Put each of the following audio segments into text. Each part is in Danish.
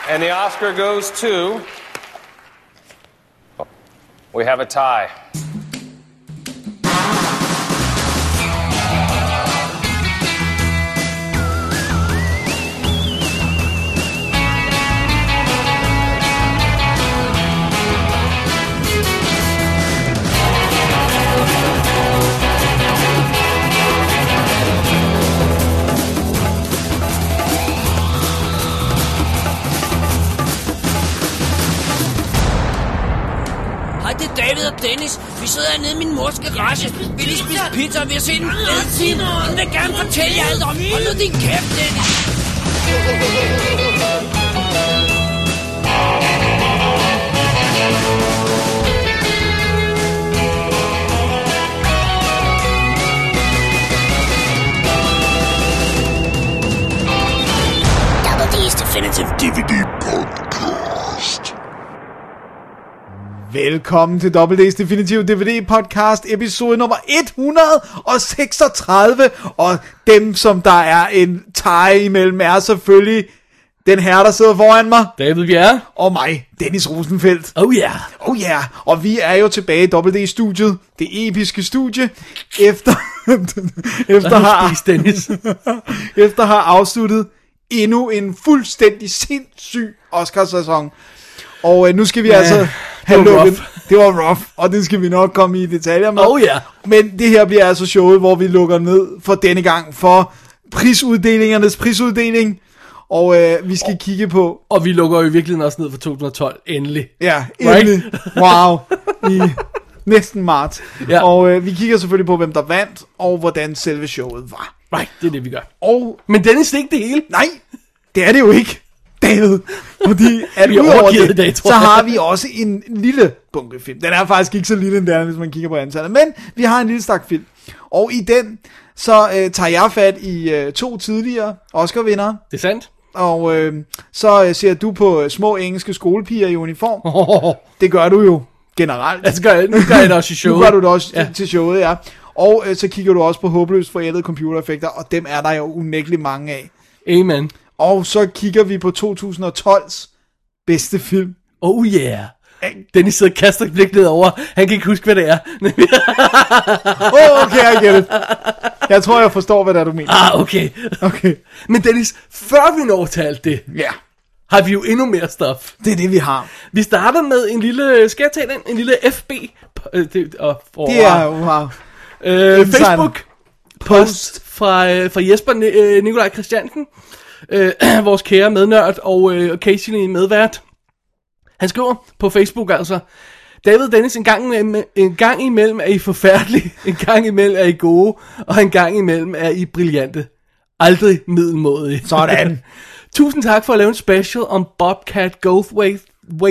And the Oscar goes to... We have a tie. Det er David og Dennis. Vi sidder hernede i min mors garage. Vi lige spise pizza, og vi har set en fed film. Hun vil gerne fortælle jer alt om. Hold nu din kæft, Dennis. Double D's Definitive DVD Podcast. Velkommen til WD's Definitive DVD Podcast, episode nummer 136, og dem, som der er en tie imellem, er selvfølgelig den herre, der sidder foran mig, David Bjerre, og mig, Dennis Rosenfeldt. Oh yeah. Oh yeah, og vi er jo tilbage i WD-studiet, det episke studie, efter at have afsluttet endnu en fuldstændig sindssyg Oscar-sæson. Og nu skal vi have lukket. Det var rough, og det skal vi nok komme i detaljer med. Oh yeah. Men det her bliver altså showet, hvor vi lukker ned for denne gang for prisuddelingernes prisuddeling. Og vi skal kigge på... Og vi lukker jo virkelig også ned for 2012, endelig. Ja, endelig. Wow. I næsten marts. Ja. Og vi kigger selvfølgelig på, hvem der vandt, og hvordan selve showet var. Right, det er det, vi gør. Men Dennis, det er ikke det hele. Nej, det er det jo ikke, David. Fordi at vi er overgivet i dag, tror så jeg. har vi også en lille bunke film. Den er faktisk ikke så lille endda, hvis man kigger på antallet. Men vi har en lille stak film. Og i den, så tager jeg fat i 2 tidligere Oscar-vindere. Det er sandt. Og så ser du på små engelske skolepiger i uniform. Det gør du jo generelt. Nu gør jeg det også i showet. Nu gør du det også til showet, ja. Og så kigger du også på håbløst forældede computereffekter, og dem er der jo unægteligt mange af. Amen. Og så kigger vi på 2012's bedste film. Oh yeah. Dennis sidder og kaster et blik ned over. Han kan ikke huske, hvad det er. Okay, I get it. Jeg tror, jeg forstår, hvad det er, du mener. Okay. Okay. Men Dennis, før vi når til alt det, har vi jo endnu mere stuff. Det er det, vi har. Vi starter med en lille, skal jeg tage den? En lille FB. Det er wow. Facebook post fra Jesper Nikolaj Christiansen. Vores kære mednørd og occasionally medvært. Han skriver på Facebook altså: David Dennis, en gang imellem er I forfærdelige, en gang imellem er I gode, og en gang imellem er I brillante. Aldrig middelmådige. Sådan. Tusind tak for at lave en special om Bobcat Goldthwait.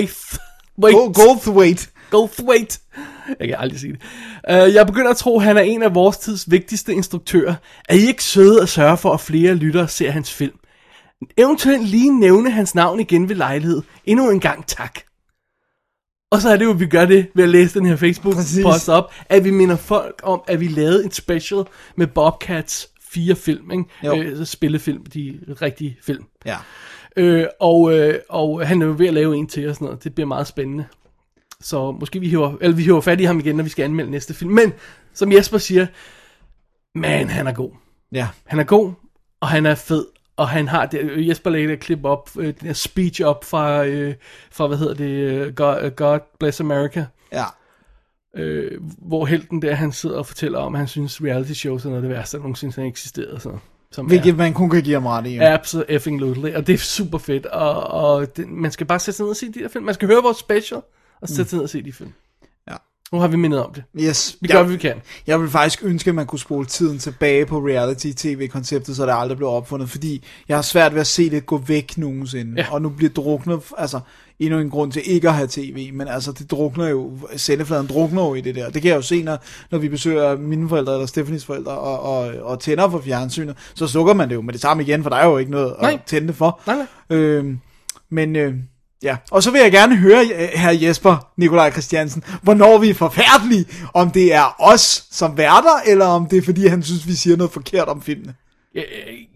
Goldthwait. Jeg kan aldrig sige det. Jeg begynder at tro, at han er en af vores tids vigtigste instruktører. Er I ikke søde at sørge for, at flere lyttere ser hans film? Eventuelt lige nævne hans navn igen ved lejlighed. Endnu en gang tak. Og så er det jo, at vi gør det ved at læse den her Facebook-post op, at vi minder folk om, at vi lavede en special med Bobcats 4 film, ikke? Spillefilm, de rigtige film. Ja. Og han er jo ved at lave en til og sådan noget. Det bliver meget spændende. Så måske vi hiver fat i ham igen, når vi skal anmelde næste film. Men som Jesper siger, man, han er god. Ja. Han er god, og han er fed. Og han har det, Jesper lagde et klip op, den her speech op fra hvad hedder det, God Bless America. Ja. Hvor helten der, han sidder og fortæller om, at han synes reality shows er noget af det værste, der nogensinde har eksisteret. Så, hvilket man kun kan give ham ret i. Absolutely, og det er super fedt. Og man skal bare sætte sig ned og se de der film. Man skal høre vores special, og sætte sig ned og se de film. Ja. Nu har vi mindet om det. Yes. Vi gør, hvad vi kan. Jeg vil faktisk ønske, at man kunne spole tiden tilbage på reality-tv-konceptet, så det aldrig blev opfundet, fordi jeg har svært ved at se det gå væk nogensinde. Ja. Og nu bliver druknet, altså endnu en grund til ikke at have tv, men altså det drukner jo, sendefladen drukner jo i det der. Det kan jeg jo se, når vi besøger mine forældre eller Stephanies forældre og tænder for fjernsynet, så slukker man det jo med det samme igen, for der er jo ikke noget at tænde det for. Nej. Ja, og så vil jeg gerne høre her Jesper Nikolaj Christiansen, hvornår vi er forfærdelige, om det er os som værter, eller om det er fordi han synes vi siger noget forkert om filmene. Jeg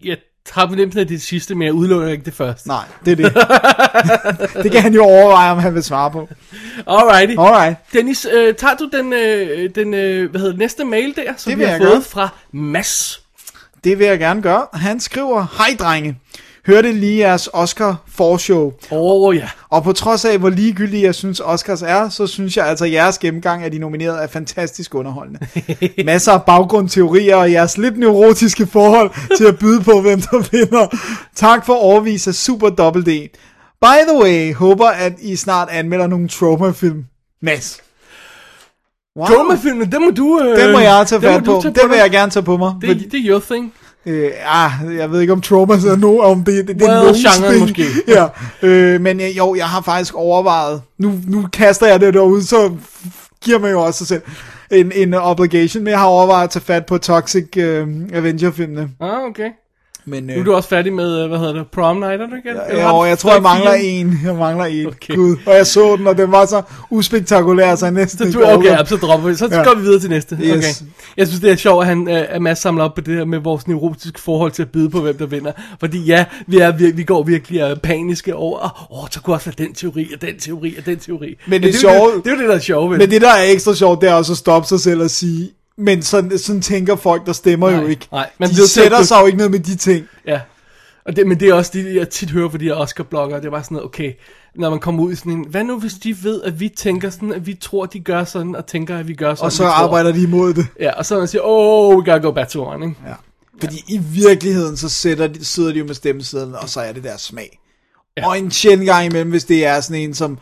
har fornemmelsen af det sidste, men jeg udelukker ikke det første. Nej, det er det. Det kan han jo overveje, om han vil svare på. Alright. Dennis, tager du den næste mail der, som vi har fået fra Mads? Det vil jeg gerne gøre. Han skriver, hej drenge. Hørte lige jeres Oscar forshow. Ja. Og på trods af, hvor ligegyldigt jeg synes Oscars er, så synes jeg altså, at jeres gennemgang af de nominerede er fantastisk underholdende. Masser af baggrundsteorier og jeres lidt neurotiske forhold til at byde på, hvem der vinder. Tak for overvis af Super Double D. By the way, håber, at I snart anmelder nogle Troma-film. Mads. Wow. Troma-filmen, den må du... Den må jeg tage fat på. Den vil jeg gerne tage på mig. Det er your thing. Jeg ved ikke om Troma er om det er genren måske. Ja. Men jeg har faktisk overvejet. Nu kaster jeg det derud, så giver mig jo også sig selv en obligation. Men jeg har overvejet at tage fat på Toxic Avenger-filmene. Okay. Men, nu er du også færdig med, Prom Night, er du ikke? Jeg tror, jeg mangler en. Okay. Gud. Og jeg så den, og den var så uspektakulær, så jeg næsten ikke okay, så dropper vi. Så går vi videre til næste. Yes. Okay. Jeg synes, det er sjovt, at Mads samler op på det her med vores neurotiske forhold til at byde på, hvem der vinder. Fordi ja, vi går virkelig paniske over, så kunne også være den teori, og den teori, og den teori. Men det er sjovt. Det er jo det, der er sjovt ved. Men det, der er ekstra sjovt, det er også at stoppe sig selv og sige... Men sådan tænker folk, der stemmer jo ikke. Nej, de sætter sig jo ikke ned med de ting. Ja, men det er også det, jeg tit hører fra de her Oscar-bloggere. Det var sådan noget, okay, når man kommer ud i sådan en, hvad nu hvis de ved, at vi tænker sådan, at vi tror, de gør sådan, og tænker, at vi gør sådan. Og så arbejder de imod det. Ja, og så man siger, we gotta go back to one, ikke? Ja. Fordi i virkeligheden, så sidder de jo med stemmesedlen, og så er det deres smag. Ja. Og en sjældent gang imellem, hvis det er sådan en, som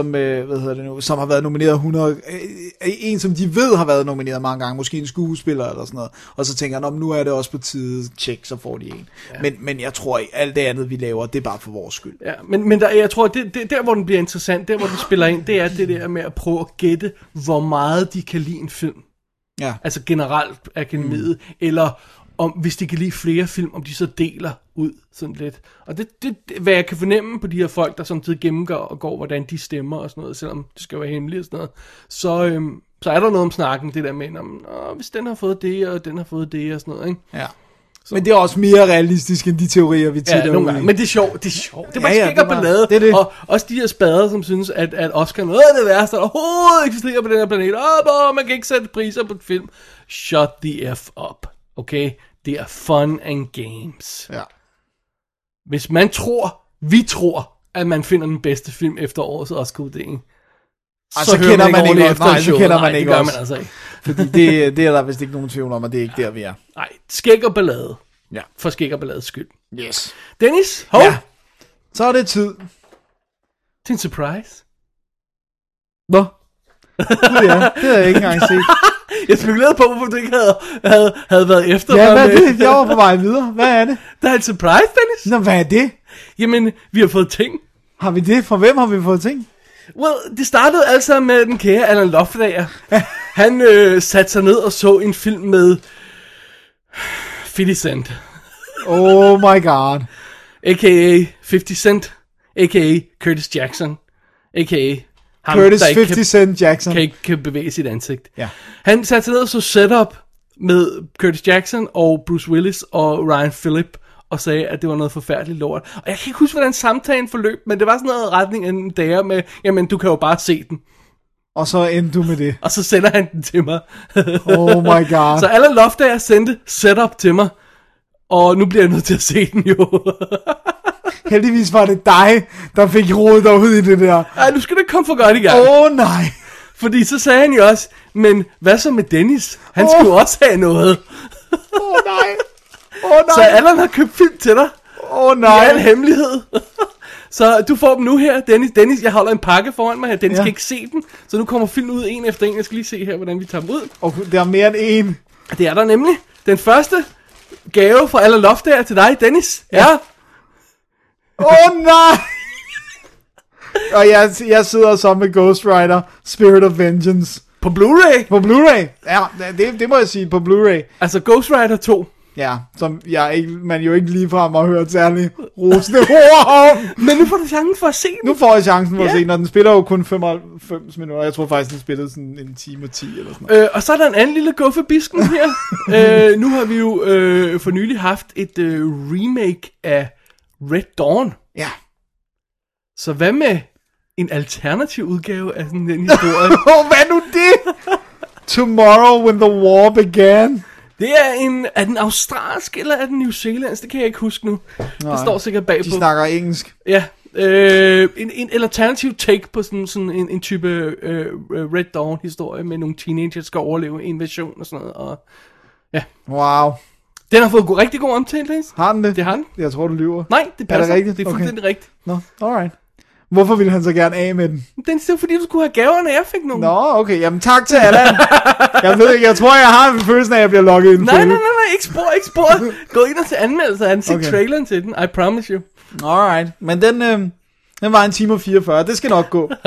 har været nomineret 100, en som de ved har været nomineret mange gange, måske en skuespiller eller sådan noget, og så tænker han, nu er det også på tide, tjek, så får de en. Ja. Men jeg tror ikke, alt det andet, vi laver, det er bare for vores skyld. Ja, men jeg tror, det der, hvor den bliver interessant, der, hvor den spiller ind, det er det der med at prøve at gætte, hvor meget de kan lide en film. Ja. Altså generelt akademiet, eller om, hvis de kan lide flere film, om de så deler ud sådan lidt. Og det hvad jeg kan fornemme på de her folk, der samtidig gennemgår og går, hvordan de stemmer og sådan noget, selvom det skal være hemmeligt og sådan noget, så er der noget om snakken, det der med, hvis den har fået det, og den har fået det, og sådan noget, ikke? Ja. Så. Men det er også mere realistisk end de teorier, vi tit er nogle gange. Men det er sjovt. Det er bare skæg og ballade. Det. Og også de her spader, som synes, at Oscar noget af det værste, der overhovedet eksisterer på den her planet. Man kan ikke sætte priser på et film. Shut the F up. Okay? Det er fun and games. Ja. Hvis vi tror, at man finder den bedste film efter årets Oscar-uddeling, så kender man ikke også. Nej, så kender man ikke også. Man altså ikke. Fordi det er der vist ikke nogen tvivl om, at det er ikke der, vi er. Nej, skæg og ballade. Ja. For skæg og ballades skyld. Yes. Dennis, Ja. Så er det tid. Til en surprise. Nå. Ja, det havde jeg ikke engang set. Jeg spekulerede på, hvorfor du ikke havde været efter mig. Ja, hvad er det? Jeg var på vej videre. Hvad er det? Der er en surprise, Dennis. Nå, hvad er det? Jamen, vi har fået ting. Har vi det? Fra hvem har vi fået ting? Well, det startede altså med den kære Alan Loftager. Han satte sig ned og så en film med 50 Cent. Oh my god. A.k.a. 50 Cent. A.k.a. Curtis Jackson. A.k.a. ham, Curtis 50 Cent Jackson. Kan bevæge sit ansigt. Ja. Han satte sig ned og så setup med Curtis Jackson og Bruce Willis og Ryan Phillip og sagde, at det var noget forfærdeligt lort. Og jeg kan ikke huske, hvordan samtalen forløb, men det var sådan noget retning af en dag med, jamen, du kan jo bare se den. Og så endte du med det. Og så sender han den til mig. Oh my god. Så Alan Loftager sendte setup til mig, og nu bliver jeg nødt til at se den jo. Heldigvis var det dig, der fik rodet derud i det der. Ej, nu skal det komme for godt i gang. Nej. Fordi så sagde han jo også, men hvad så med Dennis? Han skulle også have noget. Nej. Så Allan har købt film til dig. Nej. I al hemmelighed. Så du får dem nu her, Dennis. Dennis, jeg holder en pakke foran mig her. Dennis kan ikke se den. Så nu kommer film ud en efter en. Jeg skal lige se her, hvordan vi tager dem ud. Og der er mere end en. Det er der nemlig. Den første gave fra Alan Loftager til dig, Dennis. Ja. Nej. Og jeg sidder så med Ghost Rider, Spirit of Vengeance. På Blu-ray? På Blu-ray. Ja, det må jeg sige, på Blu-ray. Altså Ghost Rider 2. Ja, som man jo ikke ligefrem har hørt særlig rosende ord om. Men nu får du chancen for at se den. Nu får jeg chancen for at se, når den spiller jo kun 95 minutter. Jeg tror faktisk, den spillede sådan en time og 10 eller sådan noget. Og så er der en anden lille guffebisken her. Nu har vi jo for nylig haft et remake af Red Dawn. Ja. Så hvad med en alternativ udgave af sådan den historie? Hvad nu det? Tomorrow when the war began. Det er den australsk eller er den new zealandsk? Det kan jeg ikke huske nu. Nej, det står sikkert bagpå. De snakker engelsk. Ja, en alternativ take på sådan en type Red Dawn historie med nogle teenagers, der skal overleve invasion og sådan noget. Og, ja. Wow. Den har fået rigtig god omtale, Lens. Har den det? Det har den. Jeg tror, du lyver. Nej, det passer. Er det rigtigt? Det er fuldstændig rigtigt. Nå, alright. Hvorfor ville han så gerne af med den? Den er fordi, du skulle have gaverne, jeg fik nogle. Nå, okay. Jamen tak til Allan. Jeg tror, jeg har en følelse af, at jeg bliver logget ind. Nej, ikke spor. Gå ind og til anmeldelser af den. Se traileren til den. I promise you. Alright. Men den var 1 time og 44. Det skal nok gå.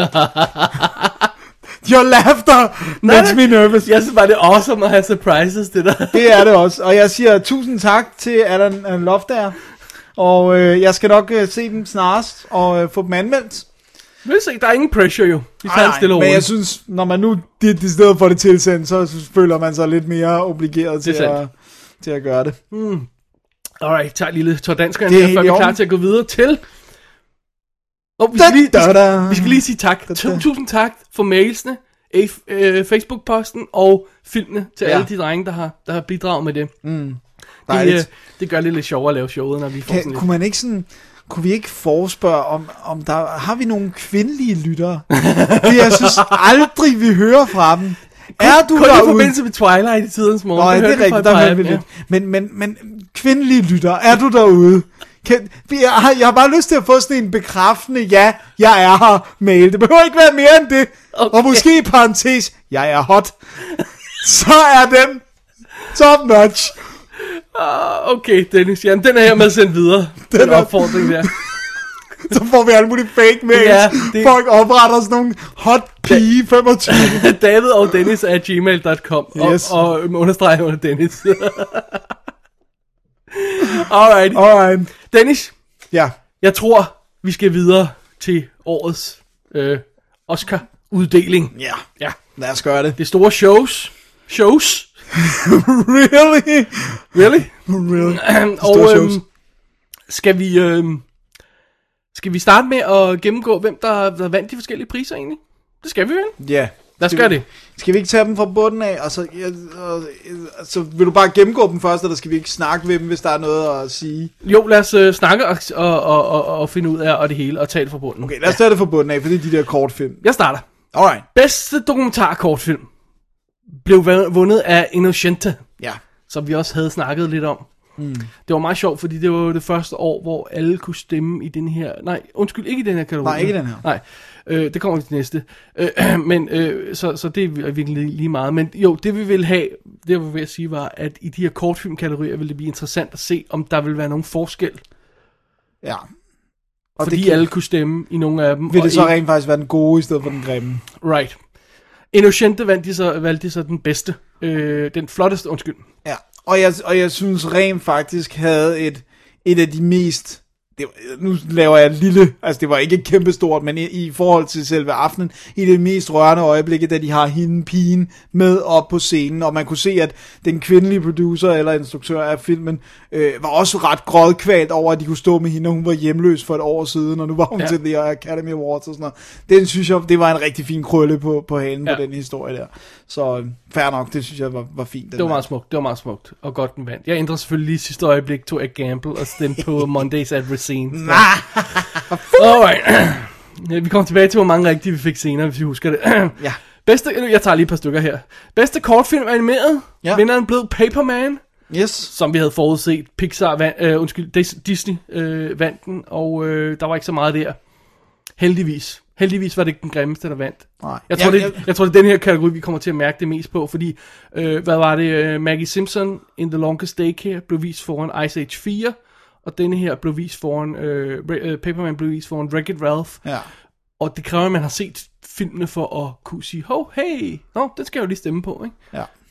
Your laughter makes me nervous. Jeg synes bare, det er awesome at have surprises, det der. Det er det også. Og jeg siger tusind tak til Allan Loftager. Og jeg skal nok se dem snarest og få dem anmeldt. Vil se, der er ingen pressure jo. Vi tager en stille men jeg synes, når man nu i stedet for det tilsendt, så føler man sig lidt mere obligeret til at gøre det. Alright, tager et lille tårdansker Det er her, før vi er klar til at gå videre til. Vi skal lige sige tak. Tusind tak for mailsene, Facebook-posten og filmene til alle de drenge, der har bidraget med det. Det gør det lidt sjovere at lave showet, når vi får sådan kunne man ikke sådan... Kunne vi ikke forespørge, om der... Har vi nogle kvindelige lyttere? Jeg synes aldrig, vi hører fra dem. Er du kun derude? I forbindelse med Twilight i tidens morgen. Nå, ja, det er rigtigt, der hørte vi lidt. Men kvindelige lyttere, er du derude? Jeg har bare lyst til at få sådan en bekræftende, ja, jeg er her mail. Det behøver ikke være mere end det. Okay. Og måske i parentes, jeg er hot. Så er den top notch. Okay, Dennis, jamen, den er her med sendt videre. Den opfordring der. Så får vi alle mulige fake mails. Ja, folk opretter sådan nogle hot pige 25. David og Dennis at gmail.com. Yes. Og understreger under Dennis. Alright. Dennis. Ja. Jeg tror, vi skal videre til årets Oscar-uddeling. Ja. Lad os gøre det. Det store shows. Really? Og skal vi starte med at gennemgå, hvem der vandt de forskellige priser egentlig? Det skal vi vel? Ja. Lad os gøre det. Skal vi ikke tage dem fra bunden af, og så vil du bare gennemgå dem først, eller skal vi ikke snakke ved dem, hvis der er noget at sige? Jo, lad os snakke og finde ud af det hele, og tage det fra bunden. Okay, lad os tage det fra bunden af, for det er de der kortfilm. Jeg starter. Alright. Bedste dokumentarkortfilm blev vundet af Innocente. Ja. Som vi også havde snakket lidt om. Det var meget sjovt, fordi det var det første år, hvor alle kunne stemme i den her... Nej, undskyld, ikke i den her kategori. Nej, ikke den her. Nej, det kommer vi til næste. Så det er virkelig lige meget. Men jo, det vi ville have, det jeg var ved at sige, var, at i de her kortfilmkategorier ville det blive interessant at se, om der ville være nogen forskel. Ja. Og fordi alle kunne stemme i nogle af dem. Vil det så rent faktisk være den gode, i stedet for den grimme? Right. Innocente valgte de så den bedste. Den flotteste, undskyld. Ja. Og jeg synes rent faktisk havde et af de mest... Nu laver jeg et lille... Altså det var ikke kæmpestort, men i forhold til selve aftenen, i det mest rørende øjeblikke, da de har hende pigen med op på scenen, og man kunne se, at den kvindelige producer eller instruktør af filmen var også ret grådkvalt over, at de kunne stå med hende, og hun var hjemløs for et år siden, og nu var hun til The Academy Awards og sådan noget. Den synes jeg, det var en rigtig fin krølle på halen på den historie der. Så fair nok, det synes jeg var fint. Det var meget smukt, og godt den vandt. Jeg ændrede selvfølgelig lige sidste øjeblik, tog et gamble og stemte på Mondays at Racine. Alright. Vi kommer tilbage til, hvor mange rigtige vi fik senere, hvis vi husker det. Ja. Jeg tager lige et par stykker her. Bedste kortfilm animeret. Ja. Vinderen blev Paperman. Yes. Som vi havde forudset. Disney vandt den, og der var ikke så meget der. Heldigvis var det ikke den grimmeste, der vandt. Nej. Jeg tror, det er den her kategori, vi kommer til at mærke det mest på, fordi, hvad var det? Maggie Simpson in The Longest Daycare blev vist foran Ice Age 4, og denne her blev vist foran, Paperman blev vist foran Wreck-It Ralph. Ja. Og det kræver, at man har set filmene for at kunne sige, hey, den skal jeg jo lige stemme på, ikke? Ja.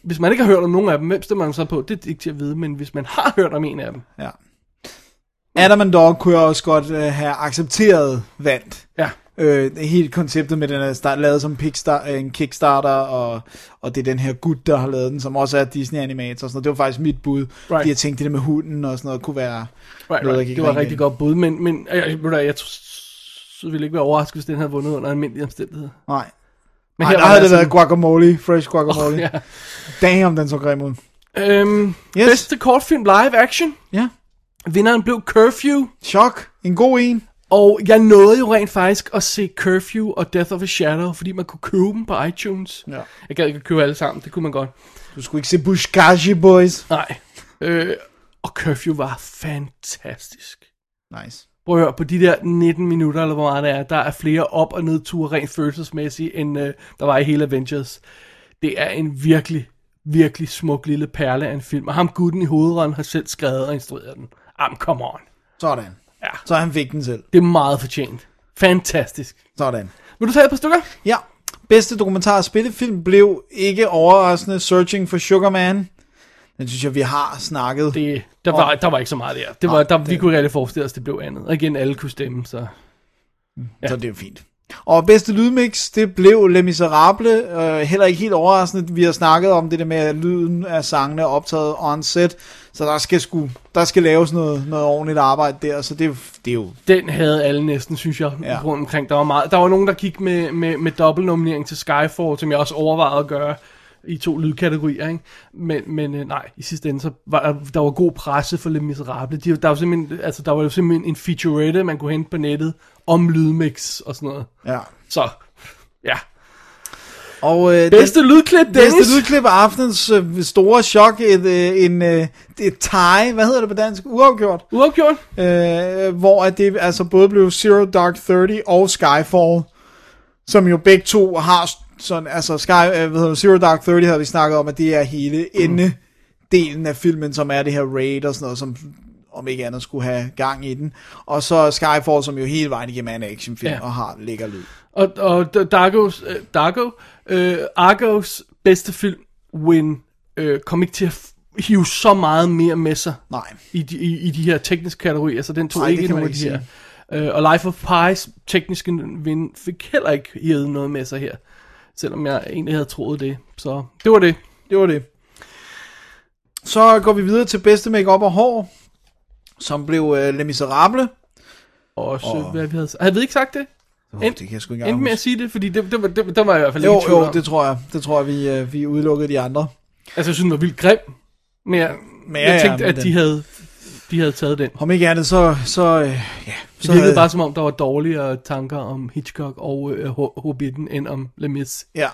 hvis man ikke har hørt om nogen af dem, hvem stemmer man så på? Det er ikke til at vide, men hvis man har hørt om en af dem. Ja. Adam and Dog kunne jeg også godt have accepteret vandt. Ja. Hele konceptet med den er lavet som en Kickstarter, og det er den her gut, der har lavet den, som også er Disney-animator. Det var faktisk mit bud. Right. Jeg tænkte, det der med hunden og sådan noget kunne være noget, der gik. Det var et rigtig godt bud, men jeg ville ikke være overrasket, hvis den havde vundet under almindelig omstændighed. Nej. Men her der havde det været guacamole, fresh guacamole. Ja. Damn, den så grim ud. Yes. Bedste kortfilm live action. Ja. Vinderen blev Curfew. Chok. En god en. Og jeg nåede jo rent faktisk at se Curfew og Death of a Shadow, fordi man kunne købe dem på iTunes. Ja. Jeg gad ikke at købe alle sammen, det kunne man godt. Du skulle ikke se Buzkashi Boys. Nej. Og Curfew var fantastisk. Nice. Prøv at høre, på de der 19 minutter, eller hvor meget det er, der er flere op- og nedture rent følelsesmæssigt, end der var i hele Avengers. Det er en virkelig, virkelig smuk lille perle af en film. Og ham gutten i hovedrollen har selv skrevet og instrueret den. Come on. Sådan. Ja. Så han fik den selv. Det er meget fortjent. Fantastisk. Sådan. Vil du tage et par stykker? Ja. Bedste dokumentar- og spillefilm blev ikke overraskende Searching for Sugar Man. Den synes jeg, vi har snakket. Der var ikke så meget der. Vi kunne rigtig forestille os, det blev andet. Og igen, alle kunne stemme, så... Ja. Så det er jo fint. Og bedste lydmix, det blev Les Miserables. Heller ikke helt overraskende. Vi har snakket om det der med, at lyden af sangene er optaget on set. Så der skal laves noget ordentligt arbejde der. Så det er jo... Den havde alle næsten, synes jeg, rundt omkring. Der var nogen, der gik med dobbeltnominering til Skyfall, som jeg også overvejede at gøre i 2 lydkategorier, ikke? Men nej, i sidste ende, så var der var god presse for Les Miserables. Der var jo simpelthen en featurette, man kunne hente på nettet, om lydmix og sådan noget. Ja. Så, ja. Og bedste lydklip, Dennis. Bedste lydklip af aftenens store chok, et tie, hvad hedder det på dansk? Uafgjort. Hvor at det altså både blev Zero Dark 30 og Skyfall, som jo begge to har sådan, altså Zero Dark 30 havde vi snakket om, at det er hele endedelen af filmen, som er det her raid og sådan noget, som om ikke andet skulle have gang i den. Og så Skyfall, som jo hele vejen igennem er en actionfilm og har lækker lyd. Og Argos bedste film, Win, kom ikke til at hive så meget mere med sig. Nej. I de her tekniske kategorier, så den tog ikke nogen af de her. Og Life of Pi's tekniske vinde fik heller ikke hivet noget med sig her, selvom jeg egentlig havde troet det. Så det var det. Så går vi videre til bedste make-up og hår, som blev Les Miserables. Hvad vi havde vi ikke sagt det? Det kan jeg sgu ikke endte med at sige det, fordi det var i hvert fald ikke jo, det tror jeg, vi udelukkede de andre. Altså, jeg synes, den var vildt grim, men jeg tænkte, at de havde taget den. Om ikke andet, så det virkede bare som om, der var dårligere tanker om Hitchcock og Hobbiten, end om Les Mis. Ja.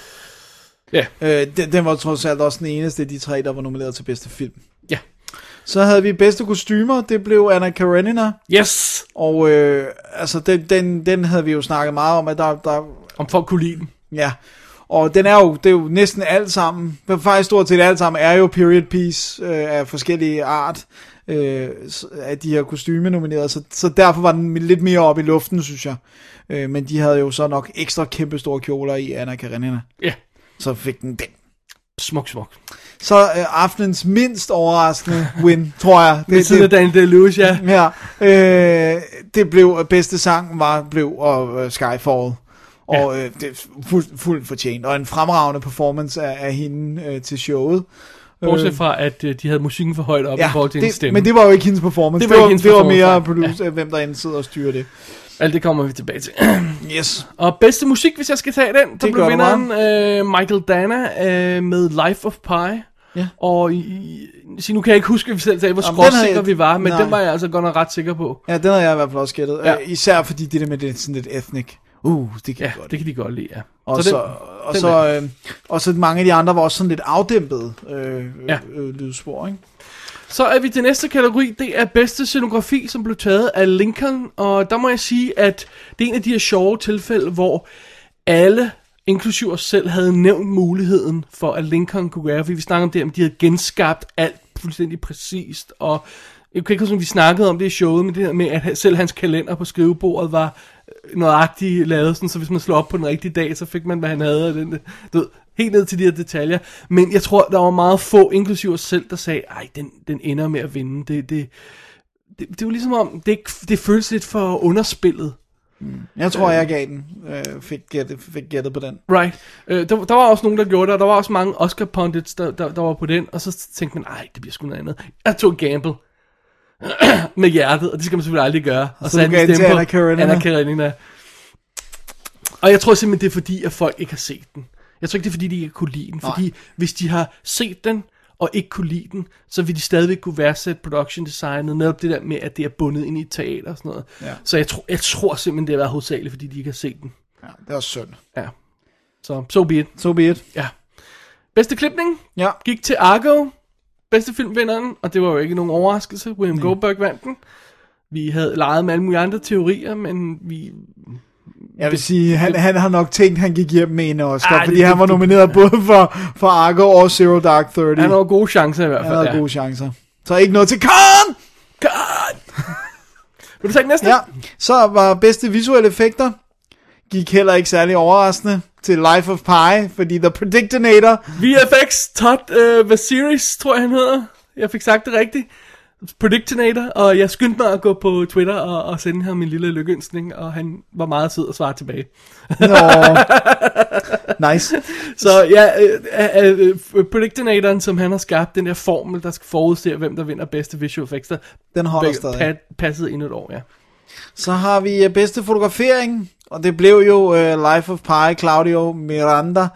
Den var trods alt også den eneste af de 3, der var nomineret til bedste film. Ja. Så havde vi bedste kostymer, det blev Anna Karenina. Yes! Og altså, den havde vi jo snakket meget om, at der om folk kunne lide den. Ja, og det er jo næsten alt sammen, men faktisk stort set alt sammen, er jo period piece af forskellige art af de her kostyme nomineret, så derfor var den lidt mere op i luften, synes jeg. Men de havde jo så nok ekstra kæmpe store kjoler i Anna Karenina. Ja. Så fik den. Smuk. Så aftenens mindst overraskende win, tror jeg. Ved siden af Daniel Day-Lewis, ja. Ja, det blev, bedste sang blev Skyfall. Og det er fuldt fortjent. Og en fremragende performance af hende til showet. Bortset fra, at de havde musikken for højt op i forhold til hendes stemme. Men det var jo ikke hendes performance. Det var mere producer, hvem der endte sidder og styrer det. Alt det kommer vi tilbage til. Yes. Og bedste musik, hvis jeg skal tage den, så blev vinderen Michael Dana med Life of Pi. Ja. Og nu kan jeg ikke huske, at vi selv sagde, hvor skråsikre vi var, men den var jeg altså godt nok ret sikker på. Ja, den havde jeg i hvert fald også gættet. Ja. Især fordi det der med det sådan lidt ethnic. Det kan det kan de godt lide, ja. Og så mange af de andre var også sådan lidt afdæmpede lydspor, ikke? Så er vi til næste kategori, det er bedste scenografi, som blev taget af Lincoln, og der må jeg sige, at det er en af de her sjove tilfælde, hvor alle, inklusive os selv, havde nævnt muligheden for, at Lincoln kunne gøre, fordi vi snakkede om det, om de havde genskabt alt fuldstændig præcist, og jeg kan ikke huske, om vi snakkede om det i showet, men det her med, at selv hans kalender på skrivebordet var nøjagtigt lavet, sådan, så hvis man slog op på den rigtige dag, så fik man, hvad han havde. Helt ned til de her detaljer. Men jeg tror, der var meget få, inklusive os selv, der sagde, ej, den ender med at vinde. Det var ligesom om, det føles lidt for underspillet. Jeg tror, jeg gav den. Fik gættet på den. Right. Der var også nogen, der gjorde det, og der var også mange Oscar pundits, der var på den, og så tænkte man, ej, det bliver sgu noget andet. Jeg tog gamble med hjertet, og det skal man selvfølgelig aldrig gøre. Og så gav den til Anna Karenina. Og jeg tror simpelthen, det er fordi, at folk ikke har set den. Jeg tror ikke, det er fordi, de ikke kunne lide den. Fordi hvis de har set den, og ikke kunne lide den, så vil de stadigvæk kunne værdsætte production designet, netop det der med, at det er bundet ind i et teater og sådan noget. Ja. Så jeg tror simpelthen, det har været hovedsageligt, fordi de ikke har set den. Ja, det er også synd. Ja. Så so be it. So be it. Ja. Bedste klipning gik til Argo. Bedste filmvinderen, og det var jo ikke nogen overraskelse. William Goldberg vandt den. Vi havde leget med alle mulige andre teorier, men vi... Jeg vil sige, han har nok tænkt, han gik hjem med en Oscar, fordi han var nomineret både for Argo og Zero Dark 30. Han har gode chancer i hvert fald. Han har gode chancer. Så ikke noget til Khan! Vil du tage næste? Ja, så var bedste visuelle effekter. Gik heller ikke særlig overraskende til Life of Pi, fordi The Predictinator. VFX Todd Vasiris, tror jeg han hedder. Jeg fik sagt det rigtigt. Predictinator, og jeg skyndte mig at gå på Twitter og sende ham en lille lykønskning, og han var meget sød at svare tilbage. Nice. Så ja, Predictinatoren, som han har skabt, den der formel, der skal forudse, hvem der vinder bedste visual effects, den holder stadig. Passet ind et år, ja. Så har vi bedste fotografering, og det blev jo Life of Pi, Claudio Miranda,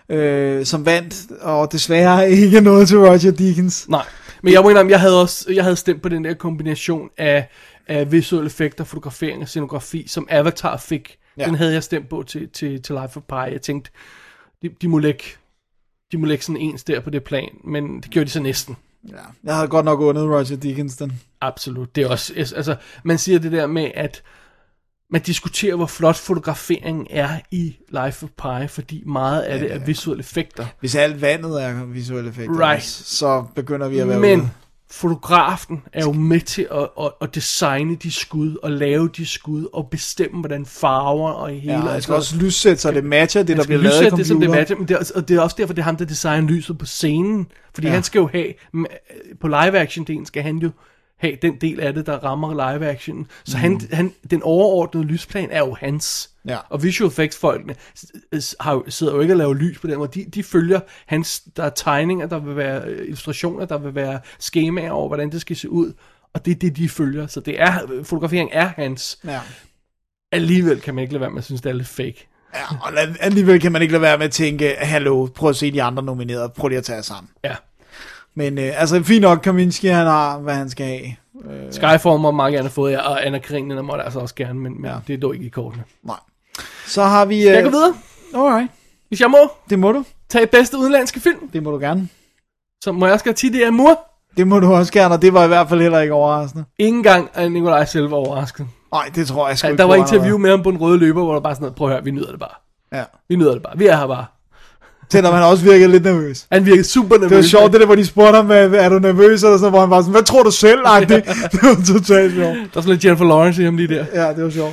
som vandt, og desværre ikke noget til Roger Deakins. Nej. Men jeg må indrømme, jeg havde stemt på den der kombination af visuelle effekter, fotografering og scenografi, som Avatar fik. Ja. Den havde jeg stemt på til Life of Pi. Jeg tænkte, de må lægge sådan ens der på det plan, men det gjorde de så næsten. Ja, jeg havde godt nok undet Roger Deakins den. Absolut. Det er også, altså, man siger det der med, at man diskuterer, hvor flot fotograferingen er i Life of Pi, fordi meget af det er visuelle effekter. Hvis alt vandet er visuelle effekter, right. Så begynder vi at være Men ude. fotografen er jo med til at designe de skud, og lave de skud, og bestemme, hvordan farver og hele... Ja, han skal også lyssætte, så det matcher det, der bliver lavet i computer. Det matcher, men det er også derfor, det er ham, der designer lyset på scenen. Fordi han skal jo have... På live-action-delen skal han jo have den del af det, der rammer live-action. Så den overordnede lysplan er jo hans. Ja. Og visual effects-folkene sidder jo ikke og laver lys på den måde. De følger hans... Der er tegninger, der vil være illustrationer, der vil være skemaer over, hvordan det skal se ud. Og det er det, de følger. Så det er... Fotografering er hans. Ja. Alligevel kan man ikke lade være med at synes, det er lidt fake. Ja, og alligevel kan man ikke lade være med at tænke, hallo, prøv at se de andre nominerede. Prøv lige at tage sammen. Ja. Men altså, fint nok, Kaminski, han har, hvad han skal have. Skyfall må meget gerne få, og Anna Karenina måtte altså også gerne, men det er dog ikke i kortene. Nej. Så har vi... Skal jeg gå videre? Alright. Hvis jeg må? Det må du. Tag bedste udenlandske film? Det må du gerne. Så må jeg også gerne sige, det er Moore? Det må du også gerne, og det var i hvert fald heller ikke overraskende. Ingen gang er Nikolaj selv overrasket. Nej, det tror jeg sgu ikke. Der var interview med ham på en røde løber, hvor der bare sådan noget, prøv at høre, vi nyder det bare. Ja. Vi nyder det bare. Vi er her bare. Selvom han også virkede lidt nervøs. Han virkede super nervøs. Det var sjovt, det der, hvor de spurgte ham, er du nervøs? Eller sådan, hvor han var sådan, hvad tror du selv? Ja. Det var totalt sjovt. Der var sådan lidt Jennifer Lawrence i ham lige der. Ja, det var sjovt.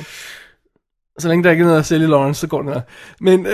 Så længe der ikke er noget at sælge Lawrence, så går det noget. Men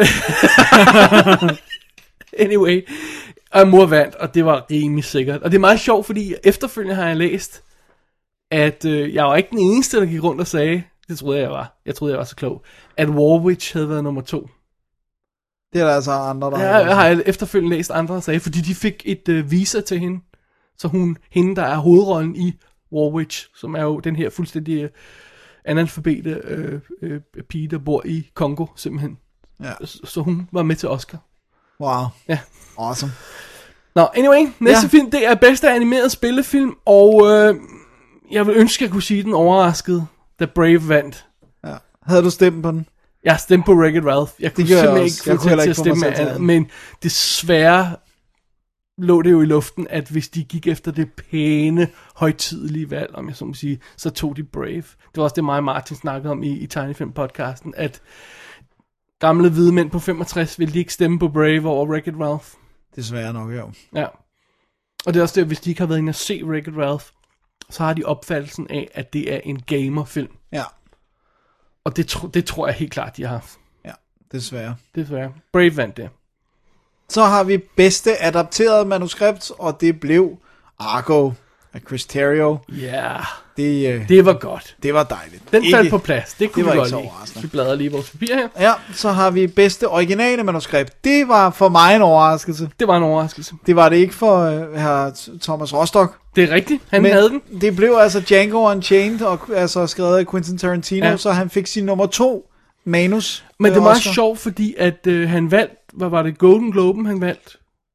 anyway, og mor vandt, og det var rimelig sikkert. Og det er meget sjovt, fordi efterfølgende har jeg læst, at jeg var ikke den eneste, der gik rundt og sagde, det troede jeg var. Jeg troede, jeg var så klog, at Warwitch havde været nummer 2. Det er der altså andre, der jeg har efterfølgende læst andre, der sagde, fordi de fik et visa til hende. Så hende, der er hovedrollen i Warwitch, som er jo den her fuldstændig analfabete pige, der bor i Kongo, simpelthen. Ja. Så hun var med til Oscar. Wow. Ja. Awesome. Nå, anyway, næste film, det er bedste animeret spillefilm, og jeg vil ønske, at jeg kunne sige den overraskede, da Brave vandt. Ja. Havde du stemt på den? Jeg stemte på Wreck-It Ralph. Jeg kunne simpelthen ikke få til at stemme med andet, men desværre lå det jo i luften, at hvis de gik efter det pæne, højtidelige valg, om jeg så må sige, så tog de Brave. Det var også det, mig og Martin snakkede om i Tegnefilm-podcasten, at gamle hvide mænd på 65 ville de ikke stemme på Brave over Wreck-It Ralph. Desværre nok, jo. Ja. Og det er også det, hvis de ikke har været inde og se Wreck-It Ralph, så har de opfattelsen af, at det er en gamerfilm. Ja. Og det tror jeg helt klart, de har haft. Ja, desværre. Brave vandt det. Så har vi bedste adapteret manuskript, og det blev Argo af Chris Terrio. Ja, Det var godt. Det var dejligt. Den faldt på plads. Det kunne det vi var godt ikke så lide. overraskende. Vi bladrer lige vores papir her. Ja, så har vi bedste originale manuskript. Det var for mig en overraskelse. Det var en overraskelse. Det var det ikke for herr Thomas Rostock. Det er rigtigt. Han havde den. Det blev altså Django Unchained, og altså skrevet af Quentin Tarantino, Ja. så han fik sin nummer 2 manus. Men det var Oscar. sjovt, fordi at han vandt, hvad var det, Golden Globen han vandt,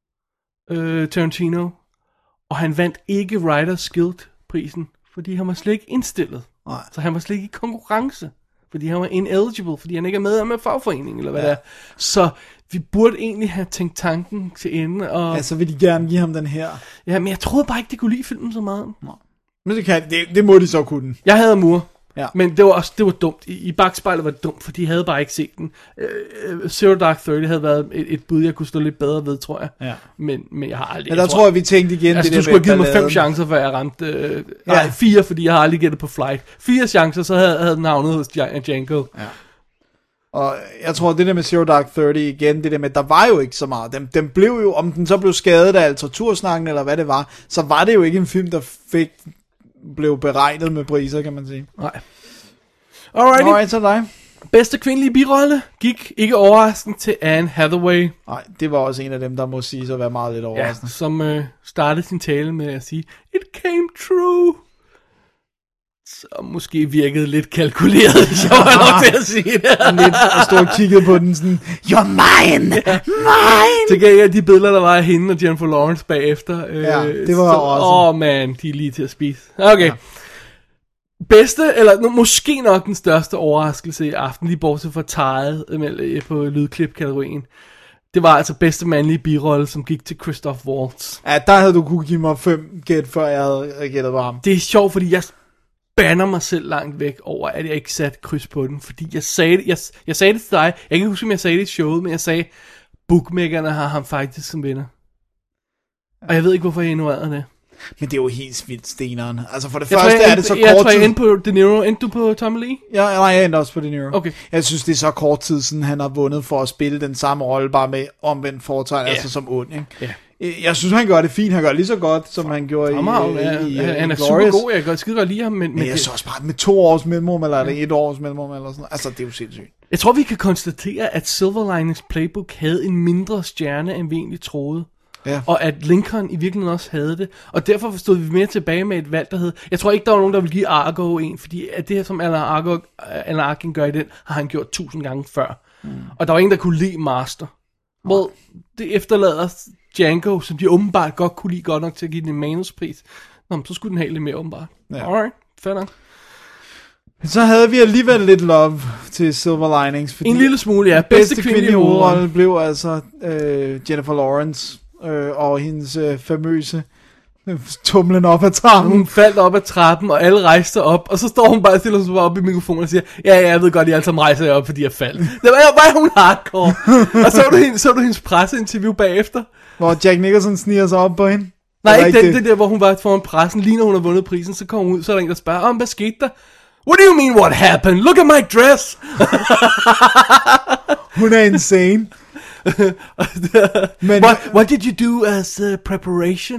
Tarantino, og han vandt ikke Writers Guild-prisen, fordi han var slet ikke indstillet. Nej. Så han var slet ikke i konkurrence, fordi han var ineligible, fordi han ikke er medlem af fagforeningen, eller hvad det er. Så vi burde egentlig have tænkt tanken til ende. Og, Ja, så vil de gerne give ham den her. ja, men jeg troede bare ikke, de kunne lide filmen så meget. Men det må de så kunne. Jeg havde Moore. Ja. Men det var dumt. I bagspejlet var det dumt, for de havde bare ikke set den. Zero Dark 30 havde været et bud, jeg kunne stå lidt bedre ved, tror jeg. Ja. Men jeg har aldrig... Men der tror jeg, vi tænkte igen Altså, det du der skulle have givet mig 5 balladen. chancer, før jeg ramte... Nej, 4, fordi jeg har aldrig gættet på Flight. 4 chancer, så havde den havnet hos Django. Ja. Og jeg tror, det der med Zero Dark 30 igen, det der med, der var jo ikke så meget. Den blev jo, om den så blev skadet af tortursnakken, eller hvad det var, så var det jo ikke en film, der blev beregnet med priser, kan man sige. Nej. Alright, Så dig. bedste kvindelige birolle gik ikke overraskende til Anne Hathaway, Nej, det var også en af dem, der må sige at være meget lidt overraskende. som startede sin tale med at sige, "It came true." Så måske virkede lidt kalkuleret, hvis jeg var nok til at sige det. Lidt og stå og kiggede på den sådan, you're mine, mine. Til gengæld de billeder, der var af hende og Jennifer Lawrence bagefter. Ja, det var awesome. Man, de er lige til at spise. Okay. Ja. Bedste, eller måske nok den største overraskelse i aften, lige bortset fra taget på lydklip-kategorien. Det var altså bedste mandlige birolle, som gik til Christoph Waltz. Ja, der havde du kunne give mig 5 gæt, før jeg havde gættet på ham. Det er sjovt, fordi jeg banner mig selv langt væk over, at jeg ikke satte kryds på den. Fordi jeg sagde det, jeg sagde det til dig. Jeg kan ikke huske, om jeg sagde det i showet, men jeg sagde, bookmakerne har ham faktisk som vinder. Og jeg ved ikke, hvorfor jeg ignorerede det. Men det er jo helt vildt steneren. Altså for det Jeg første tror, er det så jeg kort tror, jeg tid. endte på De Niro. Endte du på Tommy Lee? Ja, nej, jeg endte også på De Niro. Okay. Jeg synes, det er så kort tid siden, han har vundet for at spille den samme rolle, bare med omvendt foretegn, altså som ond, ikke? Ja. Jeg synes, han gør det fint. Han gør det lige så godt, som han gjorde i Han er Inglourious. super god. Jeg kan godt skide godt lide ham. Men jeg så også bare med 2 års mellemrum, eller er det 1 års mellemrum, eller sådan noget. Altså, det er jo sindssygt. Jeg tror, vi kan konstatere, at Silver Linings Playbook havde en mindre stjerne, end vi egentlig troede. Ja. Og at Lincoln i virkeligheden også havde det. Og derfor stod vi mere tilbage med et valg, der hed... Jeg tror ikke, der var nogen, der ville give Argo en, fordi at det her, som Alan Arkin gør i den, har han gjort 1000 gange før. Og der var ingen, der kunne lide Master. Hvor det efterlader Django, som de åbenbart godt kunne lide godt nok til at give den en manuspris. Nå, så skulle den have lidt mere åbenbart. Ja. Alright, fair nok. Så havde vi alligevel lidt love til Silver Linings. Fordi En lille smule, ja. bedste kvindelige hovedrolle blev altså Jennifer Lawrence og hendes famøse tumlen op ad trappen. Hun faldt op ad trappen, og alle rejste sig op, og så står hun bare og stiller sig bare op i mikrofonen og siger, ja, jeg ved godt, I alle sammen rejser jer op, fordi jeg faldt. Det var hun hardcore. Og så du hendes presseinterview bagefter? Hvor Jack Nicholson sniger sig op på hende. Nej, ikke det der, hvor hun var foran pressen, lige når hun har vundet prisen, så kommer hun ud, så er der en, der spørger, hvad skete der? What do you mean, what happened? Look at my dress! Hun er insane. Men, what did you do as preparation?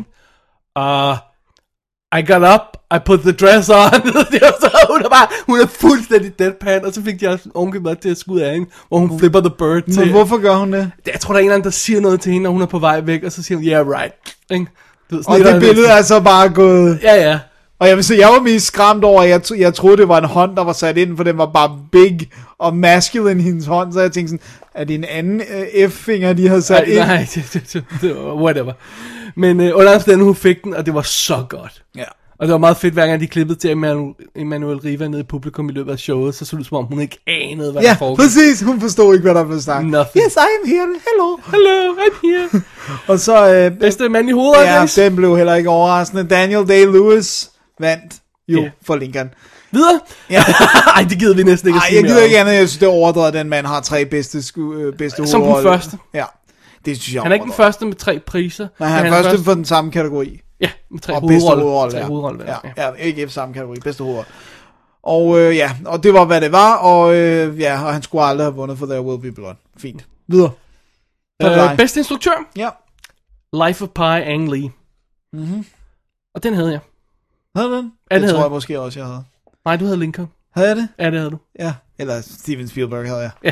I got up, I put the dress on. hun er fuldstændig deadpan, og så fik de også ovenkøbet til at skud af hende, hvor hun flipper the bird til. Men hvorfor gør hun det? Jeg tror, der er en eller anden, der siger noget til hende, når hun er på vej væk, og så siger hun, yeah, right. Og det billede er så bare gået... Ja. Og jeg vil sige, jeg var mest skræmt over, at jeg troede, det var en hånd, der var sat ind, for den var bare big og masculine, hendes hånd. Så jeg tænkte sådan, er det en anden F-finger, de havde sat ind? Nej, det var whatever. Men under omstændigheden, hun fik den, og det var så godt. Ja. Og det var meget fedt, hver gang de klippede til Emmanuel Riva nede i publikum i løbet af showet, så så det ud som om, hun ikke anede, hvad der foregik. Ja, præcis. Hun forstod ikke, hvad der blev sagt. Nothing. Yes, I am here. Hello, I'm here. Og så... Bedste mand i hovedet, ja, den blev heller ikke overraskende. Daniel Day-Lewis vandt jo for Lincoln. Videre? Ja. Ej, det gider vi næsten ikke at sige jeg mere gider om. ikke andet. Jeg synes, det er overdrevet, at den mand har 3 bedste hovedroller. Som den første. Ja, det synes jeg Han er ikke den første med 3 priser. Nej, han er første for den samme kategori. Ja, med 3 og bedste hovedroller. hovedrolle, ja, ikke i samme kategori, bedste hovedrolle. Og og det var, hvad det var, og og han skulle aldrig have vundet for There Will Be Blood. Fint. Videre. Bedste instruktør? Ja. Life of Pi, Ang Lee. Mhm. Og den havde jeg. Havde den? Ja, det tror jeg måske også, jeg havde. Nej, du havde Lincoln. Havde jeg det? Ja, det havde du. Ja, eller Steven Spielberg havde jeg. Ja.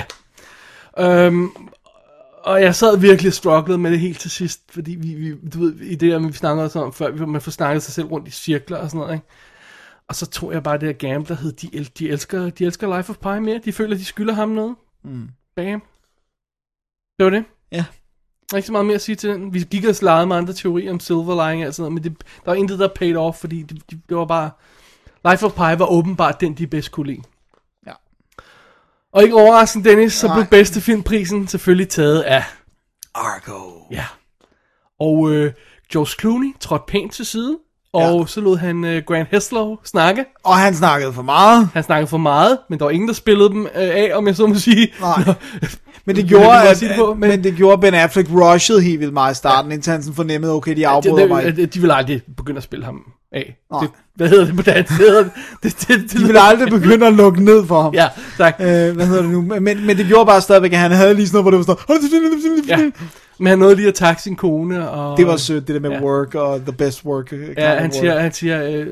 Og jeg sad virkelig og strugglede med det helt til sidst, fordi vi du ved, i det der, vi snakkede også om før, man får snakket sig selv rundt i cirkler og sådan noget, ikke? Og så tog jeg bare det der gamble, der hed, de elsker Life of Pi mere, de føler, de skylder ham noget. Bam. Det var det. Ja. Der er ikke så meget mere at sige til den. Vi gik og legede med andre teorier om Silver Lining og sådan noget, men der var intet, der paid off, fordi det var bare... Life of Pi var åbenbart den, de bedst kunne lide. Ja. Og ikke overraskende, Dennis, så blev bedste filmprisen selvfølgelig taget af... Argo. Ja. Og George Clooney trådte pænt til side, og så lod han Grant Heslov snakke. Og han snakkede for meget. Han snakkede for meget, men der var ingen, der spillede dem af, om jeg så må sige. Nej. Men det gjorde, men det gjorde Ben Affleck rushet helt vildt meget i starten, indtil han sådan fornemmede, okay, de afbryder mig. De vil aldrig begynde at spille ham af. Hvad hedder det på dansk? De vil aldrig begynde at lukke ned for ham. Ja, tak. Hvad hedder det nu? Men det gjorde bare stadigvæk, at han havde lige sådan noget, hvor det var sådan... Ja. Men han nåede lige at takke sin kone. Og, det var sødt, det der med work og the best work. Ja, han siger,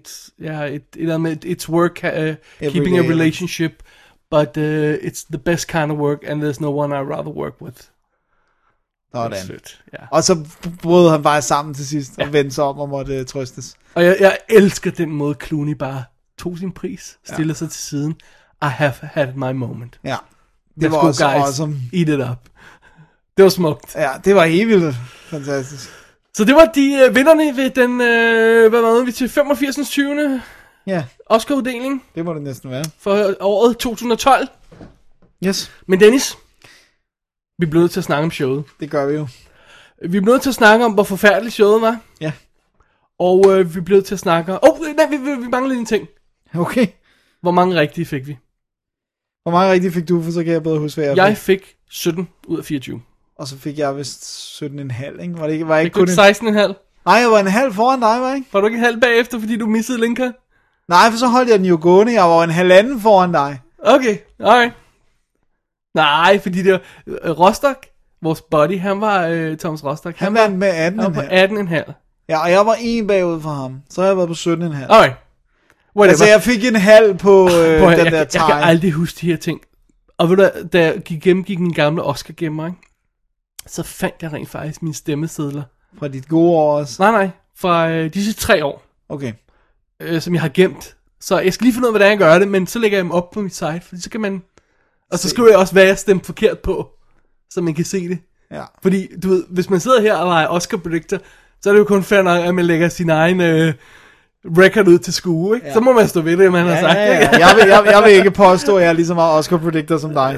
it's work, keeping a relationship, but it's the best kind of work, and there's no one I'd rather work with. Sådan. Sødt, ja. Og så brød han bare sammen til sidst, og vendte sig om og måtte trøstes. Og jeg elsker den måde, Clooney bare tog sin pris, stillede sig til siden. I have had my moment. Ja, det var også awesome. Eat it up. Det var smukt. Ja, det var helt vildt fantastisk. Så det var de vinderne ved den, hvad var vi til 85. 20. Ja. Oscar-uddeling. Det må det næsten være. For året 2012. Yes. Men Dennis, vi bliver nødt til at snakke om showet. Det gør vi jo. Vi bliver nødt til at snakke om, hvor forfærdeligt showet var. Ja. Og vi bliver nødt til at snakke om... vi mangler en ting. Okay. Hvor mange rigtige fik vi? Hvor mange rigtige fik du, for så kan jeg bedre huske, hvad jeg fik 17 ud af 24. Og så fik jeg vist 17,5, ikke? Var det ikke kun 16,5? Nej, jeg var en halv foran dig, var ikke? Var du ikke en halv bagefter, fordi du missede Lincoln? Nej, for så holdt jeg den jo gående. Jeg var en halvanden foran dig. Okay, alright. Nej, fordi det var Rostock, vores buddy, han var Thomas Rostock. Han var med 18,5. Han var på 18,5. Ja, og jeg var en bagud for ham. Så har jeg været på 17,5. Alright. Whatever. Altså, jeg fik en halv på den der tegn. Jeg kan aldrig huske de her ting. Og ved du, da jeg gennemgik min gamle Oscar-gemmer, ikke? Så fandt jeg rent faktisk mine stemmesedler. Fra dit gode år også? Nej, fra disse 3 år. Okay. Som jeg har gemt. Så jeg skal lige finde ud af, hvordan jeg gør det, men så lægger jeg dem op på mit site, fordi så kan man... Og så skriver jeg også, hvad jeg stemte forkert på, så man kan se det. Ja. Fordi, du ved, hvis man sidder her og leger Oscar Predictor, så er det jo kun fair nok, at man lægger sin egen record ud til skue, ikke? Ja. Så må man stå ved det, man har sagt. Ja. Jeg vil ikke påstå, at jeg er lige så meget Oscar Predictor som dig.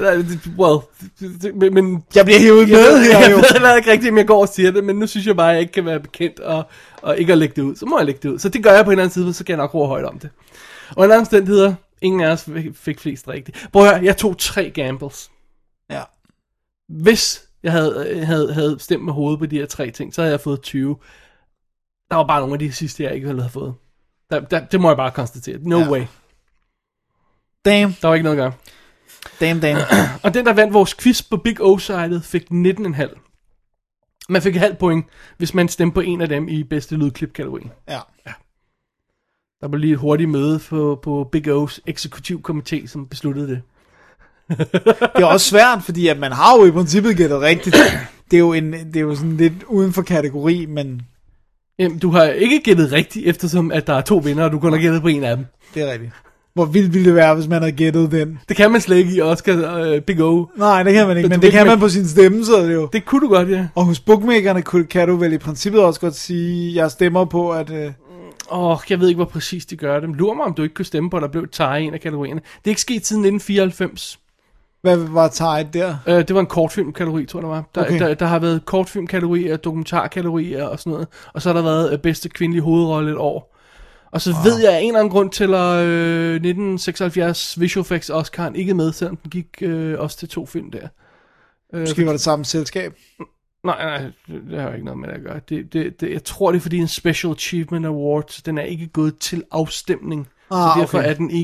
Men jeg bliver hævet med her, jo. Jeg ved ikke rigtigt, om jeg går og siger det, men nu synes jeg bare, at jeg ikke kan være bekendt og ikke at lægge det ud. Så må jeg lægge det ud. Så det gør jeg på en eller anden side, så kan jeg nok råbe højt om det. Og en anden omstændigheder, ingen af os fik flest rigtigt. Prøv at høre, jeg tog 3 gambles. Ja. Hvis jeg havde stemt med hovedet på de her 3 ting, så havde jeg fået 20. Der var bare nogle af de sidste, jeg ikke havde fået. Det må jeg bare konstatere. No way. Damn. Der var ikke noget at gøre. Damn. Og den, der vandt vores quiz på Big O-sitet, fik 19,5. Man fik et halvt point, hvis man stemte på en af dem i bedste lydklip-kategorien. Ja. Der blev lige et hurtigt møde på Big O's eksekutivkomité, som besluttede det. Det er også svært, fordi at man har jo i princippet gættet rigtigt. Det er jo sådan lidt uden for kategori, men... Jamen, du har ikke gættet rigtigt, eftersom at der er 2 vinder, og du kun har gættet på en af dem. Det er rigtigt. Hvor vildt ville det være, hvis man havde gættet den? Det kan man slet ikke i Oscar Big O. Nej, det kan man ikke, men det kan man på sin stemme, så det jo. Det kunne du godt, ja. Og hos bookmakerne kan du vel i princippet også godt sige, jeg stemmer på, at... jeg ved ikke, hvor præcis de gør det. Lurer mig, om du ikke kunne stemme på, at der blev tie i en af kategorierne. Det er ikke sket siden 1994. Hvad var tie der? Det var en kortfilmkategori, tror jeg, det var. Der har været kortfilmkategorier, dokumentarkategorier og sådan noget. Og så har der været bedste kvindelige hovedrolle et år. Og så ved jeg, af en eller anden grund tæller 1976 Visual Effects Oscar'en ikke med, selvom den gik også til 2 film der. Måske var det samme selskab? Nej, det har jo ikke noget med det at gøre. Jeg tror, det er fordi en Special Achievement Award, den er ikke gået til afstemning. Så derfor er den ikke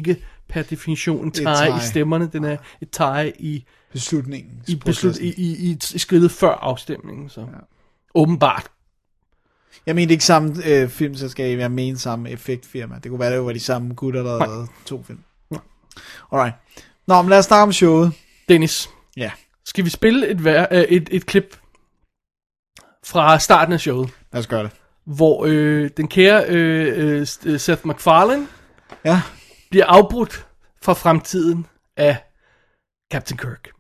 per definition en Et tie tie. i stemmerne. Den er et tie i Beslutningen. i skridtet før afstemningen. Så. Ja. Åbenbart. Jeg mente ikke samme filmselskab, jeg mente samme effektfirma. Det kunne være, det var de samme gutter, der havde 2 film. Alright. Nå, men lad os snakke om showet. Dennis, Ja, skal vi spille et klip fra starten af showet, lad os gøre det. hvor den kære Seth MacFarlane Ja, bliver afbrudt fra fremtiden af Captain Kirk.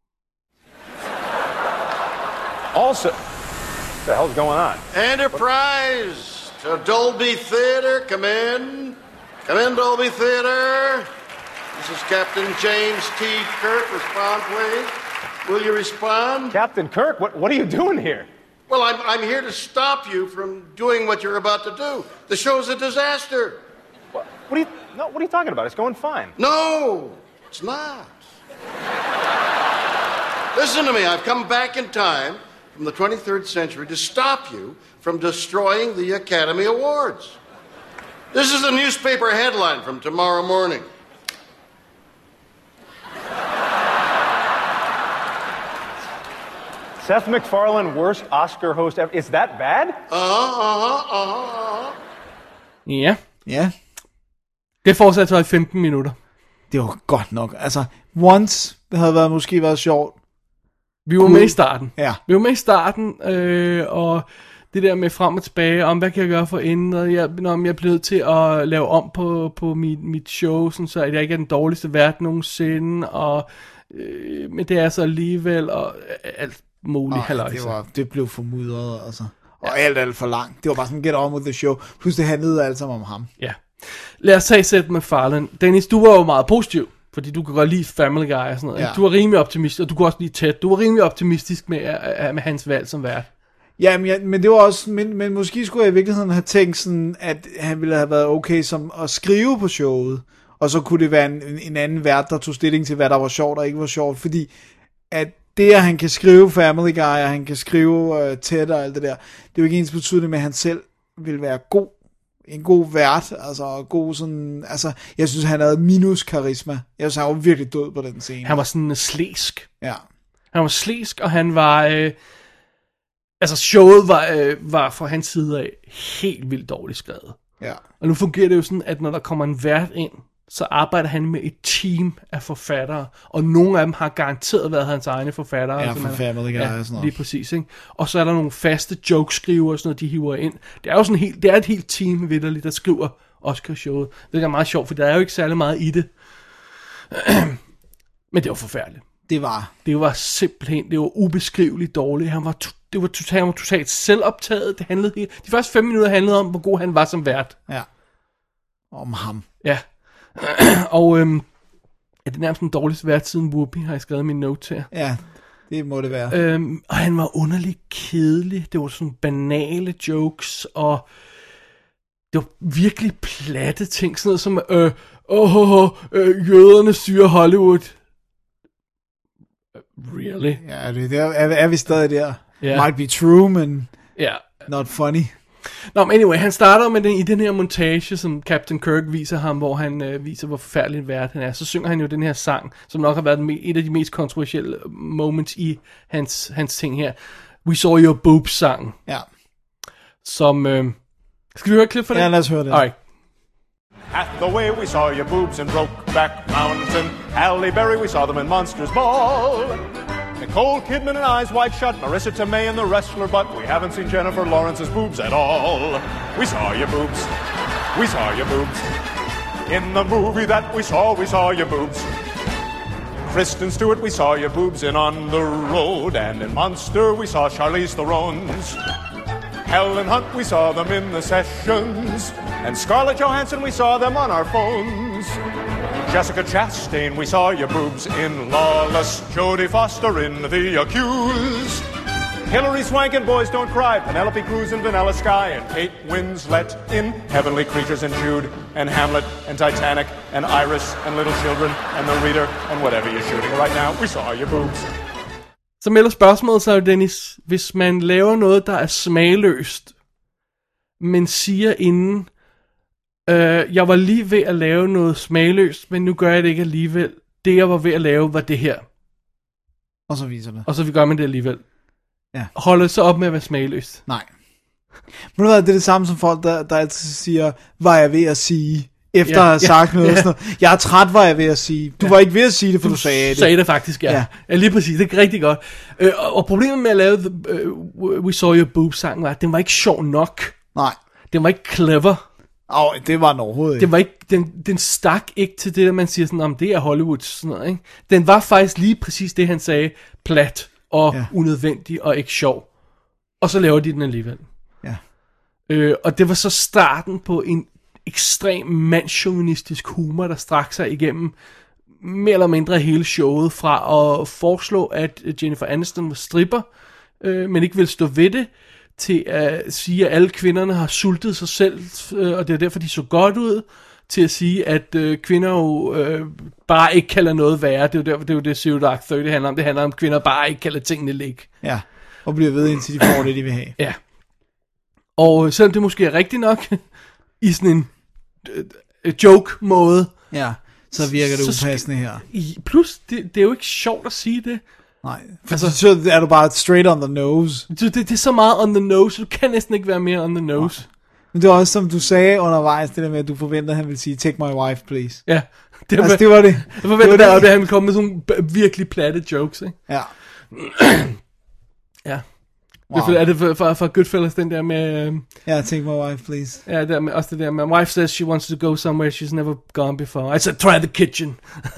Also, what the hell's going on? Enterprise to Dolby Theater, come in. Come in, Dolby Theater. This is Captain James T. Kirk. Respond, please. Will you respond? Captain Kirk, what are you doing here? Well, I'm here to stop you from doing what you're about to do. The show's a disaster. What are you talking about? It's going fine. No, it's not. Listen to me. I've come back in time from the 23rd century to stop you from destroying the Academy Awards. This is the newspaper headline from tomorrow morning. Seth MacFarlane, worst Oscar host ever. Is that bad? Ja, ja. det fortsat så i 15 minutter. Det var godt nok. Altså, once, det havde måske været sjovt. Vi var med i starten. Ja. Vi var med i starten, og det der med frem og tilbage, om hvad kan jeg gøre for enden, og jeg er blevet til at lave om på mit show, sådan så at jeg ikke er den dårligste vært nogensinde, og men det er så alligevel, og alt muligt halløjse. Det blev formudret, altså. Og alt for langt. Det var bare sådan, get on with the show. Plus det handlede alt sammen om ham. Ja. Lad os tage Seth MacFarlane. Dennis, du var jo meget positiv, fordi du kan godt lide Family Guy og sådan noget. Ja. Du var rimelig optimistisk, og du kunne også lide Ted. Du var rimelig optimistisk med hans valg som vært. Ja, men det var også, men måske skulle jeg i virkeligheden have tænkt sådan, at han ville have været okay som at skrive på showet, og så kunne det være en anden vært, der tog stilling til, hvad der var sjovt og ikke var sjovt, fordi at det, at han kan skrive Family Guy, og han kan skrive Ted og alt det der, det er jo ikke ens betydende med, at han selv vil være en god vært, altså god sådan, altså, jeg synes, han havde minus karisma. Jeg synes, han var virkelig død på den scene. Han var sådan slæsk. Ja. Han var slæsk, og han var, altså showet var fra hans side af helt vildt dårligt skrevet. Ja. Og nu fungerer det jo sådan, at når der kommer en vært ind, så arbejder han med et team af forfattere, og nogle af dem har garanteret været hans egne forfattere. Ja, for Family Guy og sådan noget. Lige præcis, ikke? Og så er der nogle faste jokeskrivere og sådan noget, de hiver ind. Det er jo sådan det er et helt team, vitterligt, der skriver Oscar-showet. Det er meget sjovt, for der er jo ikke særlig meget i det. Men det var forfærdeligt. Det var simpelthen, det var ubeskriveligt dårligt. Han var totalt selvoptaget. Det handlede de første 5 minutter handlede om, hvor god han var som vært. Ja. Om ham. Ja. Og er det nærmest den dårligste vært siden Whoopi, har jeg skrevet min note her. Ja, det må det være. Og han var underligt kedelig. Det var sådan banale jokes, og det var virkelig platte ting. Sådan noget som, jøderne styrer Hollywood. Really? Ja, det er vi stadig der. Yeah. Might be true, men not funny. Nå, men anyway, han starter med i den her montage, som Captain Kirk viser ham, hvor han viser, hvor forfærdelig vært han er. Så synger han jo den her sang, som nok har været et af de mest kontroversielle moments i hans ting her. We Saw Your Boobs sang. Ja. Som, skal vi høre et klip for det? Ja, lad os høre det. Alright. Hathaway, we saw your boobs in Brokeback Mountain. Halle Berry, we saw them in Monsters Ball. Nicole Kidman and Eyes Wide Shut, Marissa Tomei and The Wrestler, but we haven't seen Jennifer Lawrence's boobs at all. We saw your boobs. We saw your boobs. In the movie that we saw your boobs. Kristen Stewart, we saw your boobs in On the Road, and in Monster, we saw Charlize Theron's. Helen Hunt, we saw them in The Sessions, and Scarlett Johansson, we saw them on our phones. Jessica Chastain, we saw your boobs in Lawless. Jodie Foster in The Accused. Hilary Swank in Boys Don't Cry. Penelope Cruz in Vanilla Sky. And Kate Winslet in Heavenly Creatures and Jude. And Hamlet and Titanic and Iris and Little Children and The Reader and whatever you're shooting right now. We saw your boobs. Så melder spørgsmålet sig jo, Dennis, hvis man laver noget, der er smagløst, men siger inden, Jeg var lige ved at lave noget smagløst, men nu gør jeg det ikke alligevel. Det, jeg var ved at lave, var det her. Og så viser det. Og så gør man det alligevel. Ja. Holder så op med at være smagløst. Nej. Men det er det samme som folk, der altid siger, var jeg ved at sige, efter at have sagt noget. Sådan noget. Jeg er træt, var jeg ved at sige. Du var ikke ved at sige det, for du sagde det. Du sagde det faktisk, ja. Lige præcis, det er rigtig godt. Og problemet med at lave We Saw Your Boobs-sang var, at den var ikke sjov nok. Nej. Den var ikke clever. Det var den overhovedet ikke. Den var ikke, den stak ikke til det, der man siger sådan, om det er Hollywood, sådan noget, ikke? Den var faktisk lige præcis det, han sagde, plat og unødvendig og ikke sjov. Og så laver de den alligevel. Ja. Og det var så starten på en ekstrem mandsjournalistisk humor, der strak sig igennem mere eller mindre hele showet, fra at foreslå, at Jennifer Aniston var stripper, men ikke ville stå ved det, til at sige, at alle kvinderne har sultet sig selv, og det er derfor, de så godt ud, til at sige, at kvinder jo bare ikke kan lade noget være. Det er jo det Zero Dark 30 handler om. Det handler om, at kvinder bare ikke kan lade tingene ligge. Ja, og bliver ved, indtil de får det, de vil have. Ja. Og selvom det måske er rigtigt nok, i sådan en joke-måde, ja, så virker det upassende her. Plus, det er jo ikke sjovt at sige det. Nej, for så er du bare straight on the nose. Det er så meget on the nose, du kan næsten ikke være mere on the nose. Men det var også, som du sagde undervejs, det der med, at du forventer, at han vil sige, take my wife, please. Ja. Det var det. Jeg forventer, at han vil komme med sådan nogle virkelig platte jokes, ikke? Ja. Ja. Wow. Er det for Goodfellas, den der med... Ja, take my wife, please. Ja, der med, også det der med, my wife says she wants to go somewhere she's never gone before. I said, try the kitchen.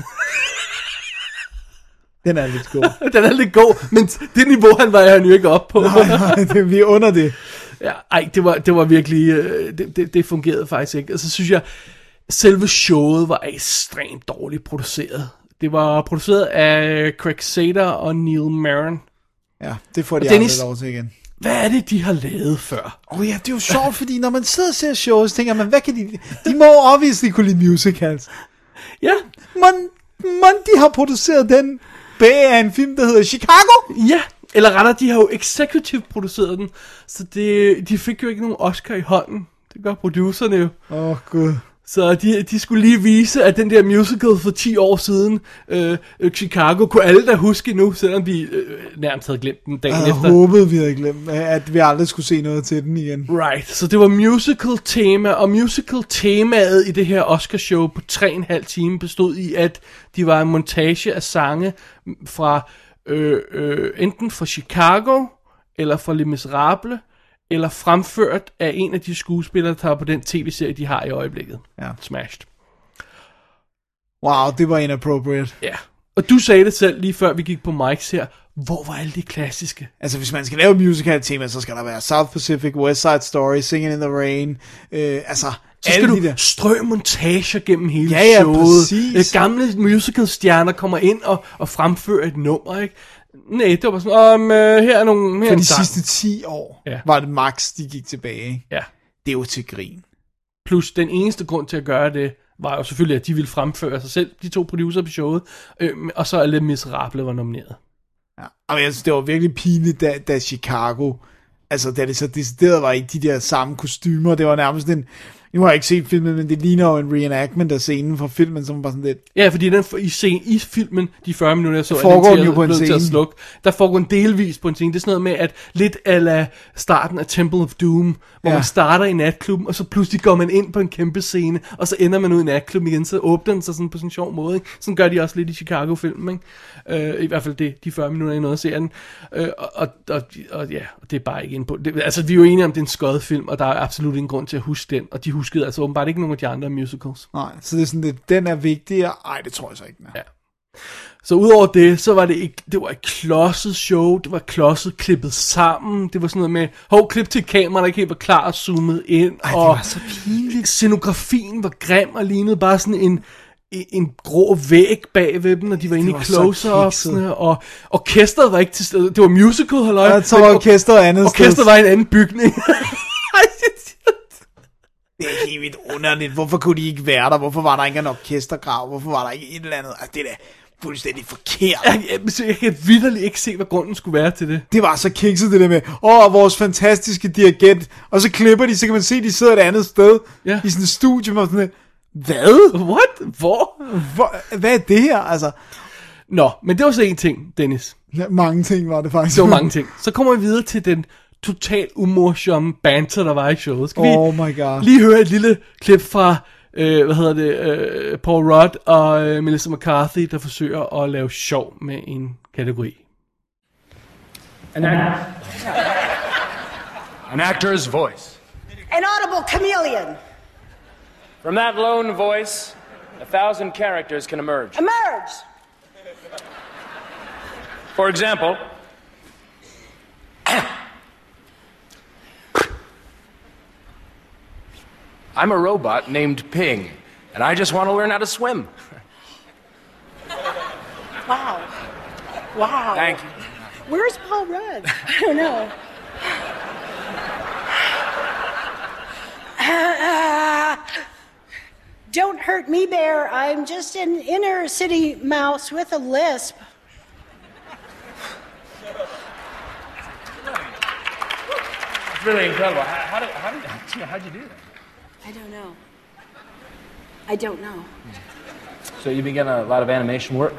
Den er lidt god. Den er lidt god, men det niveau, han var jo ikke op på. Nej, vi er under det. Ja, ej, det var virkelig... Det fungerede faktisk ikke. Og så synes jeg, selve showet var ekstremt dårligt produceret. Det var produceret af Craig Sater og Neil Maron. Ja, det får de aldrig lov til igen. Hvad er det, de har lavet før? Ja, det er jo sjovt, fordi når man sidder og ser shows, tænker man, hvad kan de... De må obviously kunne lide musicals. Ja. Man, de har produceret den bag af en film, der hedder Chicago. Ja, eller rettere, de har jo executive produceret den, så de fik jo ikke nogen Oscar i hånden. Det gør producerne jo. Gud. Så de skulle lige vise, at den der musical for 10 år siden, Chicago, kunne alle da huske nu, selvom vi nærmest havde glemt den dagen efter. Jeg håbede, vi havde glemt, at vi aldrig skulle se noget til den igen. Right, så det var musical-tema, og musical-temaet i det her Oscar-show på 3,5 timer bestod i, at de var en montage af sange fra enten fra Chicago, eller fra Les Misérables, eller fremført af en af de skuespillere, der har på den tv-serie, de har i øjeblikket. Ja. Smashed. Wow, det var inappropriate. Ja. Og du sagde det selv lige før vi gik på mics her. Hvor var alle de klassiske? Altså, hvis man skal lave musical-tema, så skal der være South Pacific, West Side Story, Singing in the Rain. Så skal du strø montager gennem hele showet. Præcis. Gamle musical-stjerner kommer ind og fremfører et nummer, ikke? Nej, det var bare sådan, her er nogle... For de sidste 10 år var det max, de gik tilbage, ikke? Ja. Det er jo til grin. Plus, den eneste grund til at gøre det, var jo selvfølgelig, at de ville fremføre sig selv, de 2 producer på showet, og så alle Misérables var nomineret. Ja, og jeg synes, det var virkelig pinligt, da Chicago, altså da det så decideret var ikke de der samme kostymer, det var nærmest en... Nu har jeg ikke set filmen, men det ligner jo en reenactment af scenen fra filmen, som var sådan lidt... Ja, fordi den i filmen, de 40 minutter, jeg så, foregår den jo på en scene. Til at slukke. Der foregår en delvis på en scene. Det er sådan noget med, at lidt ala starten af Temple of Doom, hvor man starter i natklubben, og så pludselig går man ind på en kæmpe scene, og så ender man ud i natklubben igen, så åbner den sig sådan på sådan en sjov måde. Ikke? Sådan gør de også lidt i Chicago-filmen, ikke? I hvert fald de 40 minutter, jeg nåede at se den. Og det er bare ikke inde på... Altså, vi er jo enige om, det er en skød film, og der er absolut ingen grund til at huske den, og de huskede altså åbenbart ikke nogen af de andre musicals. Nej, så det er sådan lidt, den er vigtigere. Ej, det tror jeg så ikke, den er. Ja. Så udover det, så var det var et klodset show, det var klodset klippet sammen, det var sådan noget med, klip til kamera, der ikke helt var klar og zoomet ind. Ej, og det var så pinligt. Scenografien var grim og lignede bare sådan en grå væg bag ved dem, og de var inde i close-ups'ene, og orkestret var ikke til stede, det var musical, halløj. Ja, så var orkestret andet sted. Orkestret var i en anden bygning. Det er helt vildt underligt. Hvorfor kunne de ikke være der? Hvorfor var der ikke en orkestergrav? Hvorfor var der ikke et eller andet? Altså, fuldstændig forkert. Jeg kan vitterligt ikke se, hvad grunden skulle være til det. Det var så kikset det der med, vores fantastiske dirigent, og så klipper de, så kan man se, de sidder et andet sted, i sådan et studie, og sådan hvad? What? Hvor? Hvad er det her, altså? Nå, men det var så en ting, Dennis. Ja, mange ting var det faktisk. Det var mange ting. Så kommer vi videre til den totalt umorsomme banter, der var i showet. Skal vi my god. lige høre et lille klip fra, Paul Rudd og Melissa McCarthy, der forsøger at lave sjov med en kategori. An actor's voice. An audible chameleon. From that lone voice, 1,000 characters can emerge. Emerge. For example, I'm a robot named Ping, and I just want to learn how to swim. Wow. Wow. Thank you. Where's Paul Rudd? I don't know. Don't hurt me, Bear. I'm just an inner city mouse with a lisp. It's really incredible. How'd you do that? I don't know. I don't know. So you've been getting a lot of animation work?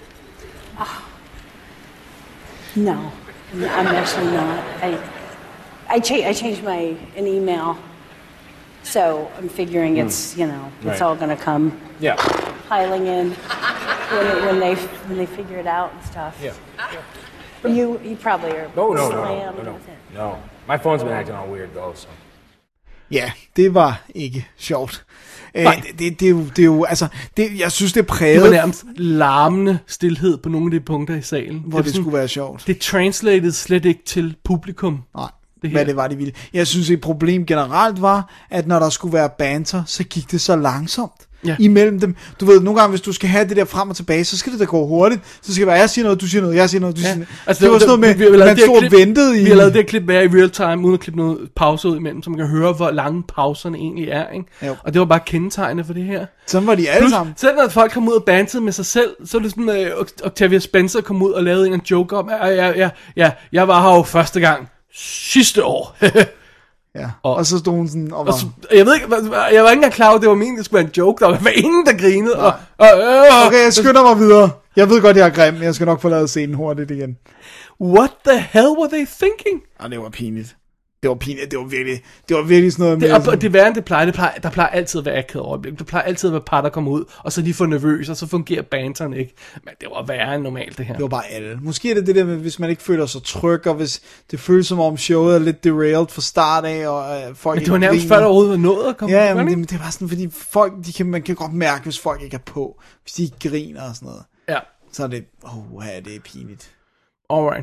No, I'm actually not. I changed an email, so I'm figuring it's it's all gonna come piling in when they figure it out and stuff. Yeah. You probably are slammed with it. No. My phone's been acting all weird though. So. Ja, det var ikke sjovt. Det er jo, altså, jeg synes, det er præget. Det var nærmest larmende stilhed på nogle af de punkter i salen. Hvor det skulle være sjovt. Det translated slet ikke til publikum. Nej, hvad det var, de ville. Jeg synes, et problem generelt var, at når der skulle være banter, så gik det så langsomt. Ja. Imellem dem. Du ved, nogle gange, hvis du skal have det der frem og tilbage, så skal det da gå hurtigt. Så skal det være, jeg siger noget, du siger noget, jeg siger noget, du siger noget. Altså, det var sådan noget med, man stod og ventede i. Vi har lavet det klip med i real time, uden at klippe noget pause ud imellem, så man kan høre, hvor lange pauserne egentlig er. Ikke? Og det var bare kendetegnende for det her. Sådan var de alle sammen. Selv når folk kom ud og bantede med sig selv, så er det sådan, Octavia Spencer kom ud og lavede en joke om, jeg var her jo første gang sidste år. Ja, og så stod hun sådan og var... Jeg ved ikke, jeg var ikke engang klar over, at det var meningen, det skulle være en joke. Der var ingen, der grinede. Okay, jeg skynder mig videre. Jeg ved godt, jeg er grim, men jeg skal nok få lavet scenen hurtigt igen. What the hell were they thinking? Det var pinligt. Det var pinligt, det var virkelig sådan noget med... Det værre end det plejer, der plejer altid at være akavet øjeblik. Det plejer altid at være par, der kommer ud, og så de får nervøse, og så fungerer banteren ikke. Men det var værre end normalt, det her. Det var bare alle. Måske er det der med, hvis man ikke føler sig tryg, og hvis det føles som om showet er lidt derailed fra start af, og folk... Men det var nærmest før der overhovedet var nået at komme. Ja, men det var sådan, fordi folk, man kan godt mærke, hvis folk ikke er på, hvis de ikke griner og sådan noget. Ja. Så er det, det er pinligt. Alright.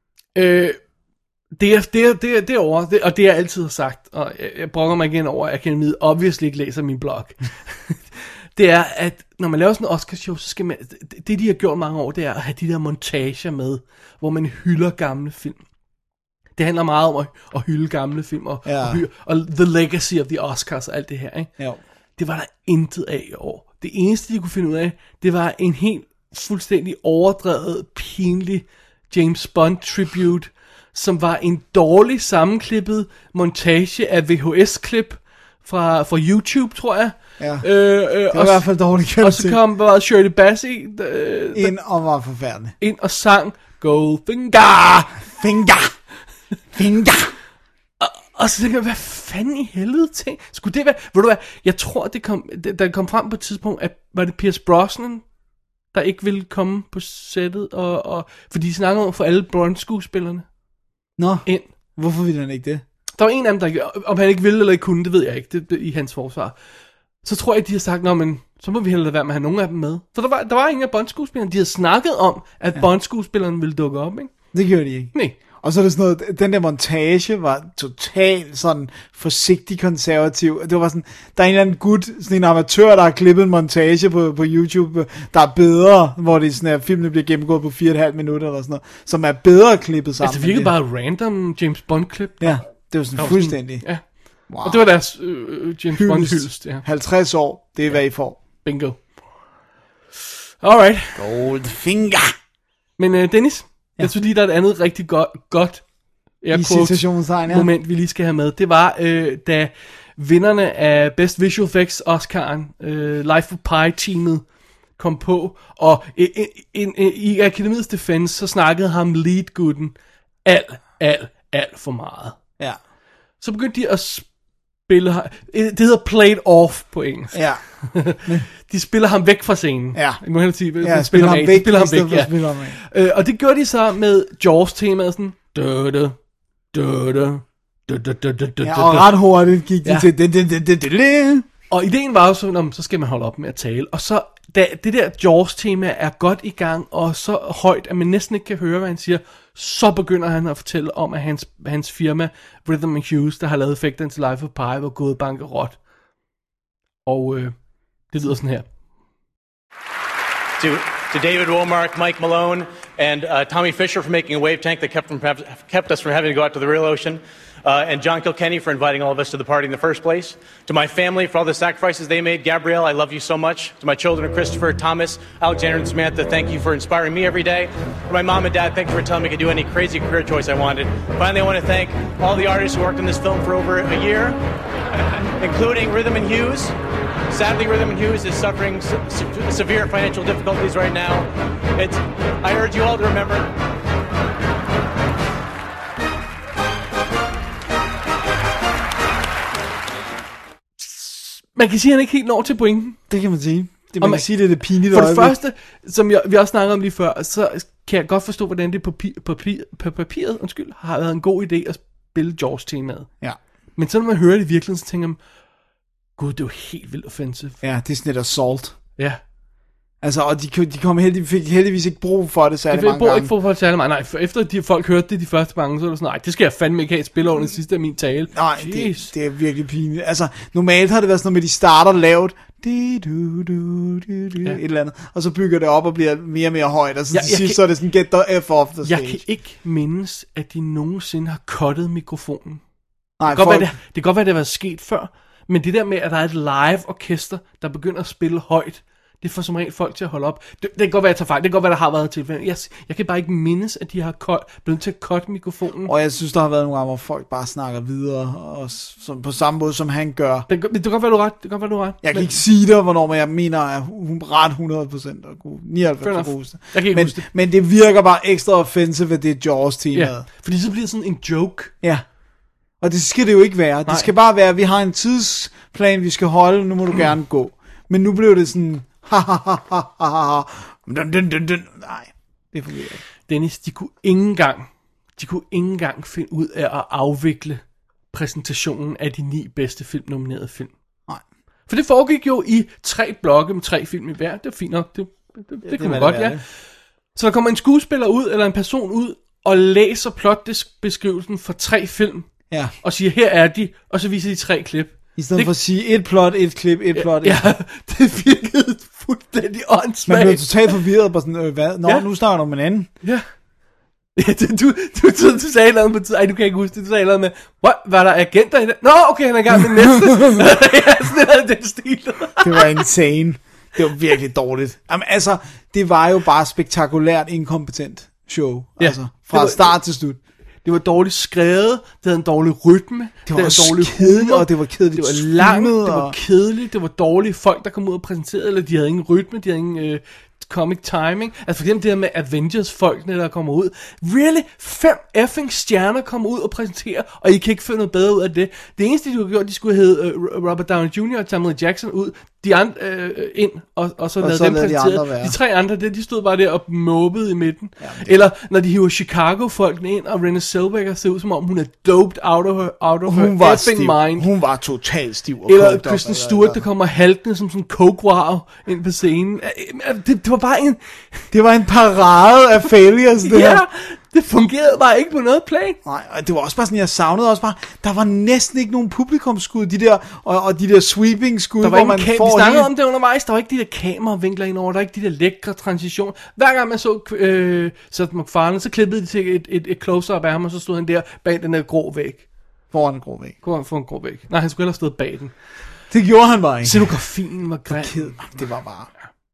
Det er over, og det jeg altid har sagt, og jeg brokker mig igen over, at Akademiet obviously ikke læser min blog. Det er, at når man laver sådan en Oscarshow, så skal man, det de har gjort mange år, det er at have de der montager med, hvor man hylder gamle film. Det handler meget om at hylde gamle film, og the legacy of the Oscars og alt det her, ikke? Ja. Det var der intet af i år. Det eneste, de kunne finde ud af, det var en helt fuldstændig overdrevet, pinlig James Bond tribute, som var en dårlig sammenklippet montage af VHS-klip fra YouTube, tror jeg. Ja, det var i hvert fald dårligt. Og så kom Shirley Bassey ind og var forfærdelig. Ind og sang Goldfinger. Finger. Og så tænkte jeg, hvad fanden i helvede ting? Skulle det være... Ved du hvad, jeg tror, det kom frem på et tidspunkt, at var det Pierce Brosnan, der ikke ville komme på sættet, fordi de snakkede om for alle Bond-skuespillerne. Nå, ind. Hvorfor ville han ikke det? Der var en af dem, der ikke... Om han ikke ville eller ikke kunne, det ved jeg ikke. Det i hans forsvar. Så tror jeg, de har sagt, men så må vi hellere være med at have nogle af dem med. Så der var ingen af Bond-skuespillerne. De havde snakket om, at Bond-skuespillerne ville dukke op, ikke? Det gjorde de ikke. Nej. Og så er det sådan noget, den der montage var totalt sådan forsigtig konservativ. Det var sådan, der er en eller anden gut, sådan en amatør, der har klippet en montage på YouTube, der er bedre, hvor det sådan, at filmene bliver gennemgået på 4,5 minutter eller sådan noget, som er bedre klippet sammen. Altså det virkede bare random James Bond-klip. Ja, det var sådan fuldstændig. Ja. Wow. Og det var deres James Bond-hyldest. Ja. 50 år, det er hvad I får. Bingo. Alright. Goldfinger. Men Dennis, jeg synes lige, der er et andet rigtig godt moment, vi lige skal have med. Det var, da vinderne af Best Visual Effects Oscar'en, Life of Pi-teamet, kom på, og i Akademiets defense, så snakkede ham lead-gutten alt for meget. Ja. Så begyndte de at spille, det hedder played off på engelsk. Ja. De spiller ham væk fra scenen. Ja. Jeg må hellere sige, ja, spiller ham væk. Og det gjorde de så med Jaws-temaet sådan, og ret hurtigt gik de til og ideen var jo sådan, så skal man holde op med at tale. Og så, da det der Jaws-tema er godt i gang, og så højt, at man næsten ikke kan høre, hvad han siger, så begynder han at fortælle om, at hans firma, Rhythm & Hughes, der har lavet effekterne til Life of Pi, var gået bankerot. Og det lyder sådan her. To David Womark, Mike Malone, and Tommy Fisher for making a wave tank that kept us from having to go out to the real ocean, and John Kilkenny for inviting all of us to the party in the first place. To my family for all the sacrifices they made. Gabrielle, I love you so much. To my children, Christopher, Thomas, Alexander, and Samantha, thank you for inspiring me every day. To my mom and dad, thank you for telling me I could do any crazy career choice I wanted. Finally, I want to thank all the artists who worked on this film for over a year, including Rhythm & Hughes. Sadly, Rhythm & Hughes is suffering severe financial difficulties right now. I urge you all to remember. Man kan sige, at han ikke helt når til pointen. Det kan man sige. Man kan sige, det er det pinligt. For det første, som vi også snakkede om lige før, så kan jeg godt forstå, hvordan det på papiret har været en god idé at spille Jaws-temaet. Ja. Men så når man hører det i virkeligheden, så tænker man, gud, det er jo helt vildt offensive. Ja, det er sådan et assault. Ja. Altså, og de fik heldigvis ikke brug for det særlig mange gange. Ikke brug for det særlig mange. Nej, for efter folk hørte det de første gange, så er det sådan, nej, det skal jeg fandme ikke have et spil over den sidste af min tale. Nej, det er virkelig pinligt. Altså, normalt har det været sådan noget med, de starter lavt, et eller andet, og så bygger det op og bliver mere og mere højt, og så til sidst så er det sådan, get the F off the stage. Jeg kan ikke mindes, at de nogensinde har cuttet mikrofonen. Nej, det kan godt være, det har været sket før, men det der med, at der er et live orkester, der begynder at spille højt, det får som regel folk til at holde op. Det kan godt være, at jeg tager fejl. Det kan godt være, der har været tilfælde. Jeg kan bare ikke mindes, at de har blevet til at cutte mikrofonen. Og jeg synes, der har været nogle gange, hvor folk bare snakker videre, og på samme måde, som han gør. Det kan godt være, du er ret. Jeg kan ikke sige dig, hvornår, men jeg mener, at hun ret 100% og god. 99%. Jeg kan ikke huske det. Men det virker bare ekstra offensive, at det er Jaws-temaet. Ja, fordi så bliver det sådan en joke. Ja. Og det skal det jo ikke være. Nej. Det skal bare være, at vi har en tidsplan, vi skal holde, nu må du gerne gå. Men nu blev det sådan, nej, det fungerer ikke. Dennis, de kunne ikke engang finde ud af at afvikle præsentationen af de 9 bedste filmnominerede film. Nej. For det foregik jo i 3 blokke med 3 film i hver. Det er fint nok. Det kunne man godt, ja. Så der kommer en skuespiller ud, eller en person ud, og læser plotbeskrivelsen for 3 film. Ja. Og siger, her er de, og så viser de 3 klip. I stedet for at sige et plot, et klip, et plot. Ja, det virkede fuldstændig åndssvagt. Man blev totalt forvirret på sådan, hvad? Nå, nu snakker du om en anden. Ja. Du sagde noget med, ej, du kan ikke huske det, du sagde noget med, var der agenter i det? Nå, okay, han er i gang med næste. Ja, sådan den stil. Det var insane. Det var virkelig dårligt. Jamen, altså, det var jo bare spektakulært inkompetent show. Ja, altså, fra start til slut. Det var dårligt skrevet, det havde en dårlig rytme, det var dårligt kedeligt, og det var kedeligt. Det var langt, det var kedeligt, det var dårlige folk, der kom ud og præsenterede, eller de havde ingen rytme, de havde ingen comic timing. Altså for eksempel det der med Avengers-folkene, der kommer ud. Really? 5 effing stjerner kommer ud og præsenterer, og I kan ikke få noget bedre ud af det. Det eneste, de har gjort, de skulle hedde Robert Downey Jr. og Samuel Jackson ud, de andre ind, og så lavede dem præsenteret. De 3 andre, de stod bare der og mobbede i midten. Ja, eller når de hiver Chicago-folkene ind, og Renée Zellweger ser ud som om, hun er doped out of her effing mind. Hun var totalt stiv og eller Kristen Stewart, der kommer haltende som sådan en coke-wow ind på scenen. Det var bare en... Det var en parade af failures, det her. Det fungerede bare ikke på noget plan. Nej, og det var også bare sådan, jeg savnede også bare, der var næsten ikke nogen publikumskud, de der, og de der sweeping skud, hvor man får... Vi snakkede om det undervejs, der var ikke de der kameravinkler indover, der var ikke de der lækre transitioner. Hver gang man så Seth MacFarlane, så klippede de til et close-up af ham, og så stod han der bag den der grå væg. Foran en grå væg. Foran en grå væg. Nej, han skulle ellers stå bag den. Det gjorde han bare ikke. Scenografien var grim. Det var bare...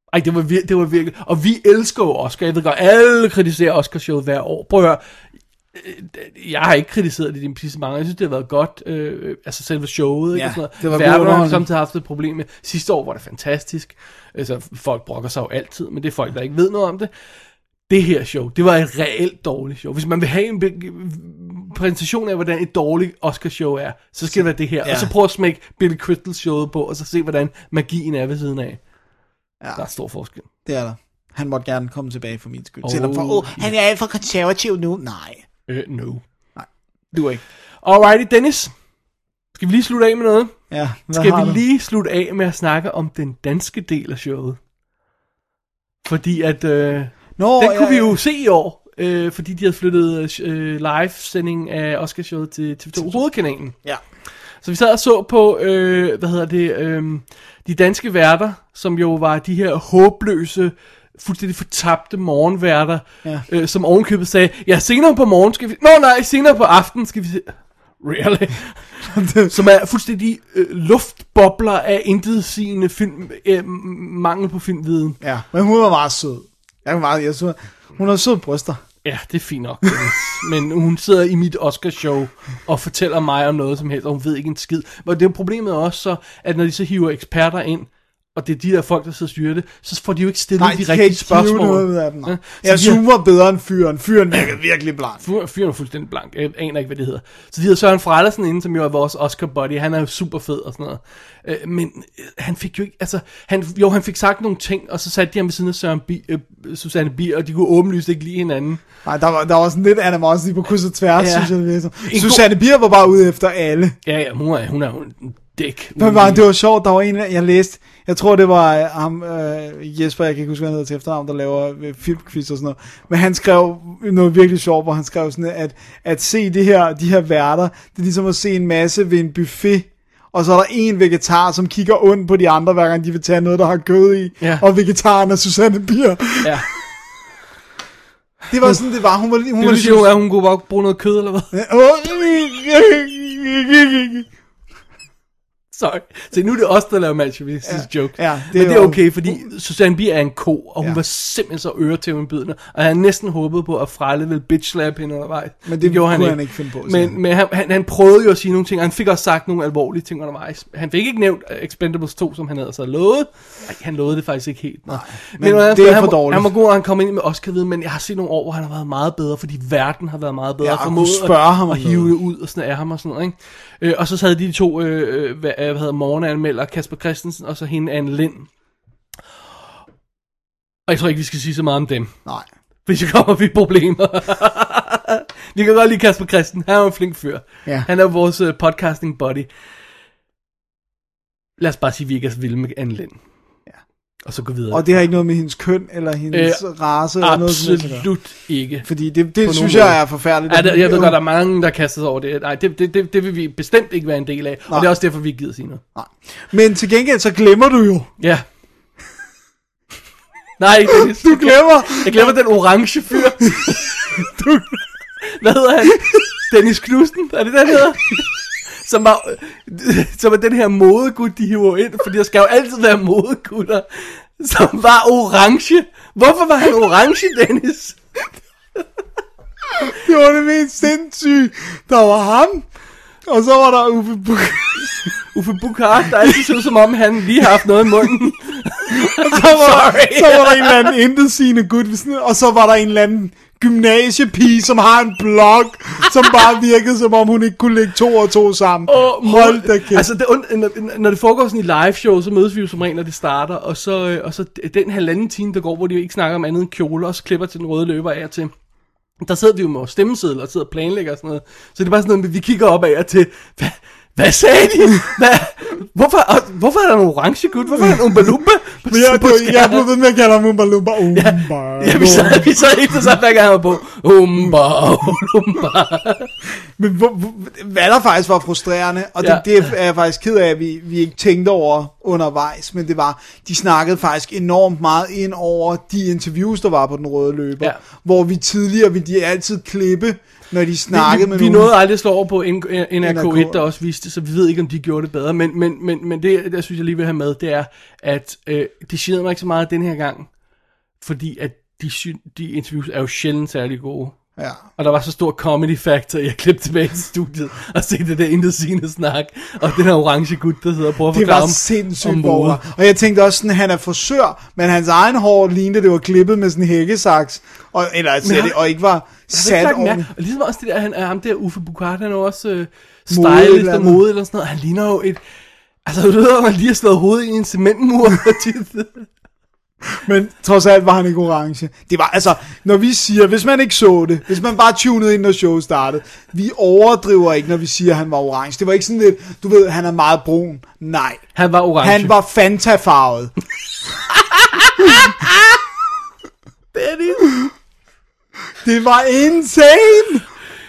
Ej, det var virkelig... Og vi elsker jo Oscar. Jeg ved godt, alle kritiserer Oscarshowet hver år. Prøv at høre. Jeg har ikke kritiseret det i de mange. Jeg synes, det har været godt. Altså selve showet. Ja, ikke? det var Værterne har samtidig haft et problem med. Sidste år var det fantastisk. Altså, folk brokker sig jo altid, men det er folk, der ikke ved noget om det. Det her show, det var et reelt dårligt show. Hvis man vil have en præsentation af, hvordan et dårligt Oscar-show er, så skal det være det her. Ja. Og så prøv at smække Billy Crystal showet på, og så se, hvordan magien er ved siden af. Ja. Der er stor forskel. Det er der. Han måtte gerne komme tilbage for min skyld. Han er alt for konservativ nu. Nej. No. Nej. Du er ikke. Alrighty, Dennis. Skal vi lige slutte af med noget? Ja. Skal vi lige slutte af med at snakke om den danske del af showet? Fordi at... den kunne vi jo se i år, fordi de havde flyttet live-sending af Oscarshowet til TV2 Hovedkanalen. Ja. Så vi sad og så på, de danske værter, som jo var de her håbløse, fuldstændig fortabte morgenværter, som ovenkøbet sagde, ja, senere på morgen skal vi... senere på aften skal vi se... Really? Som er fuldstændig luftbobler af intetsigende film, mangel på filmviden. Ja, men hun var meget sød. Hun har søde bryster. Ja, det er fint nok. Men hun sidder i mit Oscar-show og fortæller mig om noget som helst, og hun ved ikke en skid. Og det er problemet også så, at når de så hiver eksperter ind, og det er de der folk, der sidder og styrer det, så får de jo ikke stillet de rigtige spørgsmål. Nej, noget af dem. Ja, jeg synes, hun var bedre end fyren. Fyren virkede virkelig blank. Fyren var fuldstændig blank. Jeg aner ikke, hvad det hedder. Så de havde Søren Frellersen inde, som jo er vores Oscar-buddy. Han er jo super fed og sådan noget. Men han fik jo ikke... Altså, han fik sagt nogle ting, og så satte de ham ved siden af Susanne Bier, og de kunne åbenlyst ikke lide hinanden. Nej, der var sådan lidt animosity på kryds og tværs, synes jeg. Susanne Bier var bare ude efter alle. Ja, hun er dæk. Det var sjovt, der var en, jeg læste, jeg tror det var ham, Jesper, jeg kan ikke huske, hvad han hedder til efternavn, der laver filmquiz og sådan noget, men han skrev noget virkelig sjovt, hvor han skrev sådan, at se de her værter, det er ligesom at se en masse ved en buffet, og så er der en vegetar, som kigger ondt på de andre, hver gang de vil tage noget, der har kød i, og vegetaren er Susanne Bier. Ja. Det var sådan, det var. Hun var sjov, at hun kunne bare bruge noget kød, eller hvad? Sorry. Så nu er det os, der laver match-sidste joke. Ja, men det er okay, fordi Susanne Bier er en ko, og hun var simpelthen så øretævnbydende, og han næsten håbet på, at Frelle ville bitch-slap hende undervejs. Men det gjorde han ikke finde på. Men han prøvede jo at sige nogle ting, og han fik også sagt nogle alvorlige ting undervejs. Han fik ikke nævnt Expendables 2, som han havde så lovet. Ej, han lovede det faktisk ikke helt. Nej, men det er for dårligt. Han var god, og han kom ind med Oscar-viden, men jeg har set nogle år, hvor han har været meget bedre, fordi verden har været meget bedre. Ja, og kunne spørge ham og hive det ud og sådan af ham og sådan noget, ikke? Og så havde de to, hvad hedder morgenanmelder, Kasper Christensen, og så hende, Anne Lind. Og jeg tror ikke, vi skal sige så meget om dem. Nej. Hvis så kommer vi problemer. Vi kan godt lide Kasper Christensen, han er en flink fyr. Ja. Han er vores podcasting buddy. Lad os bare sige, at vi ikke er så vilde med Anne Lind. Og så gå videre. Og det har ikke noget med hendes køn, eller hendes race, eller noget som helst. Absolut ikke. Fordi det synes jeg er forfærdeligt. Ja, jeg ved godt, der er mange, der kaster sig over det. Nej, det vil vi bestemt ikke være en del af. Nej. Og det er også derfor, vi ikke gider sige noget. Nej. Men til gengæld, så glemmer du jo. Ja. Nej, du glemmer. Jeg glemmer den orange fyr. Hvad hedder han? Dennis Knudsen, er det den hedder? Som var den her modegud, de hiver ind, fordi der skal jo altid være modegutter, som var orange. Hvorfor var han orange, Dennis? Det var det mest sindssyge. Der var ham, og så var der Uffe Buchard, der altid så ud som om, han lige har haft noget i munden. Og så var der en eller anden intetsigende gut, og så var der en eller anden gymnasiepige, som har en blog, som bare virkede, som om hun ikke kunne lægge 2 og 2 sammen. Hold da kæft. Altså, når det foregår sådan i live show, så mødes vi jo som regel, når det starter, og så den halvanden time, der går, hvor de ikke snakker om andet end kjoler, og så klipper til den røde løber af og til. Der sidder vi jo med stemmesedler og sidder og planlægger og sådan noget. Så det er bare sådan noget, vi kigger op af og til. Hvad sagde de? Hvorfor er der en orange gut? Hvorfor er der en Oompa Loompa? Jeg blev ved med at kalde ham Oompa Loompa. Ja, vi sad ikke så hver gang han var på Oompa Loompa. Men hvad der faktisk var frustrerende, og det er jeg faktisk ked af, at vi ikke tænkte over undervejs, men det var, de snakkede faktisk enormt meget ind over de interviews, der var på den røde løber, hvor vi tidligere ville de altid klippe, når de snakkede med nogen. Vi nåede aldrig at slå over på NRK1, der også viste, så vi ved ikke, om de gjorde det bedre, men det, der synes jeg lige vil have med, det er, at det generede mig ikke så meget den her gang, fordi at de interviews er jo sjældent særlig gode. Ja. Og der var så stor comedy factor, jeg klippede tilbage til studiet og se det der indersigende snak, og den her orange gut, der sidder og prøver at forklare det var sindssygt borger. Og jeg tænkte også sådan, han er frisør, men hans egen hår lignede, det var klippet med sådan en hækkesaks, og ikke var sat ordentligt. Og ligesom også det der, han er ham der, Uffe Buchard, han er også stylist og mode eller sådan noget, han ligner jo et, altså du ved, man lige har slået hovedet i en cementmur. Men trods alt var han ikke orange. Det var altså, når vi siger, hvis man ikke så det, hvis man bare tunede ind, når showet startede, vi overdriver ikke, når vi siger, at han var orange. Det var ikke sådan lidt, du ved, han er meget brun. Nej. Han var orange. Han var Fanta-farvet. Det var insane.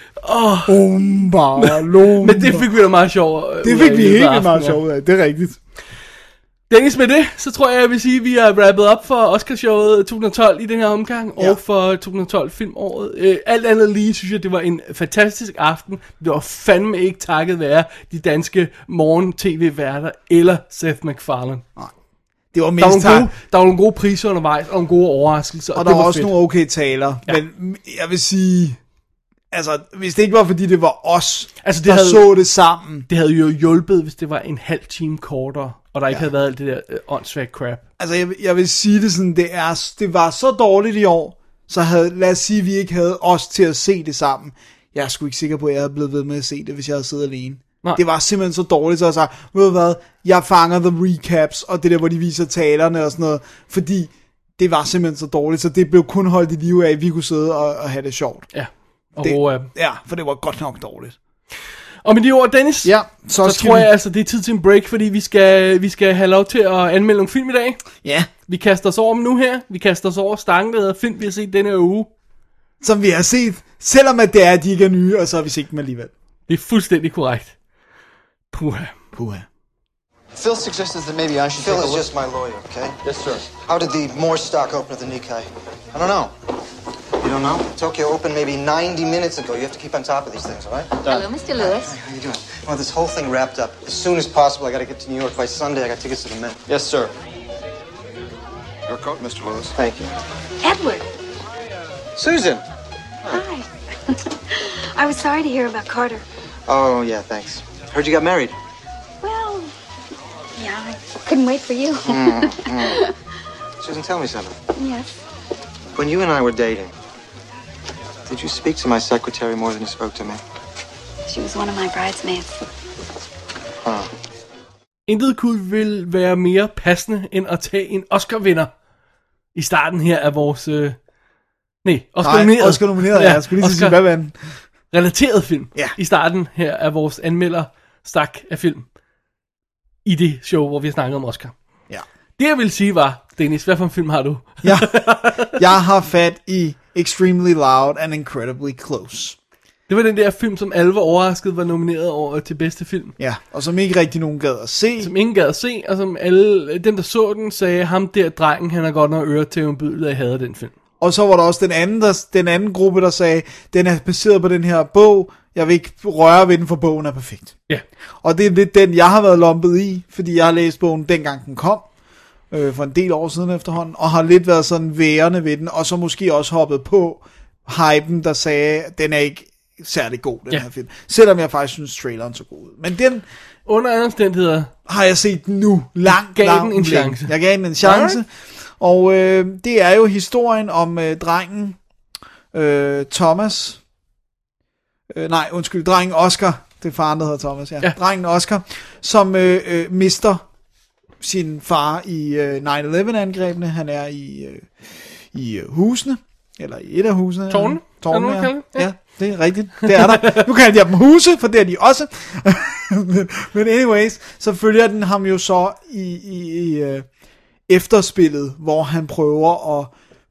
Men det fik vi da meget sjovt. Det fik vi helt meget sjovt af, det er rigtigt. Dennis, med det, så tror jeg vil sige, at vi har wrappet op for Oscarshowet 2012 i den her omgang, og for 2012 filmåret. Alt andet lige, synes jeg, det var en fantastisk aften. Det var fandme ikke takket være de danske morgen-tv-værter eller Seth MacFarlane. Nej. Det var mest der var nogle gode priser undervejs, og nogle gode overraskelser. Og der var også fedt. Nogle okay taler. Ja. Men jeg vil sige, altså, hvis det ikke var, fordi det var os, der så det sammen. Det havde jo hjulpet, hvis det var en halv time kortere. Og der ikke havde været alt det der åndssvagt crap. Altså, jeg vil sige det sådan, det var så dårligt i år, så lad os sige, at vi ikke havde os til at se det sammen. Jeg er sgu ikke sikker på, at jeg havde blevet ved med at se det, hvis jeg havde siddet alene. Nej. Det var simpelthen så dårligt, så jeg sagde, ved du hvad, jeg fanger the recaps, og det der, hvor de viser talerne og sådan noget, fordi det var simpelthen så dårligt, så det blev kun holdt i live af, at vi kunne sidde og have det sjovt. Ja, ja, for det var godt nok dårligt. Og med de ord, Dennis, så tror jeg altså, det er tid til en break, fordi vi skal have lov til at anmelde nogle film i dag. Ja. Vi kaster os over dem nu her. Vi kaster os over stangen, der hedder film, vi har set denne uge. Som vi har set, selvom at det er, at de ikke er nye, og så har vi set dem alligevel. Det er fuldstændig korrekt. Puha. Phil suggested that maybe I should Phil is just my lawyer, okay? Yes, sir. How did the Morse stock open at the Nikkei? I don't know. You don't know? Tokyo opened maybe 90 minutes ago. You have to keep on top of these things, all right? Hello, Mr. Lewis. Hi, how you doing? I want this whole thing wrapped up as soon as possible. I got to get to New York by Sunday. I got tickets to the Met. Yes, sir. Your coat, Mr. Lewis. Thank you. Edward. Susan. Hi. I was sorry to hear about Carter. Oh, yeah, thanks. Heard you got married. Well, yeah, I couldn't wait for you. Susan, tell me something. Yes. When you and I were dating, did you speak to my secretary more than you spoke to me? She was one of my bridesmaids. Intet kunne vil være mere passende end at tage en Oscar-vinder i starten her af vores... Oscar-nomineret, ja. Jeg skulle lige sige, hvad var den? Relateret film i starten her af vores anmelder-stak af film i det show, hvor vi har snakket om Oscar. Ja. Det jeg vil sige var, Dennis, hvad for en film har du? Ja, jeg har fat i Extremely Loud and Incredibly Close. Det var den der film, som alle var overrasket var nomineret over til bedste film. Ja, og som ikke rigtig nogen gad at se. Som ingen gad at se, og som alle, dem der så den, sagde, ham der drengen, han har godt nok øret til udbydet, jeg hader den film. Og så var der også den anden gruppe, der sagde, den er baseret på den her bog, jeg vil ikke røre ved den, for bogen er perfekt. Ja. Og det er lidt den, jeg har været lumpet i, fordi jeg har læst bogen dengang den kom, for en del år siden efterhånden, og har lidt været sådan værende ved den, og så måske også hoppet på hypen, der sagde, den er ikke særlig god, den her film. Selvom jeg faktisk synes, traileren så god ud. Men den... Under andre omstændigheder... Har jeg set den nu. Langt en chance. Jeg gav den en chance. Right. Og det er jo historien om drengen Thomas. Drengen Oscar. Det er faren, der hedder Thomas, ja. Drengen Oscar, som mister sin far i 9/11-angrebene. Han er i husene. Eller i et af husene. Tårne, ja, det er rigtigt. Det er der. Nu kalder jeg dem huse, for det er de også. men anyways, så følger den ham jo så i efterspillet, hvor han prøver at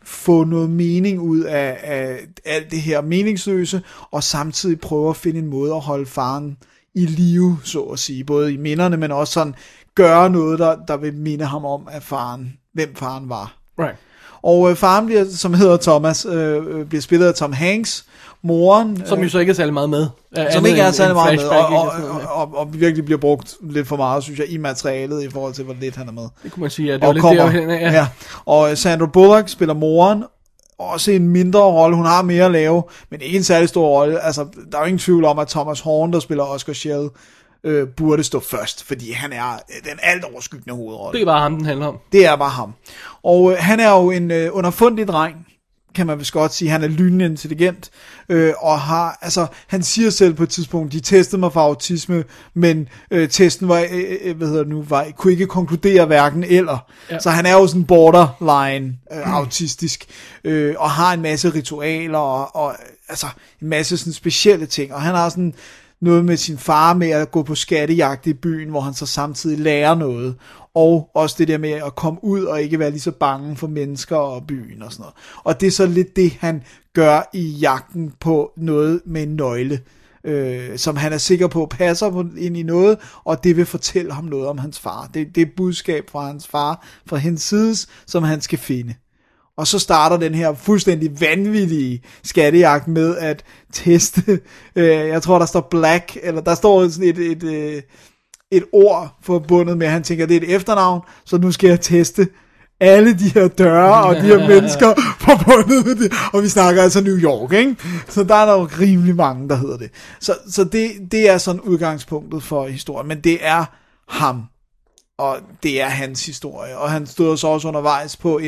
få noget mening ud af alt det her meningsløse, og samtidig prøve at finde en måde at holde faren i live, så at sige, både i minderne, men også sådan gøre noget, der vil minde ham om, at hvem faren var. Right. Og faren som hedder Thomas, bliver spillet af Tom Hanks. Moren, som jo så ikke er særlig meget med. Som ikke er særlig meget med, og virkelig bliver brugt lidt for meget, synes jeg, i materialet, i forhold til, hvor lidt han er med. Det kunne man sige, ja. Det var lidt derhen, ja. Og Sandra Bullock spiller moren, også en mindre rolle, hun har mere at lave, men ikke en særlig stor rolle. Altså, der er jo ingen tvivl om, at Thomas Horn, der spiller Oscar Schell, burde stå først, fordi han er den alt overskyggende hovedrolle. Det er bare ham, den handler om. Det er bare ham. Og han er jo en underfundig dreng, kan man vist godt sige. Han er lynende intelligent, og har, altså, han siger selv på et tidspunkt, de testede mig for autisme, men testen kunne ikke konkludere hverken eller. Ja. Så han er jo sådan borderline autistisk, og har en masse ritualer, og altså, en masse sådan specielle ting, og han har sådan noget med sin far med at gå på skattejagt i byen, hvor han så samtidig lærer noget. Og også det der med at komme ud og ikke være lige så bange for mennesker og byen og sådan noget. Og det er så lidt det, han gør i jagten på noget med en nøgle, som han er sikker på passer ind i noget, og det vil fortælle ham noget om hans far. Det er budskab fra hans far, fra hendes side, som han skal finde. Og så starter den her fuldstændig vanvittige skattejagt med at teste, jeg tror der står black, eller der står sådan et ord forbundet med, at han tænker, det er et efternavn, så nu skal jeg teste alle de her døre og de her mennesker forbundet med det, og vi snakker altså New York, ikke? Så der er der jo rimelig mange, der hedder det. Så det er sådan udgangspunktet for historien, men det er ham, og det er hans historie, og han stod så også undervejs på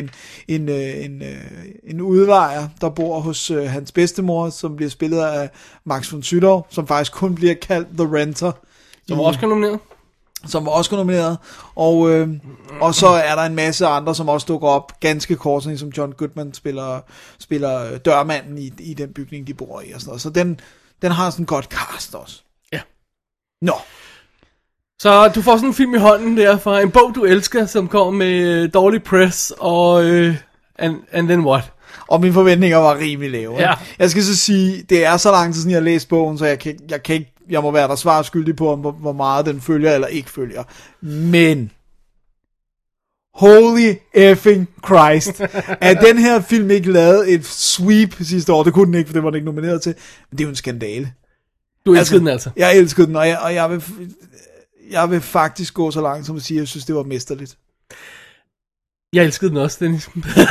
en udlejer, der bor hos hans bedstemor, som bliver spillet af Max von Sydow, som faktisk kun bliver kaldt The Renter. Som var Oscar nomineret. Som var Oscar nomineret, og så er der en masse andre, som også dukker op ganske kort, som John Goodman spiller dørmanden i den bygning, de bor i og sådan noget. Så den har sådan en godt cast også. Ja. Nå. Så du får sådan en film i hånden der fra en bog, du elsker, som kommer med dårlig press, og and then what? Og mine forventninger var rimelig lave. Ja. Jeg skal så sige, det er så lang tid siden, jeg har læst bogen, så jeg må være der svar skyldig på, hvor meget den følger eller ikke følger. Men holy effing Christ, er den her film ikke lavet et sweep sidste år? Det kunne den ikke, for det var den ikke nomineret til. Men det er jo en skandale. Du elskede den altså? Jeg elskede den, og jeg vil faktisk gå så langt som at sige, at jeg synes, det var mesterligt. Jeg elskede den også, Dennis.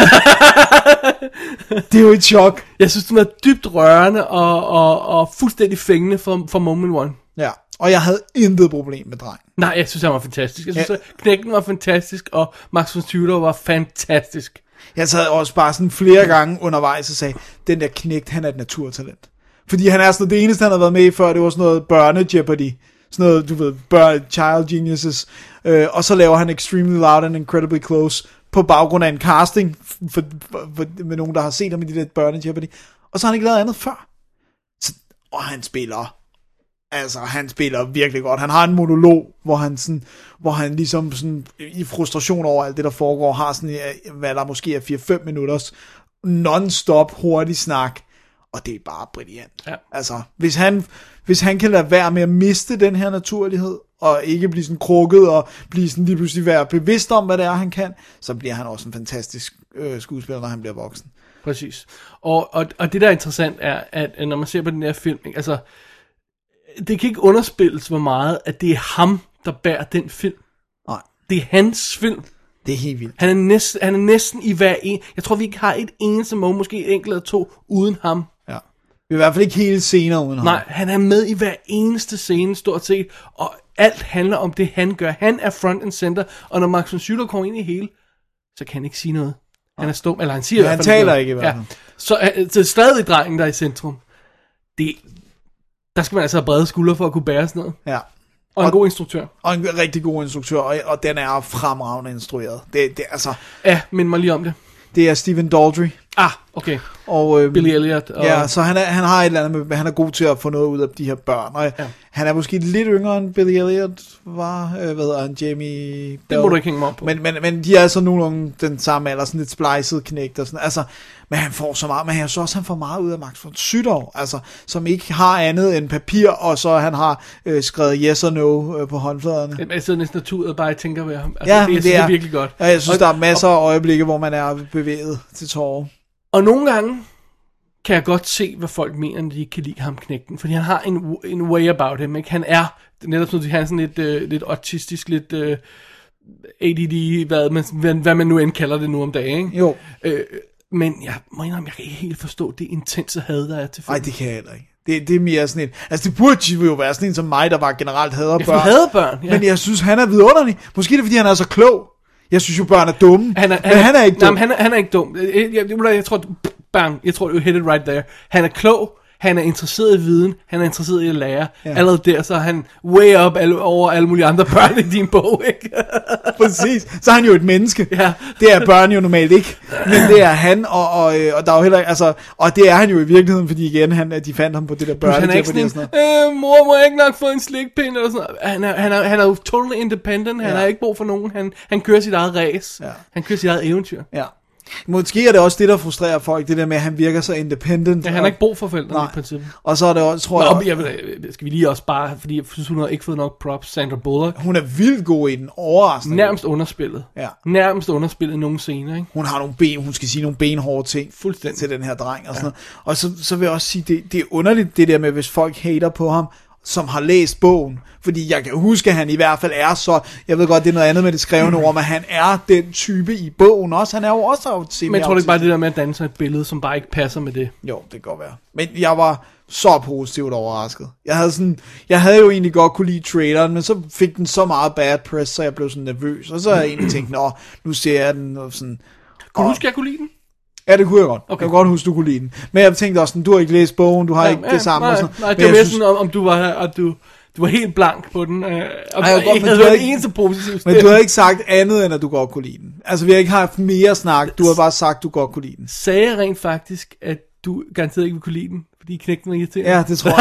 Det er jo et chok. Jeg synes, den var dybt rørende og fuldstændig fængende for moment one. Ja, og jeg havde intet problem med drengen. Nej, jeg synes, han var fantastisk. Jeg synes, at knækken var fantastisk, og Max von Sydow var fantastisk. Jeg sad også bare sådan flere gange undervejs og sagde, den der knægt, han er et naturtalent. Fordi han er sådan det eneste, han har været med i før, det var sådan noget børne-Jeopardy. Sådan noget, du ved, Child Geniuses. Og så laver han Extremely Loud and Incredibly Close på baggrund af en casting med nogen, der har set ham i de der børne-Jeopardy. Og så har han ikke lavet andet før. Og han spiller virkelig godt. Han har en monolog, hvor han ligesom sådan, i frustration over alt det, der foregår, har sådan, hvad der måske er 4-5 minutters non-stop hurtig snak. Og det er bare brilliant. Ja. Altså, hvis han kan lade være med at miste den her naturlighed, og ikke blive sådan krukket, og blive sådan lige pludselig være bevidst om, hvad det er, han kan, så bliver han også en fantastisk skuespiller, når han bliver voksen. Præcis. Og det, der er interessant, er, at når man ser på den her film, altså, det kan ikke underspilles, hvor meget, at det er ham, der bærer den film. Nej. Det er hans film. Det er helt vildt. Han er næsten i hver en. Jeg tror, vi ikke har et eneste moment, måske et enkelt eller to, uden ham. Ja. Vi er i hvert fald ikke hele scener uden ham. Nej, han er med i hver eneste scene, stort set. Og alt handler om det, han gør. Han er front and center. Og når Max von Sydow kommer ind i hele, så kan han ikke sige noget. Han er stum, eller han siger i hvert fald han taler noget. ikke i hvert fald. Ja. Så stadig drengen, der er i centrum. Der skal man altså have brede skuldre for at kunne bære sådan noget. Ja. Og en god instruktør. Og en rigtig god instruktør, og den er fremragende instrueret. Det altså... Ja, mind mig lige om det. Det er Stephen Daldry, Okay. Og, Billy Elliot. Og... Ja, så han har et eller andet med, han er god til at få noget ud af de her børn. Og han er måske lidt yngre end Billy Elliot var. Hvad hedder han? Jamie Bell. Det må du ikke hænge mig op på. Men de er altså nogenlunde den samme alder, sådan lidt splicet knægt og sådan. Altså, men han får så meget, men jeg synes også, han får meget ud af Max von Sydow, altså, som ikke har andet end papir, og så han har skrevet yes or no på håndfladerne. Jeg sidder næsten naturet bare tænker ved ham. Altså, det er virkelig godt. Ja, jeg synes, der er masser af øjeblikke, hvor man er bevæget til tårer. Og nogle gange kan jeg godt se, hvad folk mener, når de ikke kan lide ham, knægten. Fordi han har en way about him, ikke? Han er netop sådan, han er sådan lidt autistisk, lidt ADD, hvad man nu end kalder det nu om dagen, ikke? Jo. Men jeg kan ikke helt forstå det intense had, der er til film. Nej, det kan jeg heller ikke. Det er mere sådan et... Altså, det burde jo være sådan en som mig, der bare generelt hader børn. Jeg hader børn, ja. Men jeg synes, han er vidunderlig. Måske er det, fordi han er så klog. Jeg synes jo, børn er dumme. Men han er ikke dum. Nej, han er ikke dum. Jeg tror, jeg tror, you hit it right there. Han er klog. Han er interesseret i viden, han er interesseret i at lære. Ja. Allerede der, så er han way up over alle mulige andre børn i din bog, ikke? Præcis. Så er han jo et menneske. Ja. Det er børn jo normalt ikke. Men det er han, og der er jo heller altså, og det er han jo i virkeligheden, fordi igen, de fandt ham på det der børn. Han er ikke sådan, mor må jeg ikke nok få en slikpind, eller sådan. Han er jo totally independent, han har ikke brug for nogen, han kører sit eget race. Ja. Han kører sit eget eventyr. Ja. Måske er det også det, der frustrerer folk, det der med, at han virker så independent. Ja, han har ikke brug for forældrene i princippet. Og så er det også, tror jeg... Skal vi lige også bare, fordi jeg synes, hun har ikke fået nok props, Sandra Bullock. Hun er vildt god i den, overraskende. Nærmest underspillet. Ja. Nærmest underspillet nogle scener, ikke? Hun har nogle hun skal sige nogle benhårde ting til den her dreng og sådan noget. Og så vil jeg også sige, det er underligt det der med, hvis folk hater på ham, som har læst bogen. Fordi jeg kan huske, at han i hvert fald er så... Jeg ved godt, det er noget andet med det skrevne ord, men han er den type i bogen også. Han er jo også autistisk. Men jeg tror ikke bare det der med at danne sig et billede, som bare ikke passer med det. Jo, det kan godt være. Men jeg var så positivt overrasket. Jeg havde jo egentlig godt kunne lide traileren, men så fik den så meget bad press, så jeg blev sådan nervøs. Og så havde jeg egentlig tænkt, nu ser jeg den og sådan... Kunne du huske, at jeg kunne lide den? Ja, det kunne jeg godt. Okay. Jeg kunne godt huske, du kunne lide den. Men jeg tænkte også, du har ikke læst bogen, du har ikke det samme. Nej, og sådan. Nej, det var mere sådan, om du var her, og du var helt blank på den. Jeg havde en eneste positivt. Men du har ikke sagt andet, end at du godt kunne lide den. Altså, vi har ikke haft mere snak. Du har bare sagt, at du godt kunne lide den. Sagde jeg rent faktisk, at du garanteret ikke ville kunne lide den? Fordi knægten var irriterende? Ja, det tror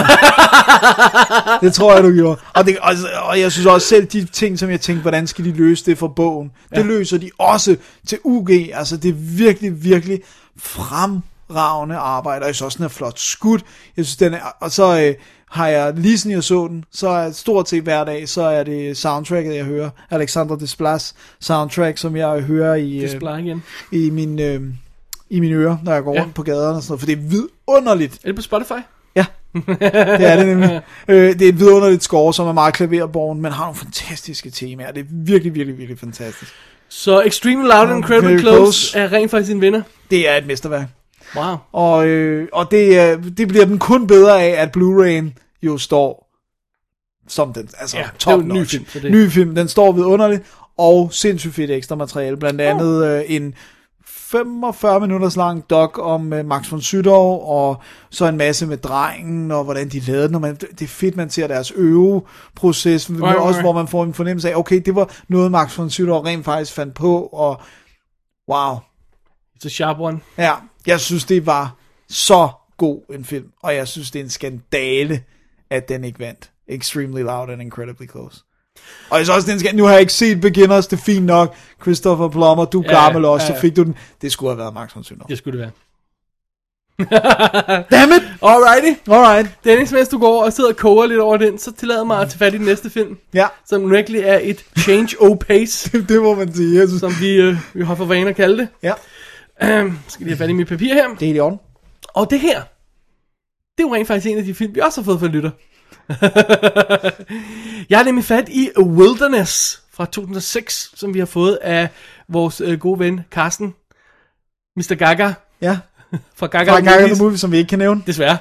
jeg. Det tror jeg, du gjorde. Og jeg synes også selv, de ting, som jeg tænkte, hvordan skal de løse det for bogen? Det løser de også til UG. Altså, det er virkelig, virkelig fremragende arbejde. Og jeg synes også, den er flot skudt. Jeg synes, den er... Og så... har jeg lige siden jeg så den, så er stort set hver dag, så er det soundtracket, jeg hører. Alexandre Desplas soundtrack, som jeg hører i mine ører, når jeg går rundt på gaderne og sådan noget, for det er vidunderligt. Er det på Spotify? Ja, det er det nemlig. Det er et vidunderligt score, som er meget klaverborgen, men har nogle fantastiske temaer. Det er virkelig, virkelig, virkelig fantastisk. Så Extremely Loud and Incredibly Close er rent faktisk en vinder? Det er et mesterværk. Wow. Og det bliver den kun bedre af, at Blu-ray'en jo står som den, altså top notch. Ny film, den står vidunderligt, og sindssygt fedt ekstra materiale, blandt andet en 45 minutters lang doc om Max von Sydow, og så en masse med drengen, og hvordan de lavede den, det er fedt, man ser deres øveproces, også hvor man får en fornemmelse af, okay, det var noget Max von Sydow rent faktisk fandt på, og wow. It's a sharp one. Ja, jeg synes, det var så god en film, og jeg synes, det er en skandale, at den ikke vandt. Extremely Loud and Incredibly Close. Og jeg synes også, nu har jeg ikke set Beginners, det er fint nok. Christopher Plummer, du er gammel også, så fik du den. Det skulle have været Max von Sydow. Det skulle det være. Damn it! Alright. Dennis, mens du går over og sidder og koger lidt over den, så tillader mig at tage fat i den næste film. Ja. Som virkelig er et change of pace. Det må man sige. Som vi har for vane at kalde det. Ja. Skal lige have fat i mit papir her. Det er det on. Og det her, det er jo rent faktisk en af de film, vi også har fået fra lytter. Jeg har nemlig fat i Wilderness fra 2006, som vi har fået af vores gode ven Carsten, Mr. Gaga. Ja. Fra Gaga The Movie, som vi ikke kan nævne. Desværre.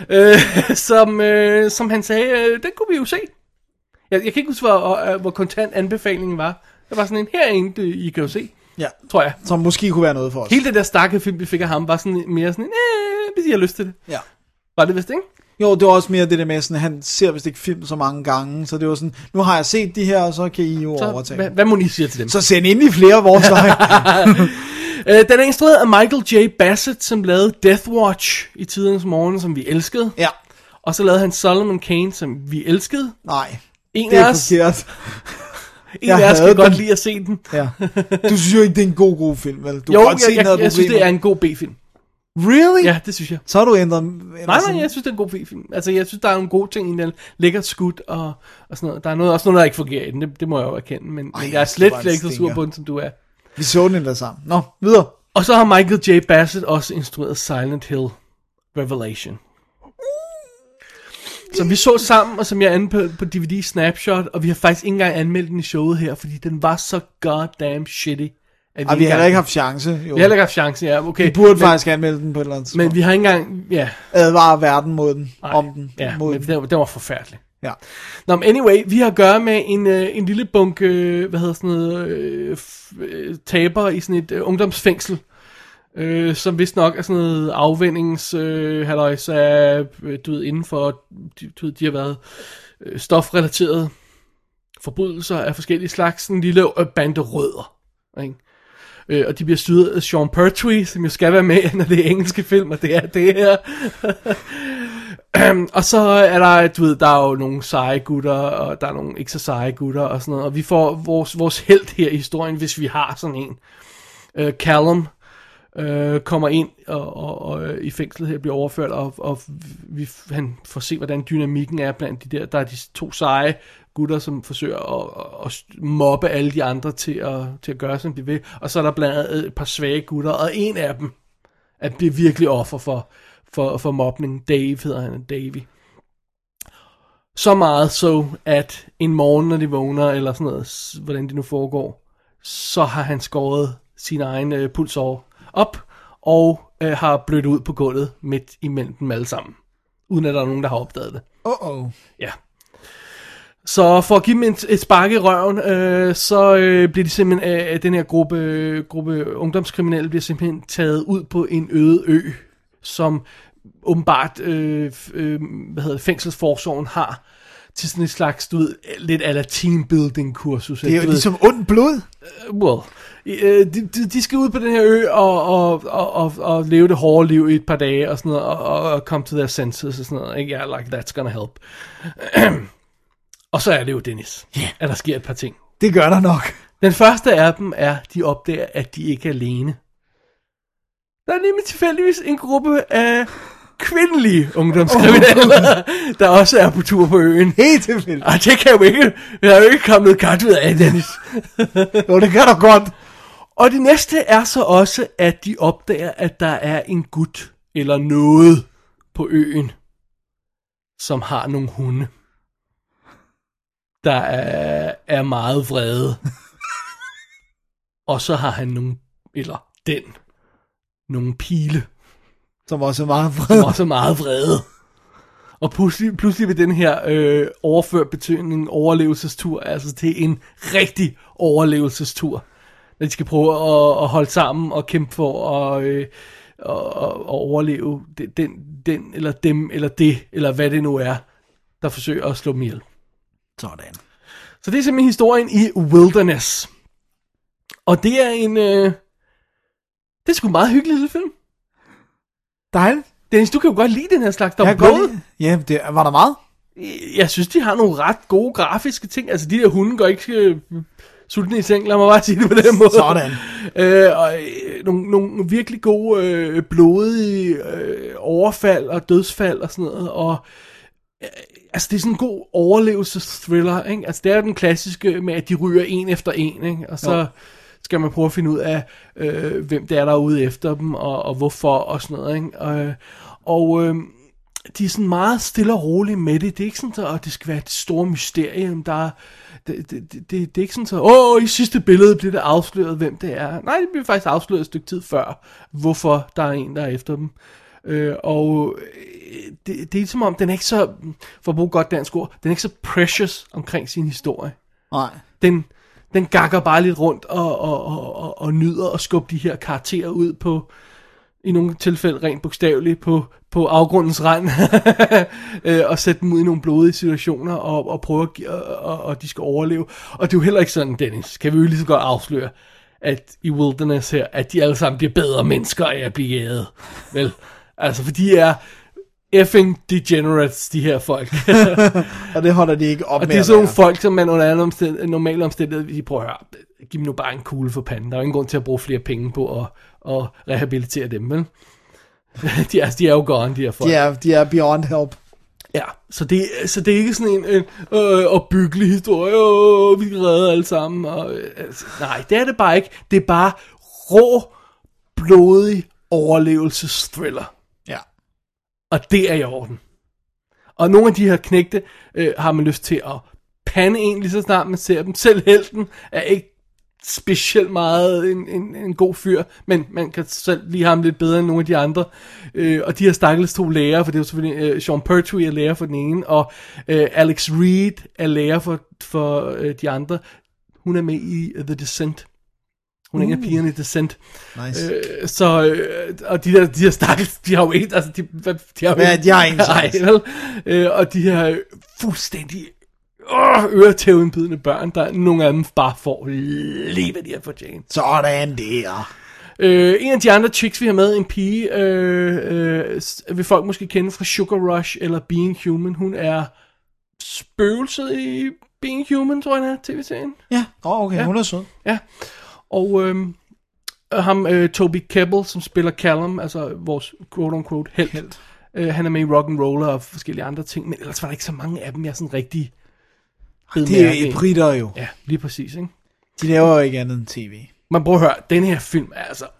Som han sagde, den kunne vi jo se. Jeg kan ikke huske, hvor kontant anbefalingen var. Det var sådan en, her er en, I kan jo se. Ja, tror jeg. Som måske kunne være noget for os. Hele det der stakke film, vi fik af ham, var sådan mere sådan, hvis I har lyst til det. Ja. Var det vist ikke? Jo, det var også mere det der med, sådan, han ser vist ikke film så mange gange, så det var sådan, nu har jeg set de her, og så kan I jo overtage. Hvad må I sige til dem? Så send ind i flere af vores vej. Den er instrueret af Michael J. Bassett, som lavede Death Watch i tidernes morgen, som vi elskede. Ja. Og så lavede han Solomon Kane, som vi elskede. Nej, en det er af os, forkert. En af os kan godt lide at se den. Ja. Du synes jo ikke, det er en god film, vel? Du jo, godt se, jeg synes, det er en god B-film. Really? Ja, det synes jeg. Så har du ændret... Nej, jeg synes, det er en god B-film. Altså, jeg synes, der er nogle gode ting i den. Lækkert skud og sådan noget. Der er også noget, der ikke fungerer i den. Det må jeg jo erkende. Men jeg er slet ikke så sur på den, som du er. Vi så den der sammen. Nå, videre. Og så har Michael J. Bassett også instrueret Silent Hill Revelation. Som vi så sammen, og som jeg anmeldte på DVD Snapshot, og vi har faktisk ikke engang anmeldt den i showet her, fordi den var så goddamn shitty. Vi har heller ikke haft chance. Jo. Vi har heller ikke haft chance, ja, okay. Vi burde faktisk anmelde den på et eller andet tidspunkt. Men vi har ikke engang, advare verden mod den, om den. Ja, mod men den var forfærdelig. Ja. Nå, men anyway, vi har at gøre med en lille bunke, taber i sådan et ungdomsfængsel, som vist nok er sådan noget afvendings, halløjs af, inden for, de har været stofrelaterede forbrydelser af forskellige slags, en lille bande rødder, ikke? Og de bliver styret af Sean Pertwee, som jo skal være med, når det er engelske film, og det er det her. Og så er der, der er jo nogle seje gutter, og der er nogle ikke så seje gutter, og sådan noget. Og vi får vores helt her i historien, hvis vi har sådan en. Callum kommer ind og i fængslet her bliver overført, og han får se, hvordan dynamikken er blandt de der er de to seje gutter, som forsøger at mobbe alle de andre til at gøre, som de vil. Og så er der blandt andet et par svage gutter, og en af dem bliver virkelig offer for mobning. Dave hedder han, Davey. Så meget så, at en morgen, når de vågner, eller sådan noget, hvordan det nu foregår, så har han skåret sin egen pulsår op, og har blødt ud på gulvet midt imellem dem alle sammen. Uden at der er nogen, der har opdaget det. Ja. Så for at give dem et spark i røven, så bliver de simpelthen, den her gruppe ungdomskriminelle bliver simpelthen taget ud på en øde ø, som åbenbart fængselsforsorgen har til sådan et slags, lidt a la teambuilding kursus. Det er jo ligesom ondt blod. De skal ud på den her ø og leve det hårde liv i et par dage og sådan noget, og come to their senses og sådan noget. Ikke? Yeah, like that's gonna help. Og så er det jo, Dennis, at der sker et par ting. Det gør der nok. Den første af dem er, de opdager, at de ikke er alene. Der er nemlig tilfældigvis en gruppe af kvindelige ungdomskriminelle, der også er på tur på øen. Helt tilfældigt. Og det kan jo ikke, vi har jo ikke kommet godt ud af, Dennis. Jo, det kan da godt. Og det næste er så også, at de opdager, at der er en gut eller noget på øen, som har nogle hunde, der er meget vrede. Og så har han nogle pile, som også er meget vrede. Og pludselig vil den her overført betydning overlevelsestur, altså til en rigtig overlevelsestur. Når de skal prøve at holde sammen og kæmpe for at overleve den eller dem eller det, eller hvad det nu er, der forsøger at slå dem ihjel. Sådan. Så det er simpelthen historien i Wilderness. Og det er det er sgu en meget hyggelig lille film. Dejligt. Dennis, du kan jo godt lide den her slags, der blod. Ja, var der meget? Jeg synes, de har nogle ret gode grafiske ting. Altså, de der hunde går ikke sultne i seng, lad mig bare sige det på den måde. Sådan. Og nogle virkelig gode blodige overfald og dødsfald og sådan noget. Og altså, det er sådan en god overlevelses-thriller, ikke? Altså, det er den klassiske med, at de ryger en efter en, ikke? Og så skal man prøve at finde ud af, hvem det er, der er ude efter dem, og hvorfor, og sådan noget, ikke? Og de er sådan meget stille og rolige med det. Det er ikke sådan, at det skal være et stort mysterium. Det er ikke sådan, at i sidste billede bliver det afsløret, hvem det er. Nej, det bliver faktisk afsløret et stykke tid før, hvorfor der er en, der er efter dem. Og det er som om, den er ikke så, for at bruge godt dansk ord, den er ikke så precious omkring sin historie. Nej. Den gakker bare lidt rundt og nyder at skubbe de her karakterer ud på, i nogle tilfælde rent bogstaveligt, på afgrundens rand, og sætte dem ud i nogle blodige situationer, og prøve at de skal overleve. Og det er jo heller ikke sådan, Dennis, kan vi jo lige så godt afsløre, at i Wilderness her, at de alle sammen bliver bedre mennesker af at blive jaget. Vel, altså, for de er effing degenerates, de her folk. Og det holder de ikke op med. Og det er sådan nogle folk, som man under alle normale omstændigheder, de prøver at høre, giv dem nu bare en kugle for panden. Der er jo ingen grund til at bruge flere penge på at rehabilitere dem, vel? de er jo gone, de her folk. De er beyond help. Ja, så det er ikke sådan en opbyggelig historie, vi kan redde alle sammen. Nej, det er det bare ikke. Det er bare rå, blodig overlevelsesthriller. Ja. Og det er i orden. Og nogle af de her knægte har man lyst til at pande en lige så snart man ser dem. Selv helten er ikke specielt meget en god fyr, men man kan selv lige have ham lidt bedre end nogle af de andre. Og de her stakkels 2 læger, for det er jo selvfølgelig Sean Pertwee er lærer for den ene, og Alex Reed er lærer for de andre. Hun er med i The Descent. Hun er en af pigerne i Descent. Nice. Og de her stakkels, de har jo ikke, altså de har ingen og de her fuldstændig øretævindbydende børn, der nogle af dem bare får lige, hvad de har fortjent. Sådan der. En af de andre chicks, vi har med, en pige, vil folk måske kende fra Sugar Rush eller Being Human. Hun er spøgelset i Being Human, tror jeg, den her tv-serien. Ja, okay, ja. Hun er sød. Ja, og ham, Toby Kebbell, som spiller Callum, altså vores quote-unquote helt. Han er med i Rock'n'Roller og forskellige andre ting, men ellers var der ikke så mange af dem, jeg sådan rigtig... Det er jo britter jo. Ja, lige præcis, ikke? De laver jo ikke andet end tv. Man prøver at høre, den her film er altså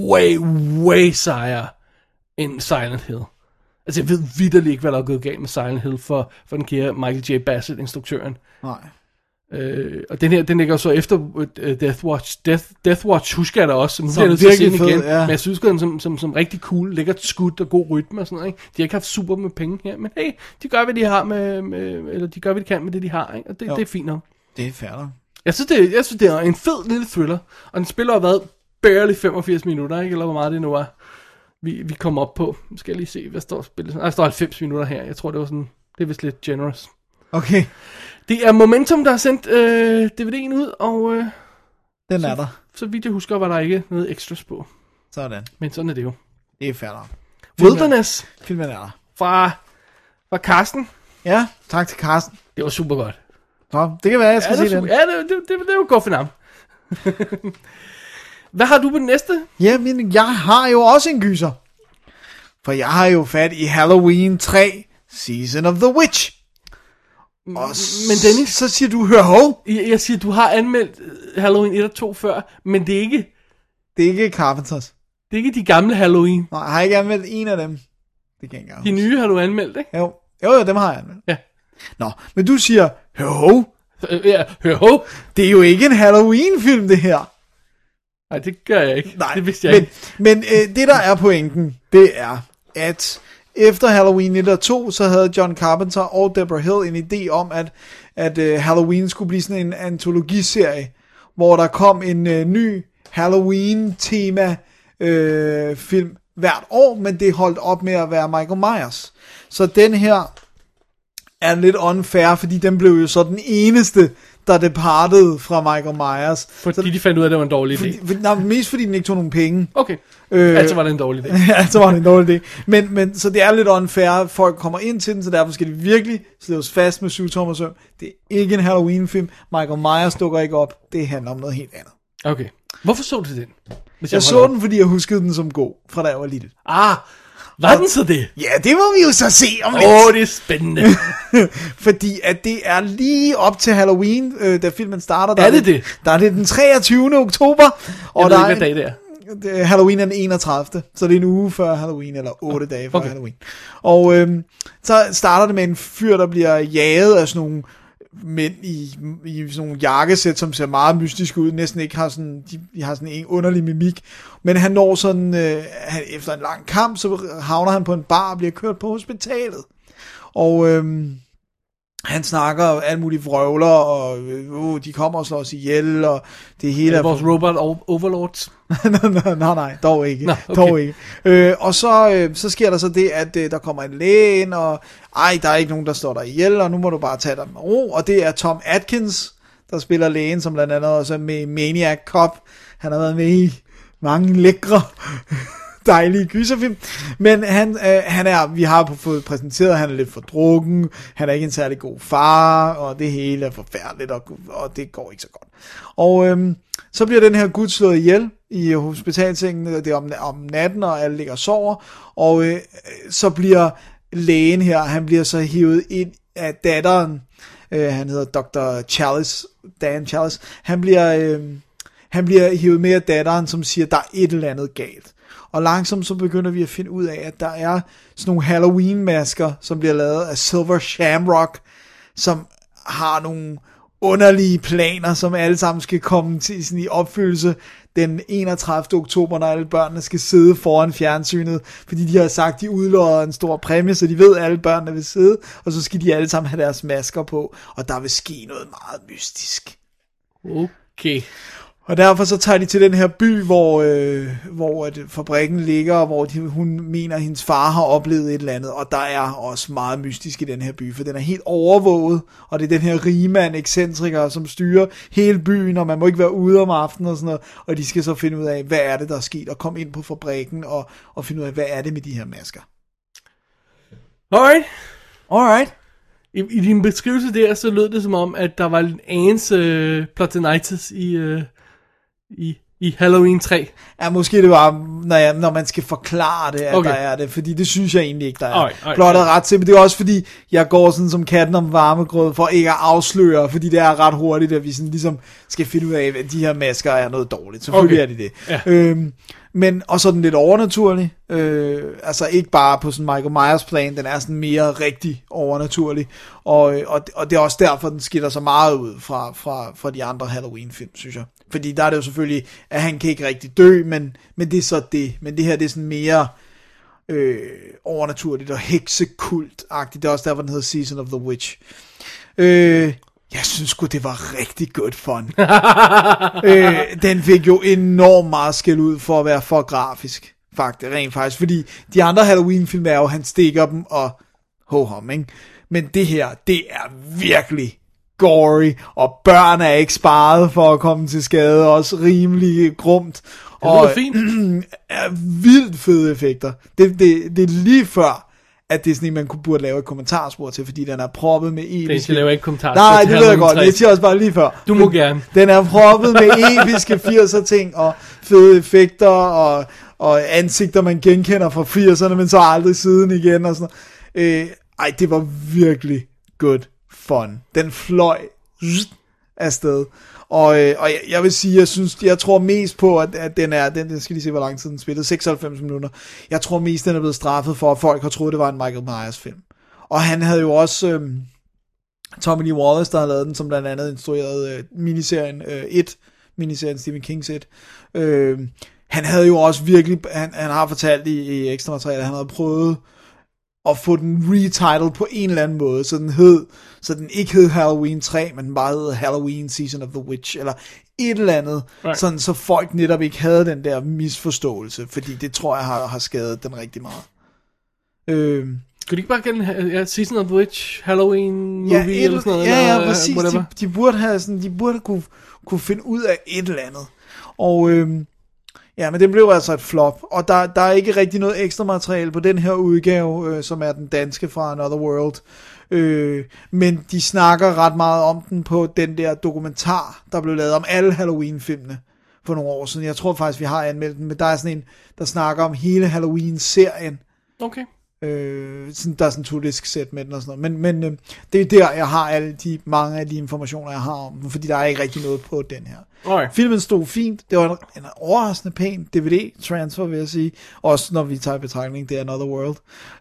way sejere end Silent Hill. Altså jeg ved vitterligt ikke, hvad der er gået galt med Silent Hill for den kære Michael J. Bassett, instruktøren. Nej. Og den her, den ligger så efter Death Watch. Death Watch husker jeg da også, som virkelig fed, igen. Ja. Men jeg synes den som rigtig cool, lækkert skud og god rytme og sådan noget, ikke? De har ikke haft super med penge her, men hey, de gør hvad de har med eller de gør hvad de kan med det de har, ikke? Og det er fint nok. Det er fair. Jeg synes det er en fed lille thriller, og den spiller har været barely 85 minutter, ikke? Eller hvor meget det nu er. Vi kommer op på. Nu skal jeg lige se, hvad står spillet. Der står 90 minutter her. Jeg tror det var sådan, det er vist lidt generous. Okay. Det er Momentum, der har sendt DVD'en ud, og den er der. Så vidt jeg husker, var der ikke noget extras på. Sådan. Men sådan er det jo. Det er fair. Wilderness. Filmen er der. Fra Carsten. Ja, tak til Carsten. Det var super godt. Så det kan være, jeg skal se den. Ja, det var godt for navn. Hvad har du på den næste? Jamen, jeg har jo også en gyser. For jeg har jo fat i Halloween 3, Season of the Witch. Og men Dennis, så siger du, hør hov. Jeg siger, du har anmeldt Halloween 1 og 2 før, men det er ikke... Det er ikke Carpenters. Det er ikke de gamle Halloween. Nej, jeg har ikke anmeldt en af dem. Det kan jeg ikke. De nye har du anmeldt, ikke? Jo, dem har jeg anmeldt. Ja. Nå, men du siger, hør hov. Ja, hør hov. Det er jo ikke en Halloween-film, det her. Nej, det gør jeg ikke. Nej, det vidste jeg ikke. Men det, der er pointen, det er, at efter Halloween 1 og 2, så havde John Carpenter og Deborah Hill en idé om, at Halloween skulle blive sådan en antologiserie, hvor der kom en ny Halloween-tema film hvert år, men det holdt op med at være Michael Myers. Så den her er lidt unfair, fordi den blev jo så den eneste, der departede fra Michael Myers. Fordi de fandt ud af, at det var en dårlig idé? Nej, mest fordi den ikke tog nogen penge. Okay, altså var det en dårlig idé. Altså var det en dårlig idé. Men så det er lidt unfair, folk kommer ind til den, så derfor skal de virkelig slås fast med 7-tommer søm. Det er ikke en Halloween-film. Michael Myers dukker ikke op. Det handler om noget helt andet. Okay. Hvorfor så du den? Jeg så den, fordi jeg huskede den som god, fra da jeg var lille. Var den så det? Ja, det må vi jo så se om lidt. Det er spændende. Fordi at det er lige op til Halloween, da filmen starter. Der er det? Der er det den 23. oktober. Og jeg ved ikke, hvad dag det er. Halloween er den 31. Så det er en uge før Halloween, eller 8 dage før Halloween. Og så starter det med en fyr, der bliver jaget af sådan nogle mænd i sådan nogle jakkesæt, som ser meget mystisk ud, næsten ikke har sådan, de har sådan en underlig mimik, men han når sådan, efter en lang kamp, så havner han på en bar og bliver kørt på hospitalet, og han snakker alt muligt vrøvler, og de kommer og slår os ihjel, og det hele er vores robot overlords. nej, dog ikke. Nå, okay. Dog ikke. Og så sker der så det, at der kommer en læge ind, og der er ikke nogen, der står der ihjel, og nu må du bare tage dig med ro, og det er Tom Atkins, der spiller lægen, som blandt andet også er med Maniac Cop. Han har været med i mange lækre, dejlige gyserfilm. Men han er, vi har fået præsenteret, han er lidt for drukken, han er ikke en særlig god far, og det hele er forfærdeligt, og det går ikke så godt. Og så bliver den her gut slået ihjel i hospitalsengen, det er om natten, og alle ligger og sover, og så bliver lægen her, han bliver så hivet ind af datteren, han hedder Dr. Chalice, Dan Chalice, han bliver hivet med af datteren, som siger, der er et eller andet galt. Og langsomt så begynder vi at finde ud af, at der er sådan nogle Halloween-masker, som bliver lavet af Silver Shamrock, som har nogle underlige planer, som alle sammen skal komme til sådan i opfyldelse den 31. oktober, når alle børnene skal sidde foran fjernsynet, fordi de har sagt, de udlodder en stor præmie, så de ved, at alle børnene vil sidde, og så skal de alle sammen have deres masker på, og der vil ske noget meget mystisk. Okay. Og derfor så tager de til den her by, hvor fabrikken ligger, og hvor hun mener, at hendes far har oplevet et eller andet, og der er også meget mystisk i den her by, for den er helt overvåget, og det er den her rigmand, ekscentriker, som styrer hele byen, og man må ikke være ude om aftenen og sådan noget, og de skal så finde ud af, hvad er det, der er sket, og komme ind på fabrikken, og finde ud af, hvad er det med de her masker. Alright. I din beskrivelse der, så lød det som om, at der var en anelse plotinitis i Halloween 3. Ja, måske det var, når man skal forklare det, at der er det, fordi det synes jeg egentlig ikke, der er. Plottet er ret simpelt. Det er også fordi, jeg går sådan som katten om varmegrød, for ikke at afsløre, fordi det er ret hurtigt, at vi sådan ligesom skal finde ud af, at de her masker er noget dårligt. Selvfølgelig er det. Ja. Men også sådan lidt overnaturlig. Altså ikke bare på sådan Michael Myers plan, den er sådan mere rigtig overnaturlig. Og det er også derfor, den skiller så meget ud fra de andre Halloween-film, synes jeg. Fordi der er det jo selvfølgelig, at han kan ikke rigtig dø, men det er så det. Men det her, det er sådan mere overnaturligt og heksekult-agtigt. Det er også derfor, den hedder Season of the Witch. Jeg synes sgu, det var rigtig good fun. Den fik jo enormt meget skæld ud for at være for grafisk. Rent faktisk. Fordi de andre Halloween-film er jo, han stikker dem og ho-hum, ikke? Men det her, det er virkelig gory, og børn er ikke sparet for at komme til skade, også rimelig grumt. Og fint. Er vildt fede effekter. Det er lige før, at det er sådan en, man burde lave et kommentarspor til, fordi den er proppet med episke... Den skal lave ikke kommentarspor. Nej, det ved jeg godt. Jeg siger også bare lige før. Du må gerne. Den er proppet med episke 80'er ting, og fede effekter, og ansigter, man genkender fra 80'erne, men så aldrig siden igen, og sådan noget. Det var virkelig good fun. Den fløj afsted. Og jeg vil sige, jeg tror mest på, at den skal lige se, hvor lang tid den spillede, 96 minutter. Jeg tror mest, den er blevet straffet for, at folk har troet, det var en Michael Myers film. Og han havde jo også Tommy Lee Wallace, der har lavet den, som blandt andet instruerede miniserien miniserien Stephen King's It. Han havde jo også virkelig, han har fortalt i ekstra materiale, at han havde prøvet at få den retitled på en eller anden måde, så den ikke hed Halloween 3, men den bare hed Halloween Season of the Witch, eller et eller andet, sådan så folk netop ikke havde den der misforståelse, fordi det tror jeg har skadet den rigtig meget. Skulle de ikke bare kalde Season of the Witch, Halloween movie, eller sådan noget? Ja, præcis. De burde have sådan, de burde kunne finde ud af et eller andet. Og ja, men det blev altså et flop, og der er ikke rigtig noget ekstra materiale på den her udgave, som er den danske fra Another World. Men de snakker ret meget om den på den der dokumentar, der blev lavet om alle Halloween-filmene for nogle år siden. Jeg tror faktisk, vi har anmeldt den, men der er sådan en, der snakker om hele Halloween-serien. Okay. Sådan, der er sådan en to-disk sæt med den og sådan noget. Men det er der, jeg har mange af de informationer, jeg har om den, fordi der er ikke rigtig noget på den her. Okay. Filmen stod fint. Det var en overraskende pæn DVD-transfer, vil jeg sige. Også når vi tager i betragtning, det er Another World.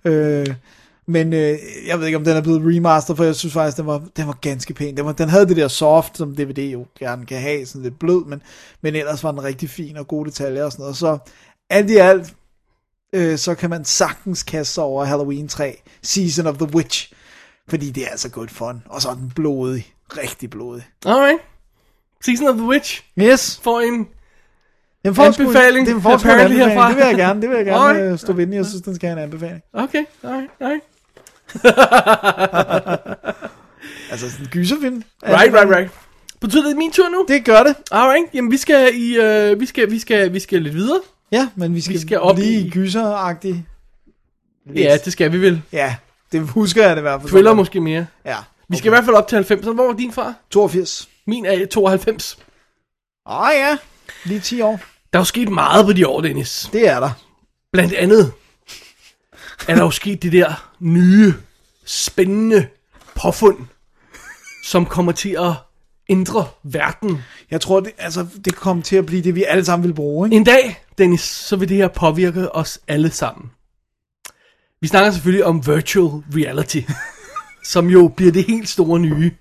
Men jeg ved ikke, om den er blevet remastered, for jeg synes faktisk, den var ganske pæn. Den havde det der soft, som DVD jo gerne kan have, sådan lidt blød, men ellers var den rigtig fin og gode detaljer og sådan noget. Så alt i alt, så kan man sagtens kaste sig over Halloween 3, Season of the Witch, fordi det er altså good fun. Og så er den blodig, rigtig blodig. Alright. Season of the Witch. Yes. For en anbefaling. Det er en anbefaling herfra. Det vil jeg gerne stå ved den. Jeg synes, den skal have en anbefaling. Okay, alright. Altså sådan en gyserfilm. Right. Betyder det min tur nu? Det gør det. Alright, jamen vi skal lidt videre. Ja, men vi skal op lige i gyser-agtigt. Ja, det skal vi vel. Ja, det husker jeg det i hvert fald. Thriller måske mere. Ja. Vi skal i hvert fald op til 90. Hvor var din far? 82. Min er 92. Ja, lige 10 år. Der er jo sket meget på de år, Dennis. Det er der. Blandt andet er der jo sket det der nye, spændende påfund, som kommer til at ændre verden. Jeg tror, det kommer til at blive det, vi alle sammen vil bruge, ikke? En dag, Dennis, så vil det her påvirke os alle sammen. Vi snakker selvfølgelig om virtual reality, som jo bliver det helt store nye.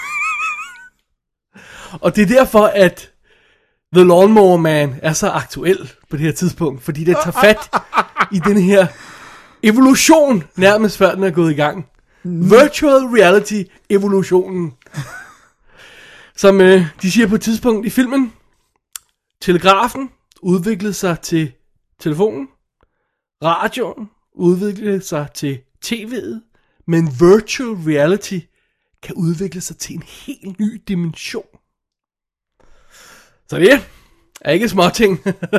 Og det er derfor, at The Lawnmower Man er så aktuel på det her tidspunkt, fordi det tager fat i den her evolution, nærmest før den er gået i gang. Virtual reality evolutionen. Som de siger på et tidspunkt i filmen, telegrafen udviklede sig til telefonen, radioen udviklede sig til tv'et, men virtual reality kan udvikle sig til en helt ny dimension. Så det er ikke småting.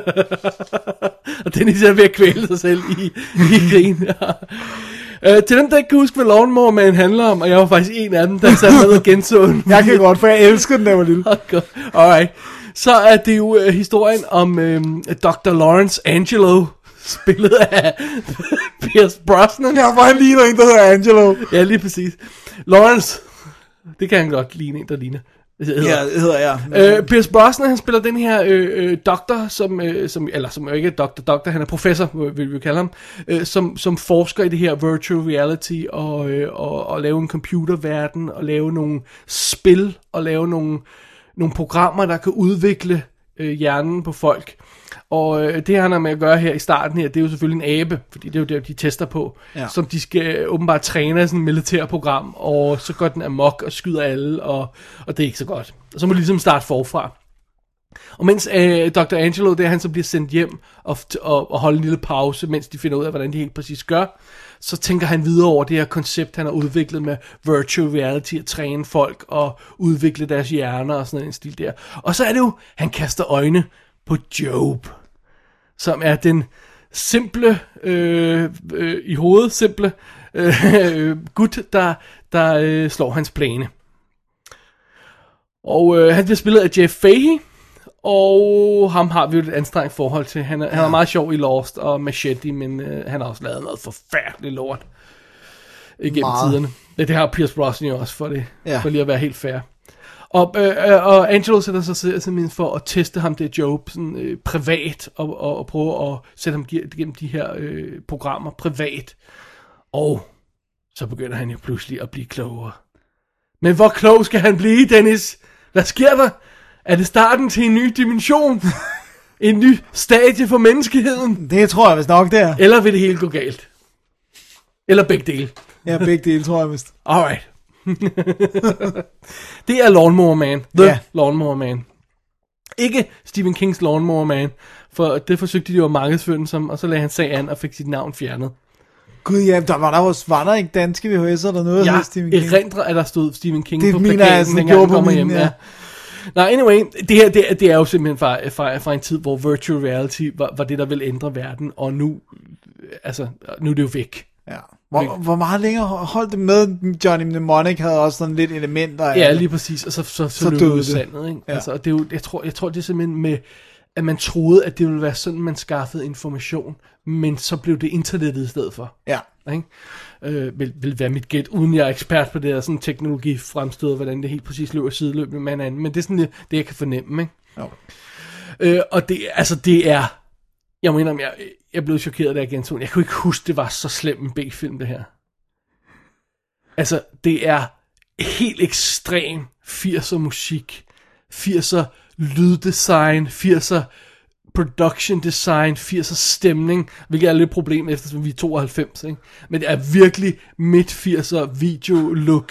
Og Dennis er ved at kvæle sig selv i grin. Til dem, der ikke kan huske, hvad Lawnmower Man handler om, og jeg var faktisk en af dem, der sad med og genså den. Jeg kan godt, for jeg elsker den, der var lille. Alright. Så er det jo historien om Dr. Lawrence Angelo, spillet af Pierce Brosnan. Ja, for han ligner en, der hedder Angelo. Ja, lige præcis. Lawrence, det kan han godt ligne en, der ligner. Ja, det hedder jeg. Pierce Brosnan, han spiller den her doktor, som ikke er doktor, han er professor, vil vi kalde ham, som forsker i det her virtual reality, og lave en computerverden, og lave nogle spil, og lave nogle programmer, der kan udvikle hjernen på folk. Og det han har med at gøre her i starten her, det er jo selvfølgelig en abe, fordi det er jo det, de tester på, som de skal åbenbart træne af sådan et militærprogram, og så går den amok og skyder alle, og det er ikke så godt. Og så må de ligesom starte forfra. Og mens Dr. Angelo, han så bliver sendt hjem og holder en lille pause, mens de finder ud af, hvordan de helt præcis gør, så tænker han videre over det her koncept, han har udviklet med virtual reality, at træne folk og udvikle deres hjerner og sådan en stil der. Og så er det jo, han kaster øjne på Job, som er den simple, i hovedet simple gut, der slår hans plæne. Og han bliver spillet af Jeff Fahey, og ham har vi jo et anstrengt forhold til. Han er meget sjov i Lost og Machete, men han har også lavet noget forfærdeligt lort igennem tiderne. Det har Pierce Brosnan jo også for lige at være helt fair. Og Angelo sætter sig simpelthen for at teste ham, det Job, sådan, privat, og prøve at sætte ham gennem de her programmer privat. Og så begynder han jo pludselig at blive klogere. Men hvor klog skal han blive, Dennis? Hvad sker der? Er det starten til en ny dimension? En ny stadie for menneskeheden? Det tror jeg vist nok, det er. Eller vil det hele gå galt? Eller begge dele? Ja, begge dele, tror jeg vist. Alright. Det er Lawnmower Man. Lawnmower Man. Ikke Stephen Kings Lawnmower Man, for det forsøgte de jo at markedsføre som, og så lagde han sag an og fik sit navn fjernet. Gud ja, var der ikke danske VHS'er eller noget? Ja, Stephen King? erindrer, at der stod Stephen King det på plakaten, dengang han kommer hjem. Ja. Nej, anyway, det her, det er jo simpelthen fra en tid, hvor virtual reality var det, der ville ændre verden, og nu er det jo væk. Ja. Hvor meget længere holdt det med? Johnny Mnemonic havde også sådan lidt elementer af. Ja, lige præcis, og så løb det ud sandet, ikke? Ja. Altså, det er jo, jeg tror, det er simpelthen med, at man troede, at det ville være sådan, man skaffede information, men så blev det internettet i stedet for. Ja. Ikke? Vil være mit gæt, uden jeg er ekspert på det her sådan teknologi fremstød, hvordan det helt præcis løber sideløbende med hinanden, men det er sådan det jeg kan fornemme, ikke? Jo. Og det er, jeg mener, jeg blev chokeret, da jeg genså. Jeg kunne ikke huske, det var så slemt en B-film, det her. Altså, det er helt ekstrem 80'er musik, 80'er lyddesign, 80'er production design, 80'er stemning, hvilket er lidt et problem, eftersom vi er 92, ikke? Men det er virkelig midt-80'er video-look,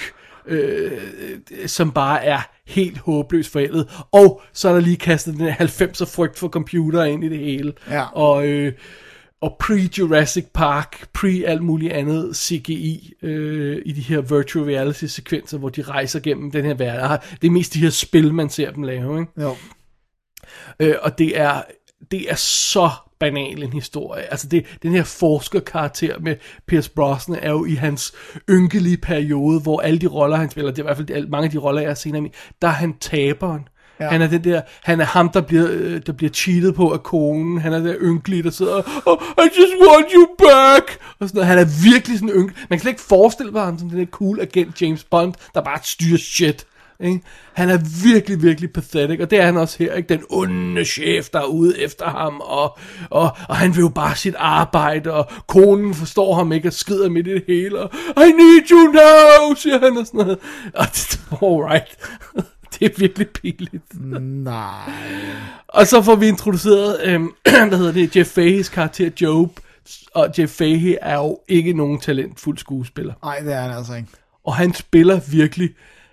som bare er helt håbløst forældet. Og så er der lige kastet den 90'er frygt for computer ind i det hele. Ja. og pre-Jurassic Park, pre-alt muligt andet CGI i de her virtual reality sekvenser, hvor de rejser gennem den her verden. Det er mest de her spil, man ser dem lave, ikke? Jo. Og det er så banal en historie. Altså den her forskerkarakter med Pierce Brosnan er jo i hans ynkelige periode, hvor alle de roller, han spiller, det er i hvert fald mange af de roller, jeg har set ham i, der er han taberen. Ja. Han er ham, der bliver cheatet på af konen. Han er der ynkelige, der sidder, I just want you back. Og sådan noget. Han er virkelig sådan ynkelig. Man kan slet ikke forestille sig ham som den der cool agent James Bond, der bare styrer shit. Ikke? Han er virkelig, virkelig pathetic, og det er han også her, ikke? Den onde chef, der er ude efter ham, og han vil jo bare sit arbejde, og konen forstår ham ikke, og skrider midt i det hele, og I need you now, siger han, og sådan noget. Og det er alright. Det er virkelig pinligt. Nej. Og så får vi introduceret, Jeff Fahey's karakter Job, og Jeff Fahey er jo ikke nogen talentfuld skuespiller. Nej, det er han altså ikke. Og han spiller virkelig...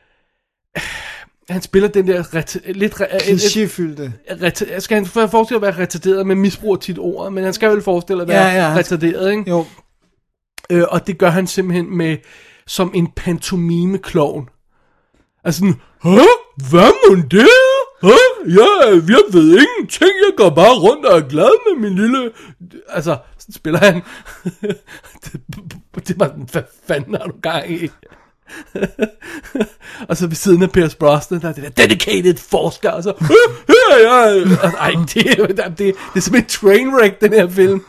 Han spiller den der lidt... Klichéfyldte. Skal han forestille at være retarderet, med misbrug tit ord, men han skal vel forestille at være retarderet, ikke? Jo. Og det gør han simpelthen som en pantomime-klovn. Altså sådan, hvad må det? Jeg ved ingenting, jeg går bare rundt og er glad med min lille... Altså, så spiller han... det var sådan, hvad fanden har du gang i? Og så ved siden af Pierce Brosnan, der er det der dedicated forsker, og så... det er simpelthen trainwreck, den her film.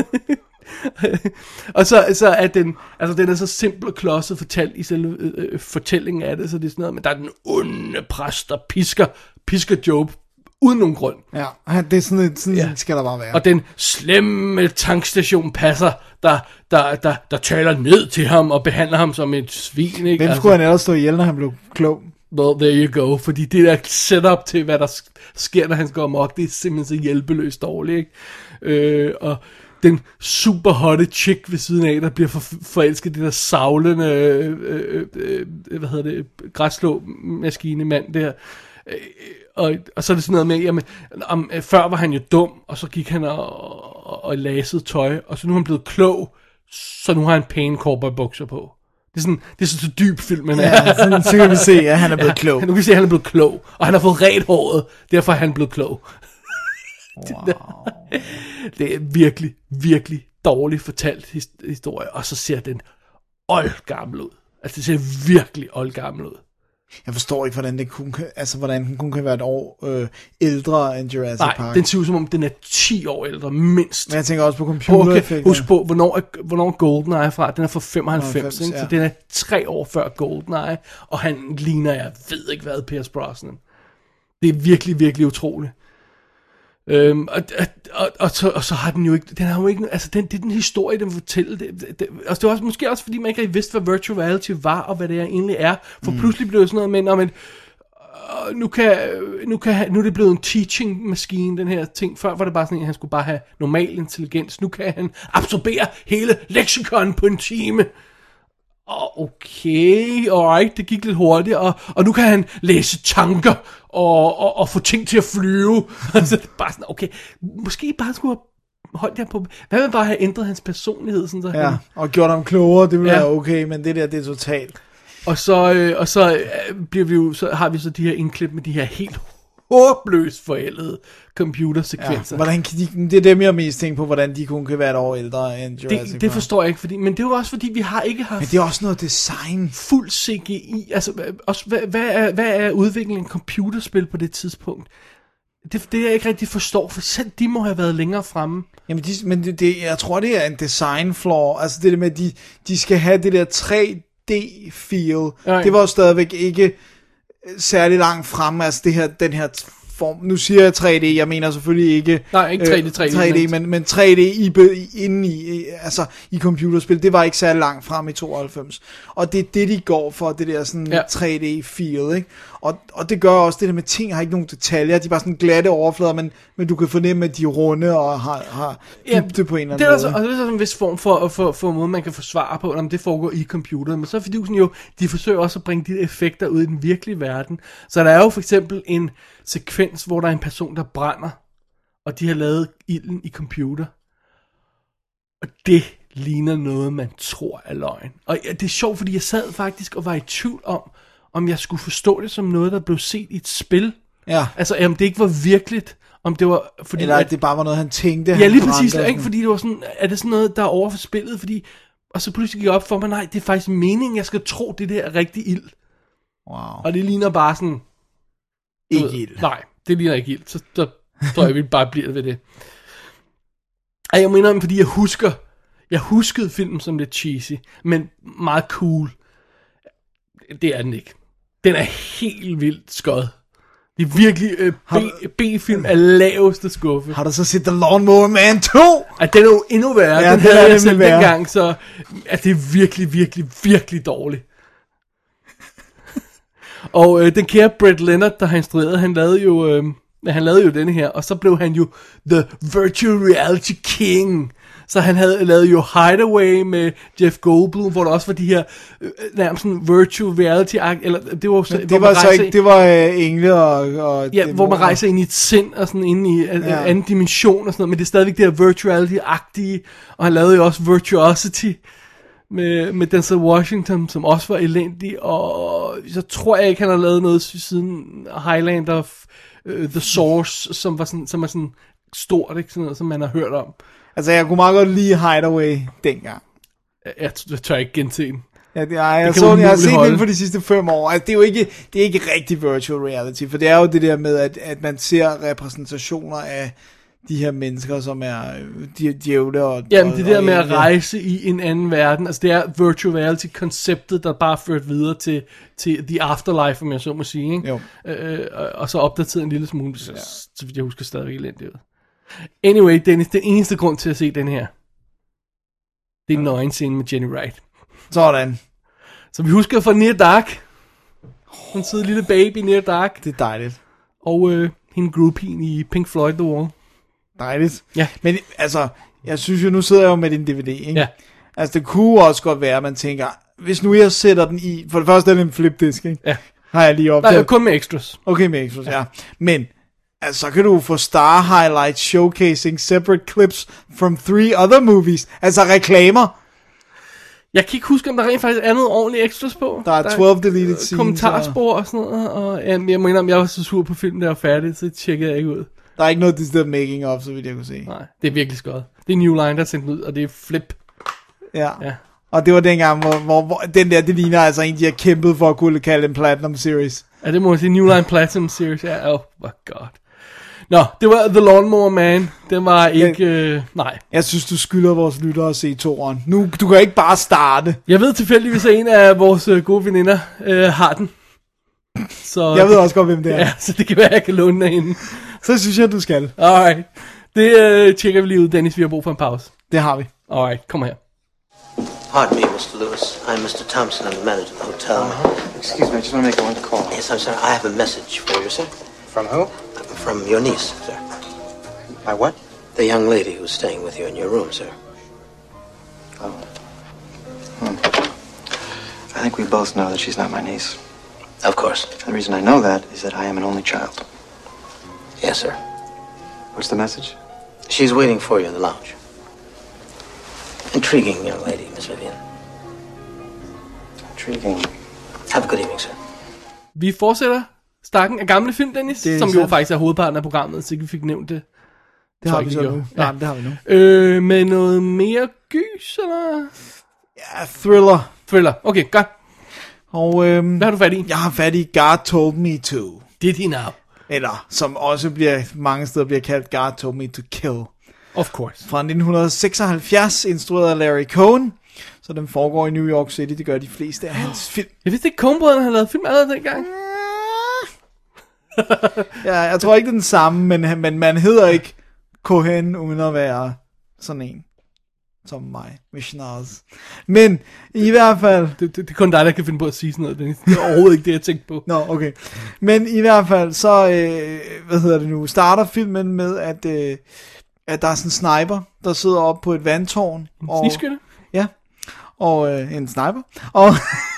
Og så er den er så simpel og klodset fortalt i selve fortællingen af det, så det er sådan noget, men der er den onde præst, der pisker Job uden nogen grund. Ja, det er sådan skal der bare være. Og den slemme tankstation passer, der taler ned til ham og behandler ham som et svin, ikke? Hvem skulle han ellers stå ihjel, når han blev klog? Well, there you go, fordi det der setup til, hvad der sker, når han går amok, det er simpelthen så hjælpeløst dårligt, ikke? Og den super hotte chick ved siden af, der bliver forelsket, det der savlende, græsslå-maskine mand der. Og så er det sådan noget med, jamen, før var han jo dum, og så gik han og lasede tøj, og så nu er han blevet klog, så nu har han pæne cowboybukser på. Det er så dyb filmen er. Ja, så kan vi se, at han er blevet klog. Nu kan vi se, at han er blevet klog, og han har fået ret håret, derfor er han blevet klog. Wow. Det er virkelig, virkelig dårligt fortalt historie, og så ser den oldgammel ud. Altså det ser virkelig oldgammel ud. Jeg forstår ikke, hvordan den kun kan være et år ældre end Jurassic Park. Nej, den ser ud som om, den er 10 år ældre, mindst. Men jeg tænker også på computereffekter. Okay, husk på, hvornår GoldenEye er fra. Den er fra 95, ikke? Så den er 3 år før GoldenEye, og han ligner, jeg ved ikke hvad, Pierce Brosnan. Det er virkelig, virkelig utroligt. Og så har den jo ikke, den har jo ikke, altså det er den historie, den fortæller. Det er også, måske også fordi man ikke rigtig vidste, hvad virtual reality var, og hvad det egentlig er. For pludselig blev det sådan noget med, nu er det blevet en teaching maskine, den her ting. Før var det bare sådan, at han skulle bare have normal intelligens. Nu kan han absorbere hele leksikon på en time. Okay, alright, det gik lidt hurtigt, og nu kan han læse tanker og få ting til at flyve. Så det er bare sådan, okay, måske bare skulle have holdt der på. Hvad vil bare have ændret hans personlighed? Sådan, så og gjort ham klogere, det ville være okay, men det er totalt. Og så bliver vi jo, så har vi så de her indklip med de her helt håbløst forældede computersekvenser. Hvordan det er dem, jeg mest tænker på, hvordan de kun kan være et år ældre end Jurassic Park. Det forstår jeg ikke, men det er jo også fordi, vi har ikke haft... Men det er også noget design. Fuld CGI. Altså, også, hvad er udviklingen af computerspil på det tidspunkt? Det jeg ikke rigtig forstår, for selv de må have været længere fremme. Jamen, jeg tror, det er en design flaw. Altså det der med, at de skal have det der 3D-feel. Det var jo stadigvæk ikke særlig langt fremme, altså den her form. Nu siger jeg 3D, jeg mener selvfølgelig ikke... Nej, ikke 3D, men 3D indeni, altså i computerspil, det var ikke særlig langt frem i 92. Og det er det, de går for, det der sådan 3D-feel, ikke? Og det gør også, det der med ting har ikke nogen detaljer, de er bare sådan glatte overflader, men du kan fornemme, at de er runde og har dybde på en eller anden måde. Og det er sådan en vis form for måde, man kan forsvare på, om det foregår i computeren. Men så er fidusen jo, de forsøger også at bringe de effekter ud i den virkelige verden. Så der er jo for eksempel en sekvens, hvor der er en person, der brænder, og de har lavet ilden i computer. Og det ligner noget, man tror er løgn. Og det er sjovt, fordi jeg sad faktisk og var i tvivl om jeg skulle forstå det som noget, der blev set i et spil. Ja. Altså, om det ikke var virkeligt, om det var... Fordi eller at det bare var noget, han tænkte. Ja, lige præcis. Ikke? Fordi det var sådan, er det sådan noget, der er over for spillet? Fordi, og så pludselig gik jeg op for mig, nej, det er faktisk meningen, jeg skal tro, det der er rigtig ild. Wow. Og det ligner bare sådan... Ikke ild. Nej, det ligner ikke ild. Så tror jeg, vi bare bliver ved det. Og jeg mener, fordi jeg huskede filmen som lidt cheesy, men meget cool. Det er den ikke. Den er helt vildt skød. Det er virkelig B-film af laveste skuffe. Har du så set The Lawnmower Man 2? At den er jo endnu værre. Ja, den havde jeg selv dengang, så at det er virkelig, virkelig, virkelig dårligt. Og den kære Brett Leonard, der har instrueret, han lavede jo denne her, og så blev han jo The Virtual Reality King. Så han havde lavet jo Hideaway med Jeff Goldblum, hvor der også var de her nærmest sådan virtual reality, eller det var så, det var så ikke, det var engle og ja, hvor man rejser ind i et sind og sådan ind i anden dimension og sådan noget, men det er stadigvæk det her virtuality-agtige, og han lavede jo også Virtuosity med Denzel Washington, som også var elendig, og så tror jeg ikke, han har lavet noget siden Highlander, The Source, som er sådan stort, ikke? Sådan noget, som man har hørt om. Altså, jeg kunne meget godt lide Hideaway dengang. Jeg tør ikke gense den. Ja, jeg har set den for de sidste 5 år. Altså, det er ikke rigtig virtual reality, for det er jo det der med, at man ser repræsentationer af de her mennesker, som er djævle og... Jamen, det der med at rejse i en anden verden, altså det er virtual reality-konceptet, der bare er ført videre til The Afterlife, om jeg så må sige, ikke? Jo. Og så opdateret en lille smule, så vidt jeg husker stadigvæk elendigt ud. Anyway, Dennis, den eneste grund til at se den her, det er en nøgenscene med Jenny Wright. Sådan. Så vi husker fra Near Dark. Hun sidder lille baby i Near Dark. Det er dejligt. Og hende groupien i Pink Floyd The Wall. Dejligt. Ja. Men altså, jeg synes jo, nu sidder jeg jo med din DVD, ikke? Ja. Altså, det kunne også godt være, at man tænker, hvis nu jeg sætter den i, for det første er det en flipdisk, ikke? Ja. Har jeg lige opdaget. Nej, kun med extras. Okay, med extras, ja. Men, altså, så kan du få star highlights showcasing separate clips from 3 other movies. Altså, reklamer. Jeg kan ikke huske, om der rent faktisk er noget ordentligt extras på. Der er 12 deleted scenes. Kommentarspor og sådan noget. Og jeg må indrømme, jeg var så sur på filmen, der var færdig, så tjekkede jeg ikke ud. Der er ikke noget decideret making of, så vidt jeg kunne se. Nej, det er virkelig skødt. Det er New Line, der er sendt ud, og det er flip. Ja. Og det var dengang, hvor den der, det ligner altså en, de har kæmpet for at kunne kalde en Platinum Series. Ja, det må man sige, New Line Platinum Series. Ja, oh my god. Nå, det var The Lawnmower Man. Den var ikke... nej. Jeg synes, du skylder vores lyttere at se toeren. Nu, du kan ikke bare starte. Jeg ved tilfældigvis, at en af vores gode veninder har den. Så jeg ved også godt, hvem det er. Ja, så det kan være, at jeg kan låne den af hende. Så synes jeg, du skal. Alright. Det tjekker vi lige ud, Dennis. Vi har brug for en pause. Det har vi. Alright, kom her. Pardon me, Mr. Lewis. I'm Mr. Thompson. I'm the manager of the hotel. Excuse me, I just want to make one call. Yes, I'm sorry. I have a message for you, sir. From who? From your niece, sir. My what? The young lady who's staying with you in your room, sir. Oh. I think we both know that she's not my niece. Of course. The reason I know that is that I am an only child. Yes, sir. What's the message? She's waiting for you in the lounge. Intriguing young lady, Miss Vivian. Intriguing. Have a good evening, sir. Vi fortsætter stakken af gamle film, Dennis, som jo faktisk er hovedparten af programmet, så vi fik nævnt det. Det har vi så nu. Ja, det har vi nu. Med noget mere gys, eller? Ja, thriller. Thriller, okay, godt. Og hvad har du fat i? Jeg har fat i God Told Me To. Did he now? Eller, som også mange steder bliver kaldt God Told Me To Kill. Of course. Fra 1976, instrueret af Larry Cohen. Så den foregår i New York City. Det gør de fleste af hans film. Jeg vidste ikke, Coen-brødrene havde lavet film allerede dengang. Ja, jeg tror ikke det er den samme, men man hedder ikke Cohen uden at være sådan en som mig, Missionars. Men i hvert fald... Det er kun dig, der kan finde på at sige sådan noget, Dennis. Det er overhovedet ikke det, jeg tænkte på. Nå, okay. Men i hvert fald, så, starter filmen med, at der er sådan en sniper, der sidder oppe på et vandtårn. En snigskytte? Ja, og en sniper. Og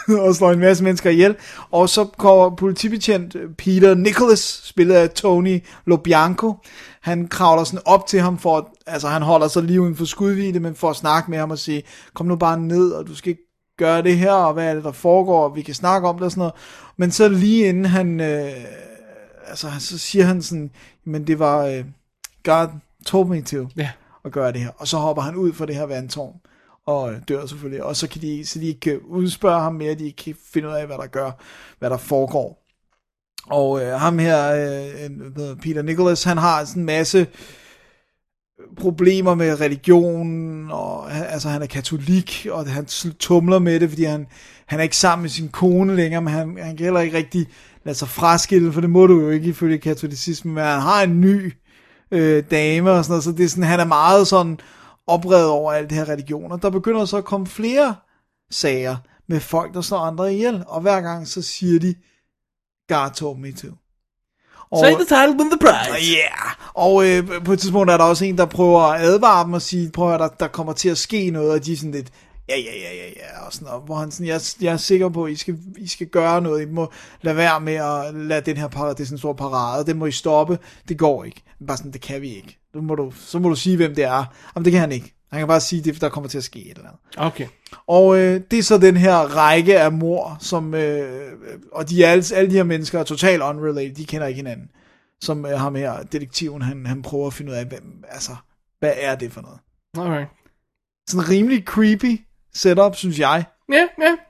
og slår en masse mennesker ihjel. Og så kommer politibetjent Peter Nicholas, spillet af Tony LoBianco. Han kravler sådan op til ham for, altså han holder sig lige uden for skudvidde, men for at snakke med ham og sige, kom nu bare ned, og du skal ikke gøre det her, og hvad er det, der foregår, og vi kan snakke om det og sådan noget. Men så lige inden han, så siger han sådan, men det var, God told me to, at gøre det her. Og så hopper han ud fra det her vandtårn, og dør selvfølgelig. Og så kan de ikke udspørge ham mere, de kan finde ud af, hvad der foregår. Og ham her, Peter Nicholas, han har sådan en masse problemer med religion, og altså han er katolik, og han tumler med det, fordi han er ikke sammen med sin kone længere, men han kan heller ikke rigtig lade sig fraskille, for det må du jo ikke ifølge katolicisme, men han har en ny dame og sådan noget, så det er sådan, han er meget sådan oprevet over alt det her religioner. Der begynder så at komme flere sager med folk, der slår andre ihjel, og hver gang så siger de, God told me to. Say the title, win the prize. Yeah. Og på et tidspunkt er der også en, der prøver at advare dem og sige, prøv at der kommer til at ske noget, og de er sådan lidt, ja, og sådan noget, hvor han sådan, jeg er sikker på, I skal gøre noget, I må lade være med at lade den her parade, det er sådan en stor parade, det må I stoppe, det går ikke. Bare sådan, det kan vi ikke. Så må du sige, hvem det er. Jamen, det kan han ikke. Han kan bare sige, det der kommer til at ske et eller andet. Okay. Og det er så den her række af mord, som, og alle de her mennesker er totalt unrelated, de kender ikke hinanden. Som ham her, detektiven, han prøver at finde ud af, hvad er det for noget. Alright. Sådan rimelig creepy setup, synes jeg. Ja.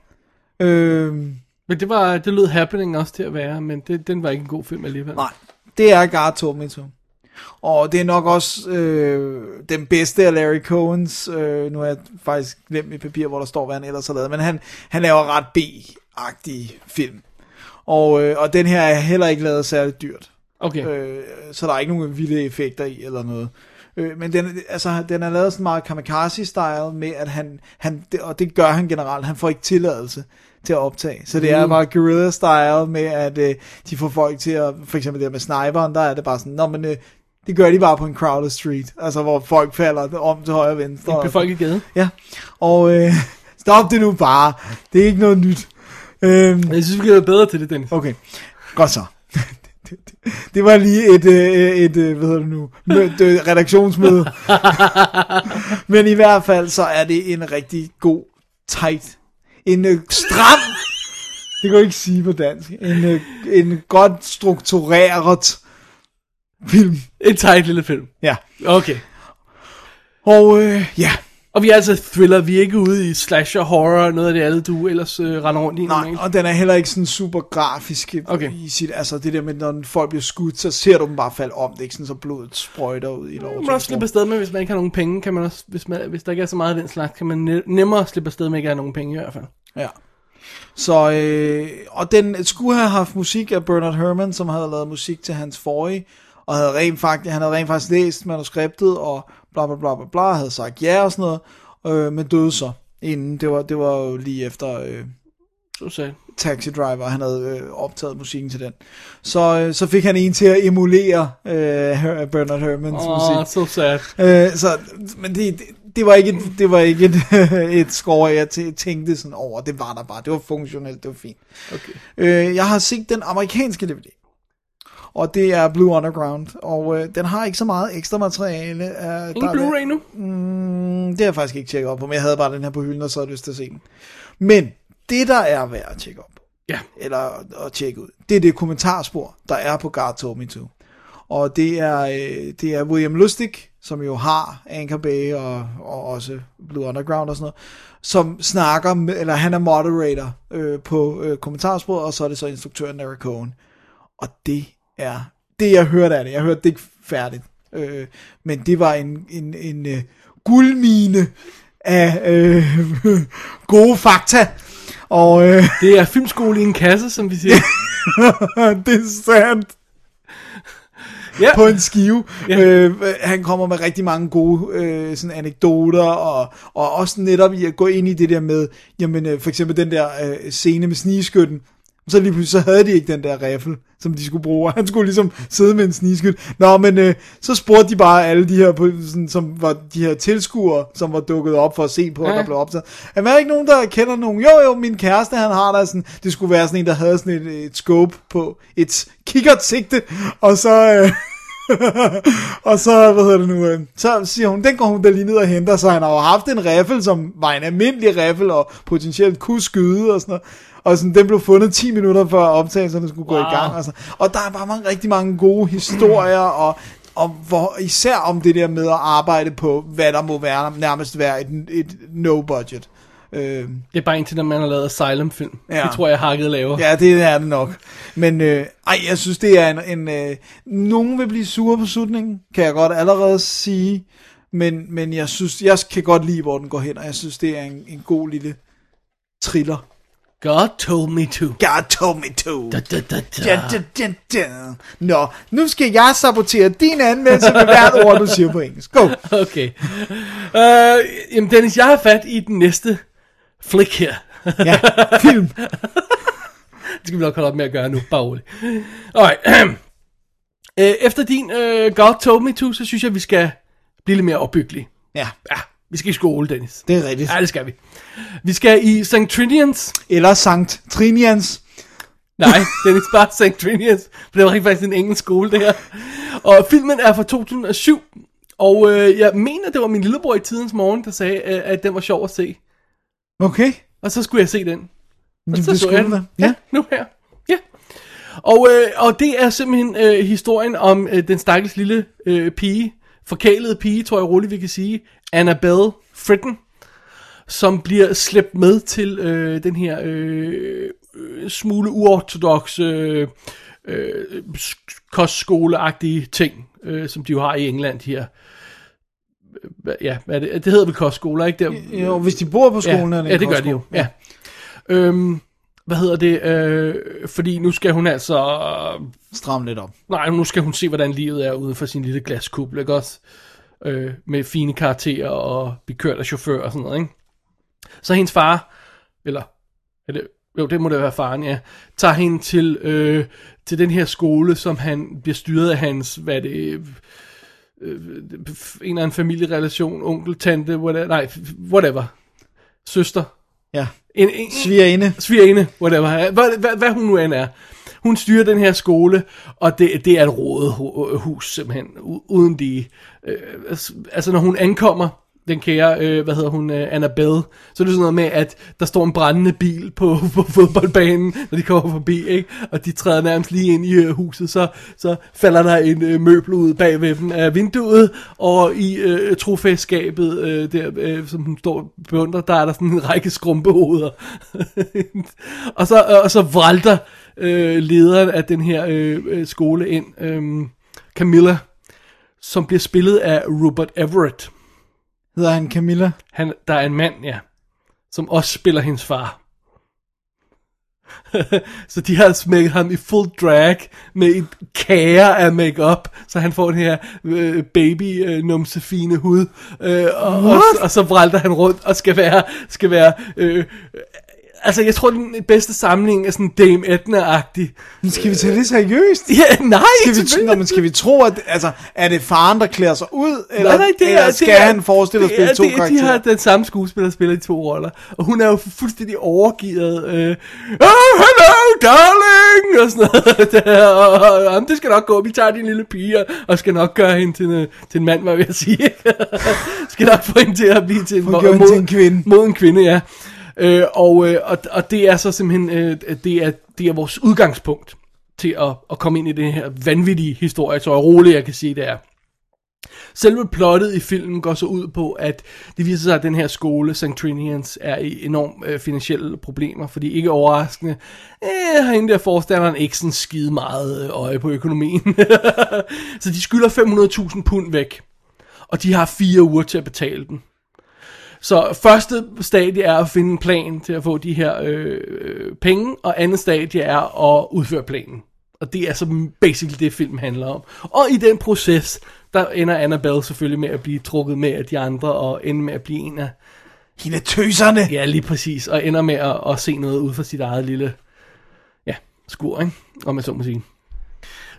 Men det lød Happening også til at være, men den var ikke en god film alligevel. Nej, det er God Told Me To. Og det er nok også den bedste af Larry Cohens, nu har jeg faktisk glemt mit papir, hvor der står, hvad han ellers har lavet, men han laver ret B-agtige film. Og den her er heller ikke lavet særligt dyrt. Okay. Så der er ikke nogen vilde effekter i, eller noget. Men den er lavet sådan meget kamikaze-style med, at han og det gør han generelt, han får ikke tilladelse til at optage. Så det er bare guerrilla-style med, at de får folk til at, for eksempel det med sniperen, der er det bare sådan, men det gør de bare på en crowded street, altså hvor folk falder om til højre og venstre. En befolket gade. Ja, og stop det nu bare, det er ikke noget nyt. Jeg synes, vi kan være bedre til det, Dennis. Okay, godt så. Det var lige et hvad hedder det nu, redaktionsmøde. Men i hvert fald så er det en rigtig god, tight, en stram, det kan jeg ikke sige på dansk, en godt struktureret film. En tight lille film. Ja. Okay. Og ja. Og vi er altså thriller, vi er ikke ude i slasher, horror, noget af det andet, du ellers render rundt i. Nej, og den er heller ikke sådan super grafisk i sit, altså det der med, når folk bliver skudt, så ser du dem bare falde om, det er ikke sådan, så blodet sprøjter ud i lov. Man kan også slippe afsted med, hvis man ikke har nogen penge, kan man også, hvis der ikke er så meget af den slags, kan man nemmere slippe afsted med, ikke have nogen penge i hvert fald. Ja. Så, og den skulle have haft musik af Bernard Herrmann, som havde lavet musik til hans forrige, og han havde rent faktisk læst manuskriptet, og bla bla bla bla bla, havde sagt ja og sådan noget, men døde så inden. Det var jo lige efter Taxi Driver, han havde optaget musikken til den. Så fik han en til at emulere Bernard Herrmanns musik. Så sad. Men det var ikke et score, jeg tænkte sådan over. Det var der bare. Det var funktionelt, det var fint. Okay. Jeg har set den amerikanske DVD. Og det er Blue Underground, og den har ikke så meget ekstra materiale. Ingen Blu-ray nu? Det har jeg faktisk ikke tjekket op på, men jeg havde bare den her på hylden, og så havde jeg lyst til at se den. Men det, der er værd at tjekke op på, eller at tjekke ud, det er det kommentarspor, der er på God Told Me To. Og det er William Lustig, som jo har Anchor Bay og også Blue Underground og sådan noget, som snakker, eller han er moderator på kommentarsporet, og så er det så instruktøren Larry Cohen. Og det er det, jeg hørte af det. Jeg hørte det ikke færdigt. Men det var en guldmine af gode fakta. Og det er filmskole i en kasse, som vi siger. Det er sandt. Yeah. På en skive. Yeah. Han kommer med rigtig mange gode sådan anekdoter, og også netop i at gå ind i det der med, jamen for eksempel den der scene med snigeskytten. Så lige pludselig så havde de ikke den der riffel. som de skulle bruge. Han skulle ligesom sidde med en snigskyt. Nå, men så spurgte de bare alle de her, sådan, som var de her tilskuere, som var dukket op for at se på, at der blev optaget. Er der ikke nogen, der kender nogen? Jo, min kæreste, han har der sådan, det skulle være sådan en, der havde sådan et scope på et kikkertsigte, og så... og så, hvad hedder det nu, så siger hun, den går hun da lige ned og henter, så han har jo haft en riffel, som var en almindelig riffel, og potentielt kunne skyde og sådan noget, og sådan, den blev fundet 10 minutter før optagelserne skulle gå i gang, og der er bare rigtig mange gode historier, og hvor, især om det der med at arbejde på, hvad der må nærmest være et no budget. Det er bare indtil, når man har lavet Asylum-film. Ja. Det tror jeg, hakket laver. Ja, det er det nok. Men jeg synes, det er nogen vil blive sure på slutningen, kan jeg godt allerede sige. Men jeg synes, jeg kan godt lide, hvor den går hen, og jeg synes, det er en god lille thriller. God told me to. God told me to. Nå, nu skal jeg sabotere din anmeldelse med hvert ord, du siger på engelsk. Go. Okay. Jamen Dennis, jeg har fat i den næste flick her. Ja, film. Det skal vi nok holde op med at gøre nu, bare roligt. Alright. Efter din God told me to, så synes jeg, vi skal blive lidt mere opbyggelige. Ja. Ja, vi skal i skole, Dennis. Det er rigtigt. Ja, det skal vi. Vi skal i St. Trinians. Eller St. Trinians. Nej, Dennis, bare St. Trinians. For det var rigtig faktisk en engelsk skole, det her. Og filmen er fra 2007. Og jeg mener, det var min lillebror i tidens morgen, der sagde, at den var sjov at se. Okay. Og så skulle jeg se den. Og så det så jeg den. Ja, nu her. Ja. Og det er simpelthen historien om den stakkels lille pige, forkælede pige, tror jeg roligt vi kan sige, Annabelle Fritten, som bliver slæbt med til den her smule uortodox kostskoleagtige ting, som de jo har i England her. Ja, det hedder vel kostskoler, ikke? Der, jo, hvis de bor på skolen, ja, er det ja, det gør de jo. Ja. Hvad hedder det? Fordi nu skal hun altså stramme lidt op. Nej, nu skal hun se, hvordan livet er uden for sin lille glaskuppel, ikke også? Med fine karakterer og blive kørt af chauffør og sådan noget, ikke? Så hendes far, eller det må det være faren, ja, tager hende til den her skole, som han bliver styret af hans, en eller anden familierelation, onkel, tante, whatever, søster. Ja, svigerinde, whatever, hvad hun nu end er. Hun styrer den her skole, og det er et rådehus simpelthen, uden de... altså når hun ankommer, den kære, Annabelle, så er det sådan noget med, at der står en brændende bil på fodboldbanen, når de kommer forbi, ikke? Og de træder nærmest lige ind i huset, så falder der en møbel ud bag ved dem af vinduet, og i trofæskabet, som hun står beundrer, der er der sådan en række skrumpehoveder. og så vralter lederen af den her skole ind, Camilla, som bliver spillet af Rupert Everett. Hedder han Camilla? Der er en mand, ja, som også spiller hendes far. Så de har smækket ham i full drag med et kære af makeup, så han får den her baby-numsefine hud, og så vralter han rundt og skal være altså, jeg tror, den bedste samling er sådan Dame Edna-agtig. Men skal vi tage det seriøst? Ja, nej, skal vi tro, at altså, er det faren, der klæder sig ud? Eller, nej, skal han forestille at spille to karakterer? De har den samme skuespiller, der spiller de to roller. Og hun er jo fuldstændig overgivet. Hello, darling! Og sådan noget. Og det skal nok gå. Vi tager din lille pige, og skal nok gøre hende til en mand, hvad vil jeg sige. Skal nok få hende til at blive til en kvinde. Mod en kvinde, ja. Og det er så simpelthen det er vores udgangspunkt til at komme ind i den her vanvittige historie, så roligt jeg kan sige det er. Selve plottet i filmen går så ud på, at det viser sig, at den her skole, St. Trinians, er i enormt finansielle problemer, fordi ikke overraskende har hende der forstanderen ikke sådan skide meget øje på økonomien. Så de skylder 500.000 pund væk, og de har 4 uger til at betale den. Så første stadie er at finde en plan til at få de her penge, og andet stadie er at udføre planen. Og det er så basically det, film handler om. Og i den proces, der ender Annabelle selvfølgelig med at blive trukket med af de andre, og ender med at blive en af... hende tøserne! Ja, lige præcis. Og ender med at se noget ud fra sit eget lille... ja, skur, ikke? Om man så må sige.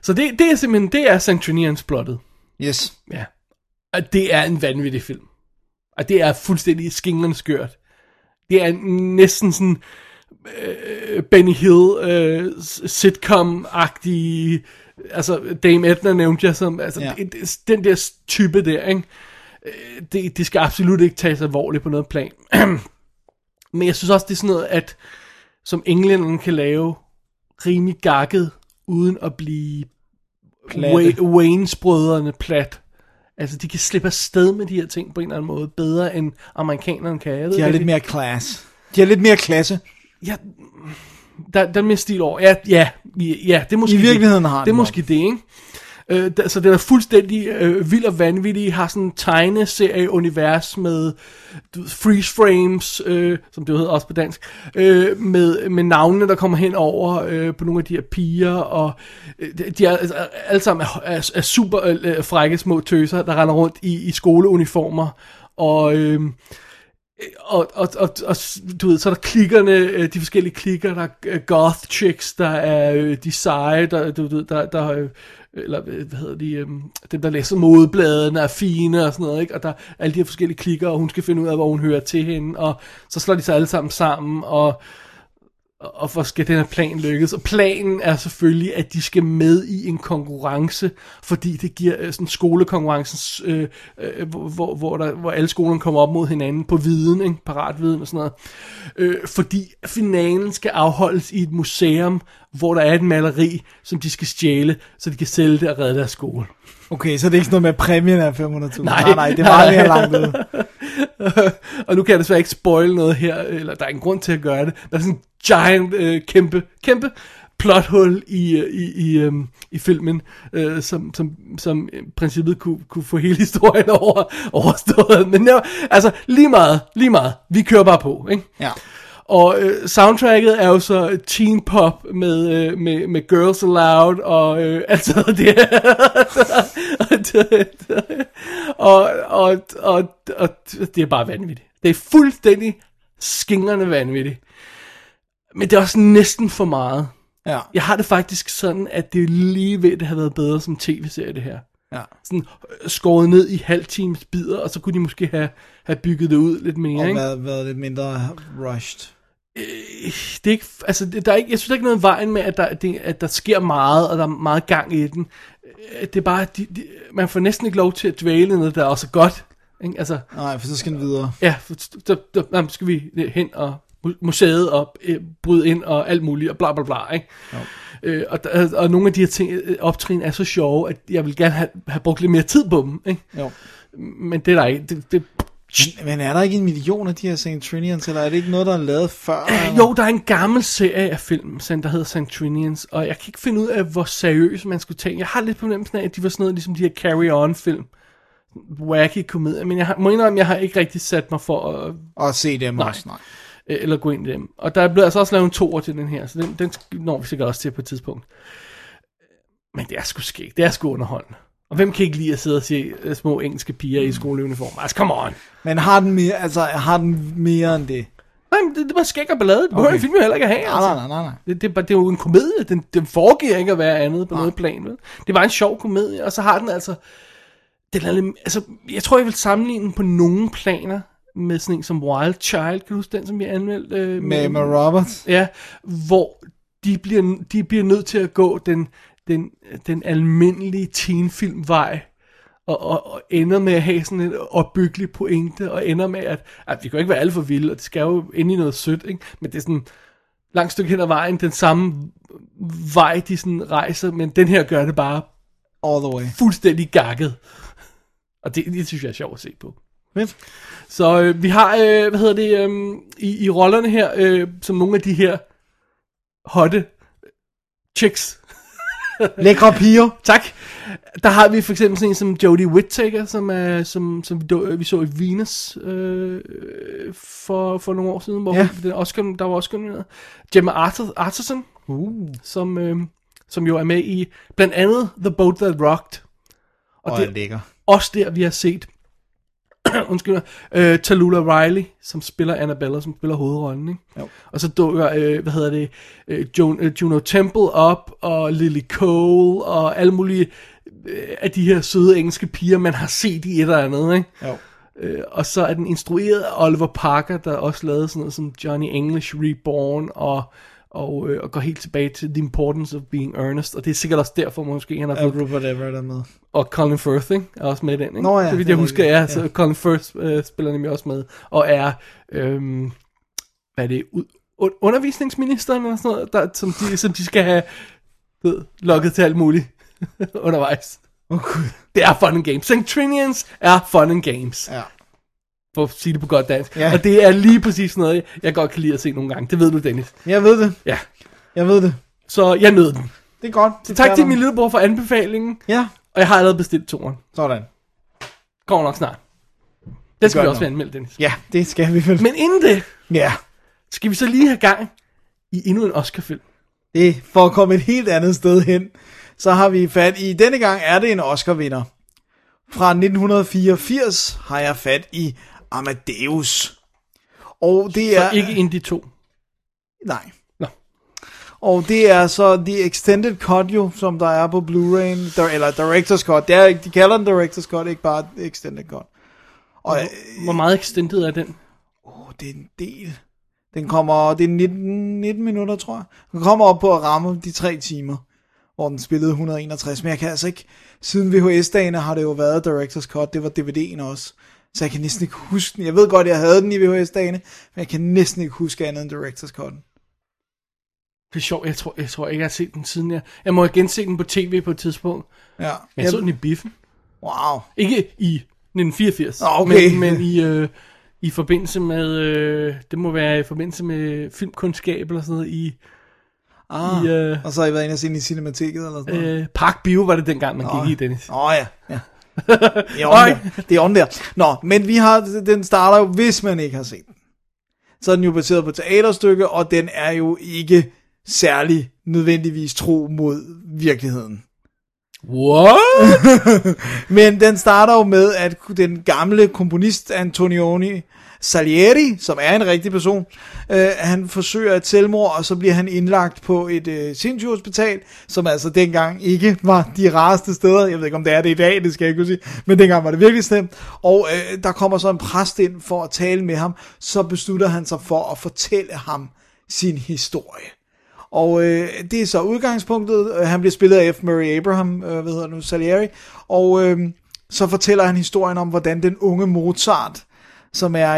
Så det er simpelthen, det er Centurions plottet. Yes. Ja. Og det er en vanvittig film. Og det er fuldstændig skingrende skørt. Det er næsten sådan Benny Hill sitcom-agtig, altså Dame Edna nævnte jeg som, altså den der type der, ikke? Det skal absolut ikke tages alvorligt på noget plan. Men jeg synes også, det er sådan noget, at som englænderne kan lave rimelig gakket, uden at blive Wayans-brødrene plat. Altså, de kan slippe afsted med de her ting på en eller anden måde, bedre end amerikanerne kan. De har lidt mere class. De har lidt mere klasse. Ja, der er mere stil over. Ja, det er måske i virkeligheden har det er måske det, ikke? Så det er fuldstændig vild og vanvittig, har sådan en tegneserie-univers med freeze frames, som det hedder også på dansk, med navnene, der kommer hen over på nogle af de her piger, og de er alle sammen er super frække små tøser, der render rundt i skoleuniformer, og du ved, så er der klikkerne, de forskellige klikker, der er goth chicks, der er de seje, der eller hvad hedder de, dem der læser modebladene er fine og sådan noget, ikke? Og der er alle de her forskellige klikker, og hun skal finde ud af, hvor hun hører til hende, og så slår de sig alle sammen, og hvor skal den her plan lykkes? Og planen er selvfølgelig, at de skal med i en konkurrence, fordi det giver sådan skolekonkurrencens, hvor alle skolerne kommer op mod hinanden på viden, ikke? Paratviden og sådan noget. Fordi finalen skal afholdes i et museum, hvor der er et maleri, som de skal stjæle, så de kan sælge det og redde deres skole. Okay, så det er ikke sådan noget med, at præmien er 500.000. Nej, det er meget mere langt ud. Og nu kan jeg desværre ikke spoil noget her, eller der er ingen grund til at gøre det. Der er sådan en giant, kæmpe plothul i filmen, som i princippet kunne få hele historien overstået. Men altså, lige meget. Vi kører bare på, ikke? Ja. Og soundtracket er jo så teen pop med Girls Aloud og alt det og det er bare vanvittigt. Det er fuldstændig skingrende vanvittigt. Men det er også næsten for meget. Ja. Jeg har det faktisk sådan, at det er lige ved, at det har været bedre som tv-serie, det her. Ja. Sådan skåret ned i halvtimes bidder, og så kunne de måske have bygget det ud lidt mere. Og været lidt mindre rushed. Det er ikke, altså, der er ikke, jeg synes der er ikke noget i vejen med, at der sker meget, og der er meget gang i den. Det er bare, man får næsten ikke lov til at dvæle noget, der er også godt. Ikke? Altså, nej, for så skal den videre. Ja, så skal vi hen og museet og bryde ind og alt muligt og bla bla bla, ikke? Og nogle af de her ting, optrin er så sjove, at jeg vil gerne have brugt lidt mere tid på dem, ikke? Jo. Men det er der ikke. Men er der ikke 1 million af de her Centurions, eller er det ikke noget, der er lavet før? Jo, der er en gammel serie af film, der hedder Centurions, og jeg kan ikke finde ud af, hvor seriøs man skulle tage. Jeg har lidt på fornemmelsen af, at de var sådan noget, ligesom de her carry-on-film. Wacky komedier, men jeg må indrømme, jeg har ikke rigtig sat mig for at se dem også, nej. Eller gå ind i dem. Og der er blevet altså også lavet en 2'er til den her, så den når vi sikkert også til på et tidspunkt. Men det er sgu skægt, det er sgu underholdende. Og hvem kan ikke lide at sidde og se små engelske piger i skoleuniform? Altså, come on! Men har den mere end det? Nej, det var skæg og ballade. Det behøver en film jo heller ikke at have. Altså. Nej. Det er jo en komedie. Den foregiver ikke at være andet på noget plan. Vel? Det var en sjov komedie, og så har den altså... jeg tror, jeg vil sammenligne den på nogle planer med sådan en som Wild Child. Kan du huske den, som vi anmeldte? Med Robert? Ja, hvor de bliver nødt til at gå den almindelige teenfilmvej, og ender med at have sådan en opbyggelig pointe, og ender med, at vi kan jo ikke være alt for vilde, og det skal jo ind i noget sødt, ikke? Men det er sådan langt stykke hen ad vejen, den samme vej, de sådan rejser, men den her gør det bare all the way. Fuldstændig gakket. Og det synes jeg er sjovt at se på. Fedt. Så vi har, i rollerne her, som nogle af de her hotte chicks. Lækre piger. Tak. Der har vi for eksempel sådan en som Jodie Whittaker, som vi så i Venus for nogle år siden, hvor der var Oscar nomineret. Gemma Arterton, som jo er med i blandt andet The Boat That Rocked. Og det er også der, vi har set undskyld, Tallulah Riley, som spiller Annabella, som spiller hovedrollen, ikke? Jo. Og så dukker, Juno Temple op, og Lily Cole, og alle mulige af de her søde engelske piger, man har set i et eller andet, ikke? Jo. Og så er den instrueret af Oliver Parker, der også lavede sådan noget som Johnny English Reborn, og går helt tilbage til The Importance of Being Earnest, og det er sikkert også derfor, måske han har fået... Rupert Everett er med. Og Colin Firth, ikke? Er også med i den, ikke? Nå ja. Så vidt jeg husker, så Colin Firth spiller nemlig også med, og er, hvad er det, undervisningsministeren eller sådan noget, som de skal have lukket til alt muligt undervejs. Okay. Det er fun and games. Centurions er fun and games. Ja. For at sige det på godt dansk. Ja. Og det er lige præcis noget, jeg godt kan lide at se nogle gange. Det ved du, Dennis. Jeg ved det. Ja. Jeg ved det. Så jeg nød den. Det er godt. Så tak til min lillebror for anbefalingen. Ja. Og jeg har allerede bestilt turen. Sådan. Kommer nok snart. Det skal vi også være anmeldt, Dennis. Ja, det skal vi vel. Men inden det, ja, skal vi så lige have gang i endnu en Oscar-film. Det for at komme et helt andet sted hen, så har vi fat i, denne gang er det en Oscar-vinder. Fra 1984 har jeg fat i Amadeus. Og det er... Så ikke Indie 2? Nej. Nå. Og det er så The Extended Cut jo, som der er på Blu-ray, eller Director's Cut. Det er, de kalder den Director's Cut, ikke bare Extended Cut. Og, hvor meget extended er den? Det er en del. Den kommer, det er 19 minutter, tror jeg. Den kommer op på at ramme de 3 timer, hvor den spillede 161. Men jeg kan altså ikke, siden VHS-dagene har det jo været Director's Cut, det var DVD'en også. Så jeg kan næsten ikke huske den. Jeg ved godt, jeg havde den i VHS-dagene, men jeg kan næsten ikke huske andet end Director's Cut'en. Det er sjovt, jeg tror ikke, jeg har set den siden jeg må have gense den på tv på et tidspunkt. Ja. Jeg så den i biffen. Wow. Ikke i 1984, okay. men i forbindelse med, det må være i forbindelse med filmkundskab eller sådan noget og så har I været inde og set den i Cinemateket eller sådan noget? Park Bio var det dengang, man gik i, Dennis. Ja. Det er on der. Nå, men vi har, den starter jo, hvis man ikke har set den. Så er den jo baseret på teaterstykke, og den er jo ikke særlig nødvendigvis tro mod virkeligheden. What? Men den starter jo med, at den gamle komponist Antonioni Salieri, som er en rigtig person, han forsøger et selvmord, og så bliver han indlagt på et sindssygehospital, som altså dengang ikke var de rareste steder. Jeg ved ikke, om det er det i dag, det skal jeg ikke kunne sige, men dengang var det virkelig slemt. Og der kommer så en præst ind for at tale med ham, så beslutter han sig for at fortælle ham sin historie. Og det er så udgangspunktet. Han bliver spillet af F. Murray Abraham, Salieri, og så fortæller han historien om, hvordan den unge Mozart, som er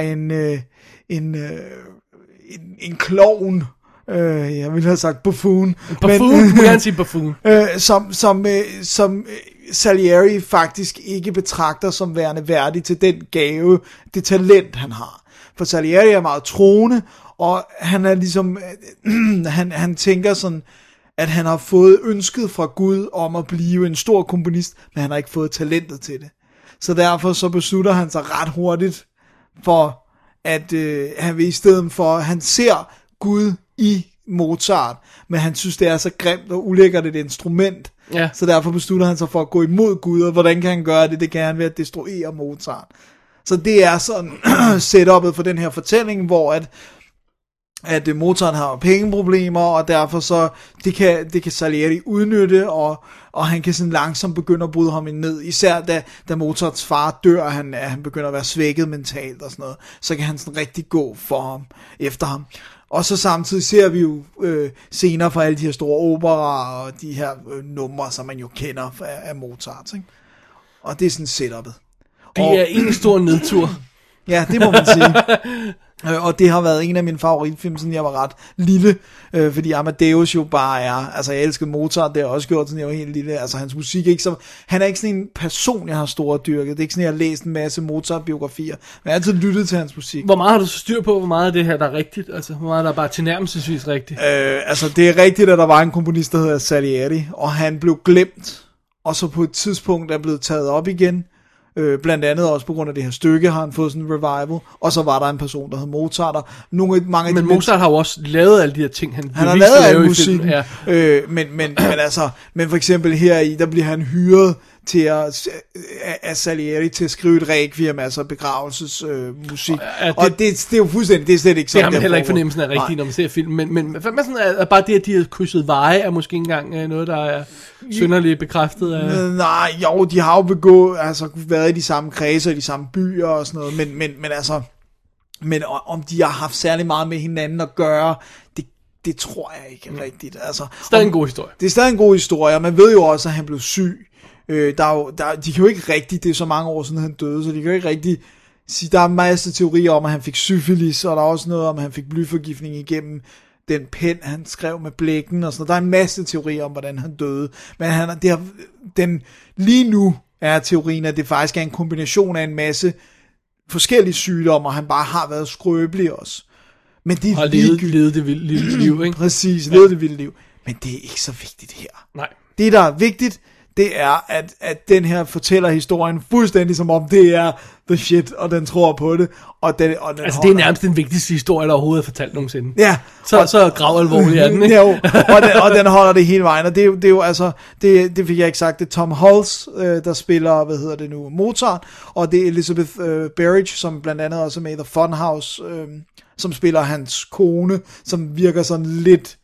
en klovn, jeg ville have sagt buffoon. Buffoon, må jeg sige buffoon. Som Salieri faktisk ikke betragter som værende værdig til den gave, det talent han har. For Salieri er meget troende, og han er ligesom, han tænker sådan, at han har fået ønsket fra Gud om at blive en stor komponist, men han har ikke fået talentet til det. Så derfor så beslutter han sig ret hurtigt for, at han vil i stedet for, han ser Gud i Mozart, men han synes, det er så grimt og ulækkert et instrument. Ja. Så derfor beslutter han sig for at gå imod Gud, og hvordan kan han gøre det? Det kan han ved at destruere Mozart. Så det er sådan setupet for den her fortælling, hvor at Mozart har pengeproblemer, og derfor så det kan Salieri udnytte, og han kan sådan langsomt begynde at bryde ham ned, især da Mozarts far dør, og han begynder at være svækket mentalt og sådan noget, så kan han sådan rigtig gå for ham, efter ham. Og så samtidig ser vi jo scener fra alle de her store operer, og de her numre, som man jo kender af Mozart, ikke? Og det er sådan setupet. Det er en stor nedtur. Ja, det må man sige. Og det har været en af mine favoritfilm, siden jeg var ret lille, fordi Amadeus jo bare er, altså jeg elskede Mozart, det har jeg også gjort, siden jeg var helt lille, altså hans musik er ikke så, han er ikke sådan en person, jeg har store dyrket, det er ikke sådan, jeg har læst en masse Mozart-biografier, men jeg har altid lyttet til hans musik. Hvor meget har du så styr på, hvor meget af det her, der er rigtigt, altså hvor meget der er bare tilnærmelsesvis rigtigt? Altså det er rigtigt, at der var en komponist, der hedder Salieri, og han blev glemt, og så på et tidspunkt er blevet taget op igen. Blandt andet også på grund af det her stykke har han fået sådan en revival, og så var der en person, der hed Mozart, og men Mozart har jo også lavet alle de her ting, han har lavet al musikken, ja. Men for eksempel her i, der bliver han hyret til af Salieri til at skrive et requiem, altså begravelsesmusik. Og det er jo fuldstændig, det er slet ikke sådan. Det har man heller ikke fornemmelsen af rigtigt, når man ser filmen. Men sådan er bare det, at de har krydset veje, er måske ikke engang noget, der er synderligt bekræftet af... Nej, jo, de har jo været i de samme kredser, i de samme byer og sådan noget, men om de har haft særlig meget med hinanden at gøre, det tror jeg ikke rigtigt. Altså, stadig en god historie. Det er stadig en god historie, og man ved jo også, at han blev syg. De kan jo ikke rigtigt, det er så mange år siden han døde, så de kan jo ikke rigtigt sige, der er en masse teorier om, at han fik syfilis, og der er også noget om, at han fik blyforgiftning igennem den pen, han skrev med blækken og sådan noget. Der er en masse teorier om, hvordan han døde. Men lige nu er teorien, at det faktisk er en kombination af en masse forskellige sygdomme, og han bare har været skrøbelig også. Men det er levet det vilde liv, ikke? Præcis, levet det vilde liv. Men det er ikke så vigtigt her. Nej. Det, der er vigtigt, det er, at den her fortæller historien fuldstændig som om det er the shit, og den tror på det. Og den altså, det er nærmest den vigtigste historie, der overhovedet er fortalt nogensinde. Ja. Så gravalvorlig er den, ikke? Jo, og den holder det hele vejen. Og det er jo altså, det fik jeg ikke sagt, det er Tom Hulce, der spiller, Mozart, og det er Elizabeth Berridge, som blandt andet også er med i The Funhouse, som spiller hans kone, som virker sådan lidt,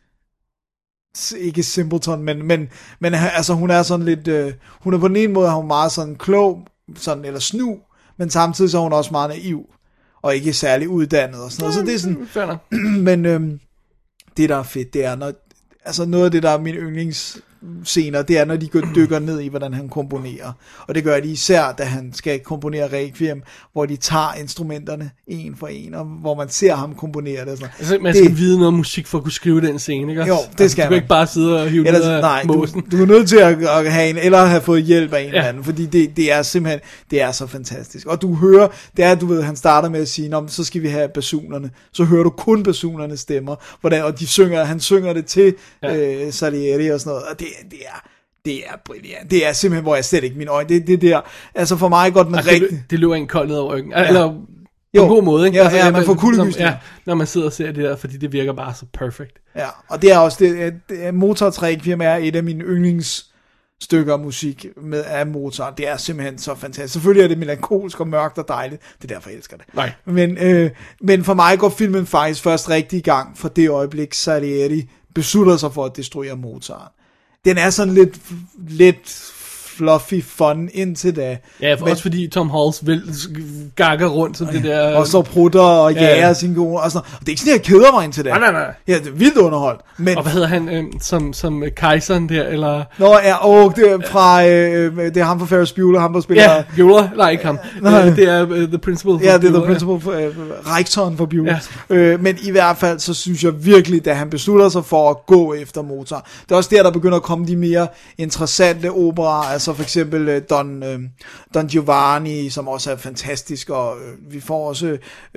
ikke simpleton, men altså hun er sådan lidt, hun er på den ene måde, hun er meget sådan klog, sådan, eller snu, men samtidig så er hun også meget naiv, og ikke særlig uddannet og sådan noget, så det er sådan, men det der er fedt, det er, noget af det der er min yndlingsscener, det er, når de dykker ned i, hvordan han komponerer, og det gør de især, da han skal komponere Requiem, hvor de tager instrumenterne en for en, og hvor man ser ham komponere det. Altså, man skal vide noget musik for at kunne skrive den scene, ikke? Jo, det skal man. Du kan ikke bare sidde og hive ned af måsen. Du er nødt til at have en, eller have fået hjælp af en eller anden, fordi det er simpelthen, det er så fantastisk. Og du hører, det er, du ved, han starter med at sige, så skal vi have basunerne, så hører du kun basunernes stemmer, og han synger det til Salieri og sådan noget, og det er brilliant. Det er simpelthen, hvor jeg slet ikke mine øjne. Det der, altså for mig går den rigtigt. Det løber en kold ned over ryggen. Eller på en god måde, ikke? Ja, man får kuldegysninger. Ja, når man sidder og ser det der, fordi det virker bare så perfekt. Ja, og det er også Mozarts Requiem er et af mine yndlingsstykker musik af Mozart. Det er simpelthen så fantastisk. Selvfølgelig er det melankolsk og mørkt og dejligt. Det er derfor, jeg elsker det. Nej. Men for mig går filmen faktisk først rigtig i gang for det øjeblik, Salieri beslutter sig for at destruere Mozart. Den er sådan lidt fluffy fun indtil da. Ja, også fordi Tom Hulce gakker rundt som det der... Og så prutter og jager sin gode og sådan noget. Det er ikke sådan, jeg keder mig indtil da. Nej. Ja, det er vildt underholdt. Men... Og hvad hedder han som kejseren der, eller... Nå, ja, det er fra... det er ham fra Ferris Bueller, ham der spiller... Ja, Bueller, nej ikke ham. Det er The Principal. Ja, det er The Principal, Reichton for Bueller. Ja. Men i hvert fald, så synes jeg virkelig, da han beslutter sig for at gå efter Mozart. Det er også der begynder at komme de mere interessante operaer, altså for eksempel Don Giovanni, som også er fantastisk, og vi får også, nu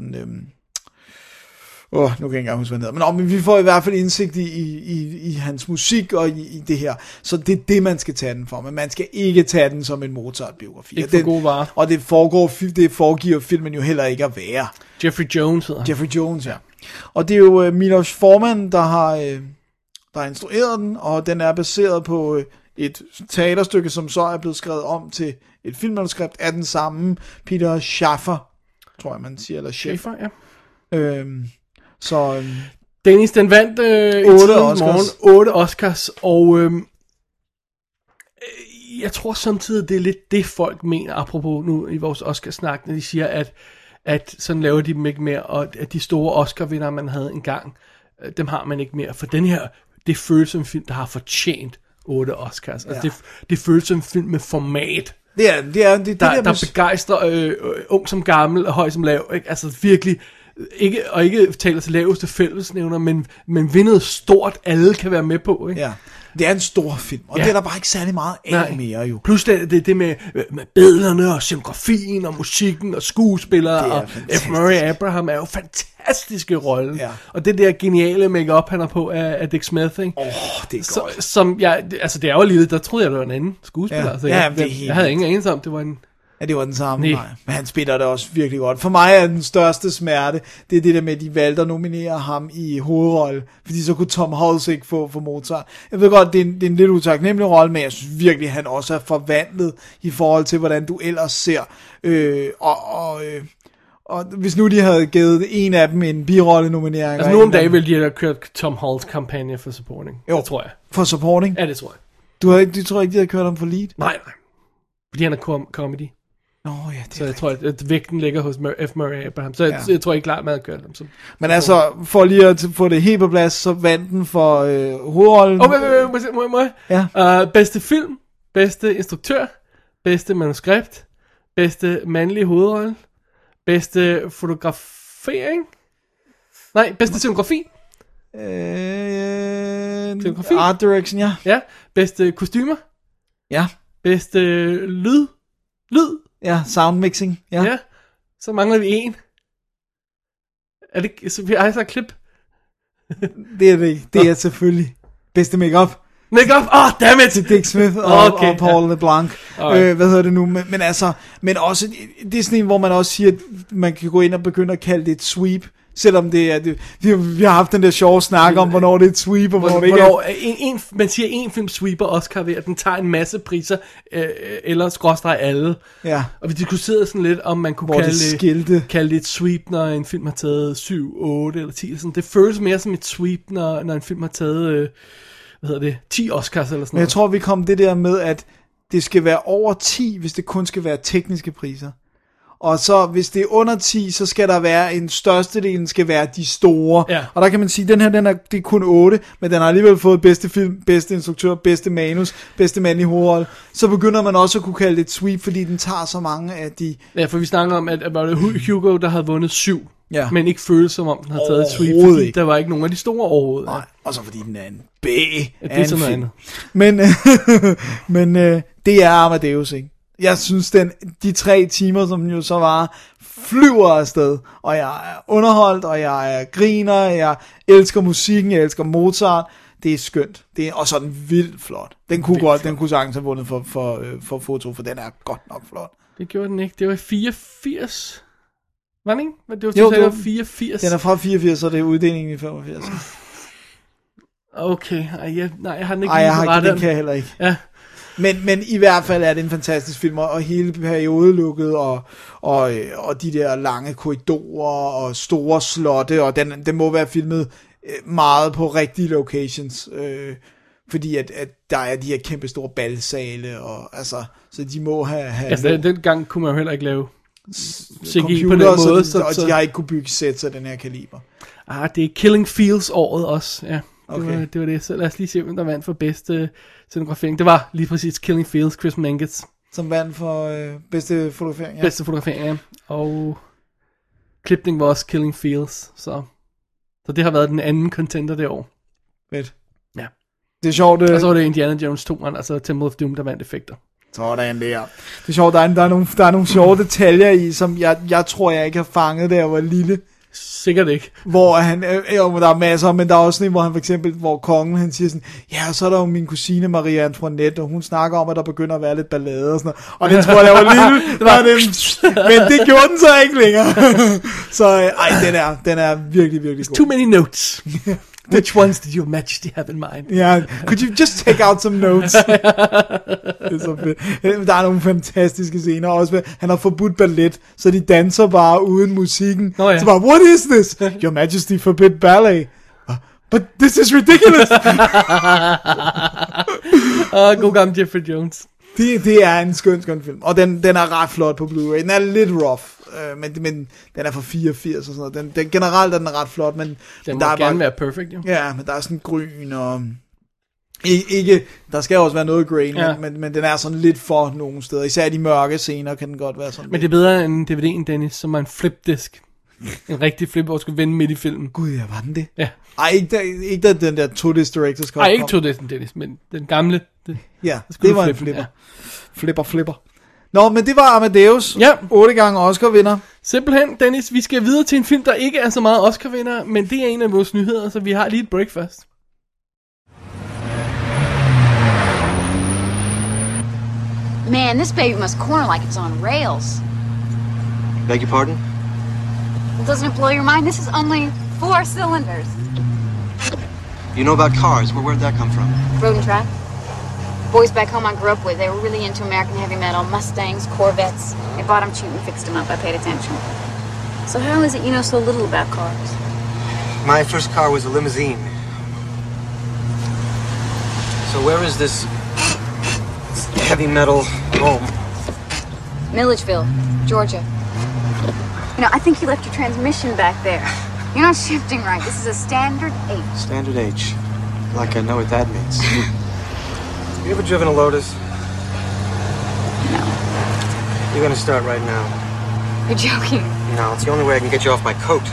kan jeg ikke engang huske, hvad den hedder, men vi får i hvert fald indsigt i hans musik og i det her, så det er det, man skal tage den for, men man skal ikke tage den som en Mozart-biografi. Ikke for god vare. Og det foregiver filmen jo heller ikke at være. Jeffrey Jones hedder han. Jeffrey Jones, ja. Og det er jo Milos Forman, der har instrueret den, og den er baseret på et teaterstykke, som så er blevet skrevet om til et filmmanuskript af den samme Peter Schaffer, tror jeg man siger, eller Schaffer, ja. Dennis, den vandt 8 Oscars, og jeg tror samtidig, det er lidt det, folk mener, apropos nu i vores Oscarsnak, når de siger, at sådan laver de dem ikke mere, og at de store Oscar-vinder, man havde engang, dem har man ikke mere, for den her, det føles som en film, der har fortjent 8 Oscars. Altså det føles som en film med format. Der begejstrer ung som gammel og høj som lav. Ikke? Altså virkelig, ikke taler til laveste fællesnævner, men vindet stort, alle kan være med på. Ikke? Ja. Det er en stor film, og det er der bare ikke særlig meget af mere jo. Plus det med billederne og scenografien og musikken og skuespillere og F. Murray Abraham er jo fantastiske rolle. Ja. Og det der geniale make-up han er på af Dick Smith, ikke? Det er godt. Som jeg, altså det er jo lille, der troede jeg det var en anden skuespiller. Ja. Altså, jeg havde ingen anelse om det var en Ja, det var den samme. Nej. Men han spiller det også virkelig godt. For mig er den største smerte, det er det der med, at de valgte at nominere ham i hovedrolle, fordi så kunne Tom Hulce ikke få for Mozart. Jeg ved godt, det er en lidt utaknemmelig rolle, men jeg synes virkelig, han også er forvandlet i forhold til, hvordan du ellers ser. Og hvis nu de havde givet en af dem en birolle-nominering... Altså nogle dage ville de have kørt Tom Hulce kampagne for supporting. Jo, det tror jeg. For supporting? Ja, det tror jeg. Du tror ikke, de havde kørt ham for lead? Nej. Fordi han er comedy. Nå ja, det så jeg tror, at vægten ligger hos F. Murray Abraham. Så jeg tror ikke klart, man havde kørt ham som... Men altså, for lige at få det helt på plads, så vandt den for hovedrollen... Må jeg? Ja. Bedste film, bedste instruktør, bedste manuskript, bedste mandlige hovedrolle, bedste fotografering. Nej, bedste scenografi. Scenografi. Art direction, ja. Ja, bedste kostymer. Ja. Bedste lyd. Ja, sound mixing. Ja. Så mangler vi en. Er det så vi har så et klip? Det er det ikke. Det er selvfølgelig bedste make-up. Make-up? Damn it! Til Dick Smith og Paul LeBlanc. Hvad hedder det nu? Men også, det er sådan en, hvor man også siger, at man kan gå ind og begynde at kalde det et sweep. Selvom det er vi har haft den der sjove snak om, hvornår det er et sweep, og hvornår det ikke er. Man siger, en film sweeper Oscar ved, at den tager en masse priser, eller skråstreg alle. Ja. Og vi diskuterede sådan lidt, om man kunne kalde det et sweep, når en film har taget 7, 8 eller 10. Sådan. Det føles mere som et sweep, når en film har taget 10 Oscars eller sådan noget. Men jeg tror, vi kom det der med, at det skal være over 10, hvis det kun skal være tekniske priser. Og så hvis det er under 10, så skal der være en størstedelen skal være de store. Ja. Og der kan man sige, at det er kun 8, men den har alligevel fået bedste film, bedste instruktør, bedste manus, bedste mand i hovedrolle. Så begynder man også at kunne kalde det et sweep, fordi den tager så mange af de... Ja, for vi snakker om, at var det Hugo, der havde vundet 7, men ikke føles som om den havde taget et sweep, fordi der var ikke nogen af de store overhovedet. Nej, og så fordi den er en B af en film. Men det er Amadeus, ikke? Jeg synes, de 3 timer, som den jo så var, flyver afsted. Og jeg er underholdt, og jeg er griner, jeg elsker musikken, jeg elsker Mozart. Det er skønt. Det er, og så den vildt flot. Den kunne sagtens have vundet for foto, for den er godt nok flot. Det gjorde den ikke. Det var 84. Var den ikke? Det var 84. Den er fra 84, så det er uddelingen i 85. Okay. Jeg har den ikke den kan jeg heller ikke. Ja. Men i hvert fald er det en fantastisk film, og hele periodelukket, og de der lange korridorer, og store slotte, og den må være filmet meget på rigtige locations, fordi at der er de her kæmpe store balsale, og altså, så de må have altså den gang kunne man jo heller ikke lave CGI computer, på den måde, så de har ikke kunne bygge sets af den her kaliber. Det er Killing Fields året også, ja. Okay. Det var det. Så lad os lige se, hvem der vandt for bedste scenografering. Det var lige præcis Killing Fields, Chris Mangetz. Som vandt for bedste fotografering, ja. Bedste fotografering, ja. Og klipning var også Killing Fields. Så det har været den anden contender det år. Fedt. Ja. Det er sjovt. Og så var det Indiana Jones 2, altså Temple of Doom, der vandt effekter. Sådan der. Det er sjovt, der er nogle sjove detaljer i, som jeg tror, jeg ikke har fanget, da jeg var lille. Sikkert ikke. Hvor han, der er masser, men der er også sådan en, hvor han for eksempel, hvor kongen, han siger sådan, ja, så er der jo min kusine Marie Antoinette, og hun snakker om, at der begynder at være lidt ballade og sådan noget. Og den tror jeg var lille, men det gjorde den så ikke længere. Så den er virkelig, virkelig god. Too many notes. Which ones did your majesty have in mind? Yeah, could you just take out some notes? Det er så fedt. Der er nogle fantastiske scener også. Han har forbudt ballet, så de danser bare uden musikken. Så bare, what is this? Your majesty forbid ballet. But this is ridiculous. God gammel Jeffrey Jones. Det er en skøn film. Og den er ret flot på Blu-ray. Den er lidt rough, men den er fra 84 og sådan noget. Den generelt er den ret flot, men den der må er gerne være perfekt, jo. Ja, men der er sådan grøn og ikke, der skal også være noget grain, men den er sådan lidt for nogle steder. Især de mørke scener kan den godt være sådan. Men det er bedre end DVD'en, Dennis, som er en flipdisk. En rigtig flip, hvor du skal vende midt i filmen. Gud, ja, var den det? Ja. Ej, ikke den der 2-disc director's cut. Nej, ikke 2-disc, Dennis, men den gamle. Det var en flipper. Ja. Flipper. Nå, men det var Amadeus. Ja. 8 gange Oscar-vinder. Simpelthen, Dennis, vi skal videre til en film, der ikke er så meget Oscar-vinder, men det er en af vores nyheder, så vi har lige et break først. May Man, this baby must corner like it's on rails. Beg your pardon? Well, doesn't it blow your mind? This is only 4 cylinders. You know about cars. Where'd that come from? Road and track. Boys back home I grew up with, they were really into American heavy metal. Mustangs, Corvettes. They bought them cheap and fixed them up. I paid attention. So how is it you know so little about cars? My first car was a limousine. So where is this heavy metal home? Milledgeville, Georgia. You know, I think you left your transmission back there. You're not shifting right. This is a standard H. Standard H. Like I know what that means. You ever driven a Lotus? No. You're gonna start right now. You're joking. No, it's the only way I can get you off my coat.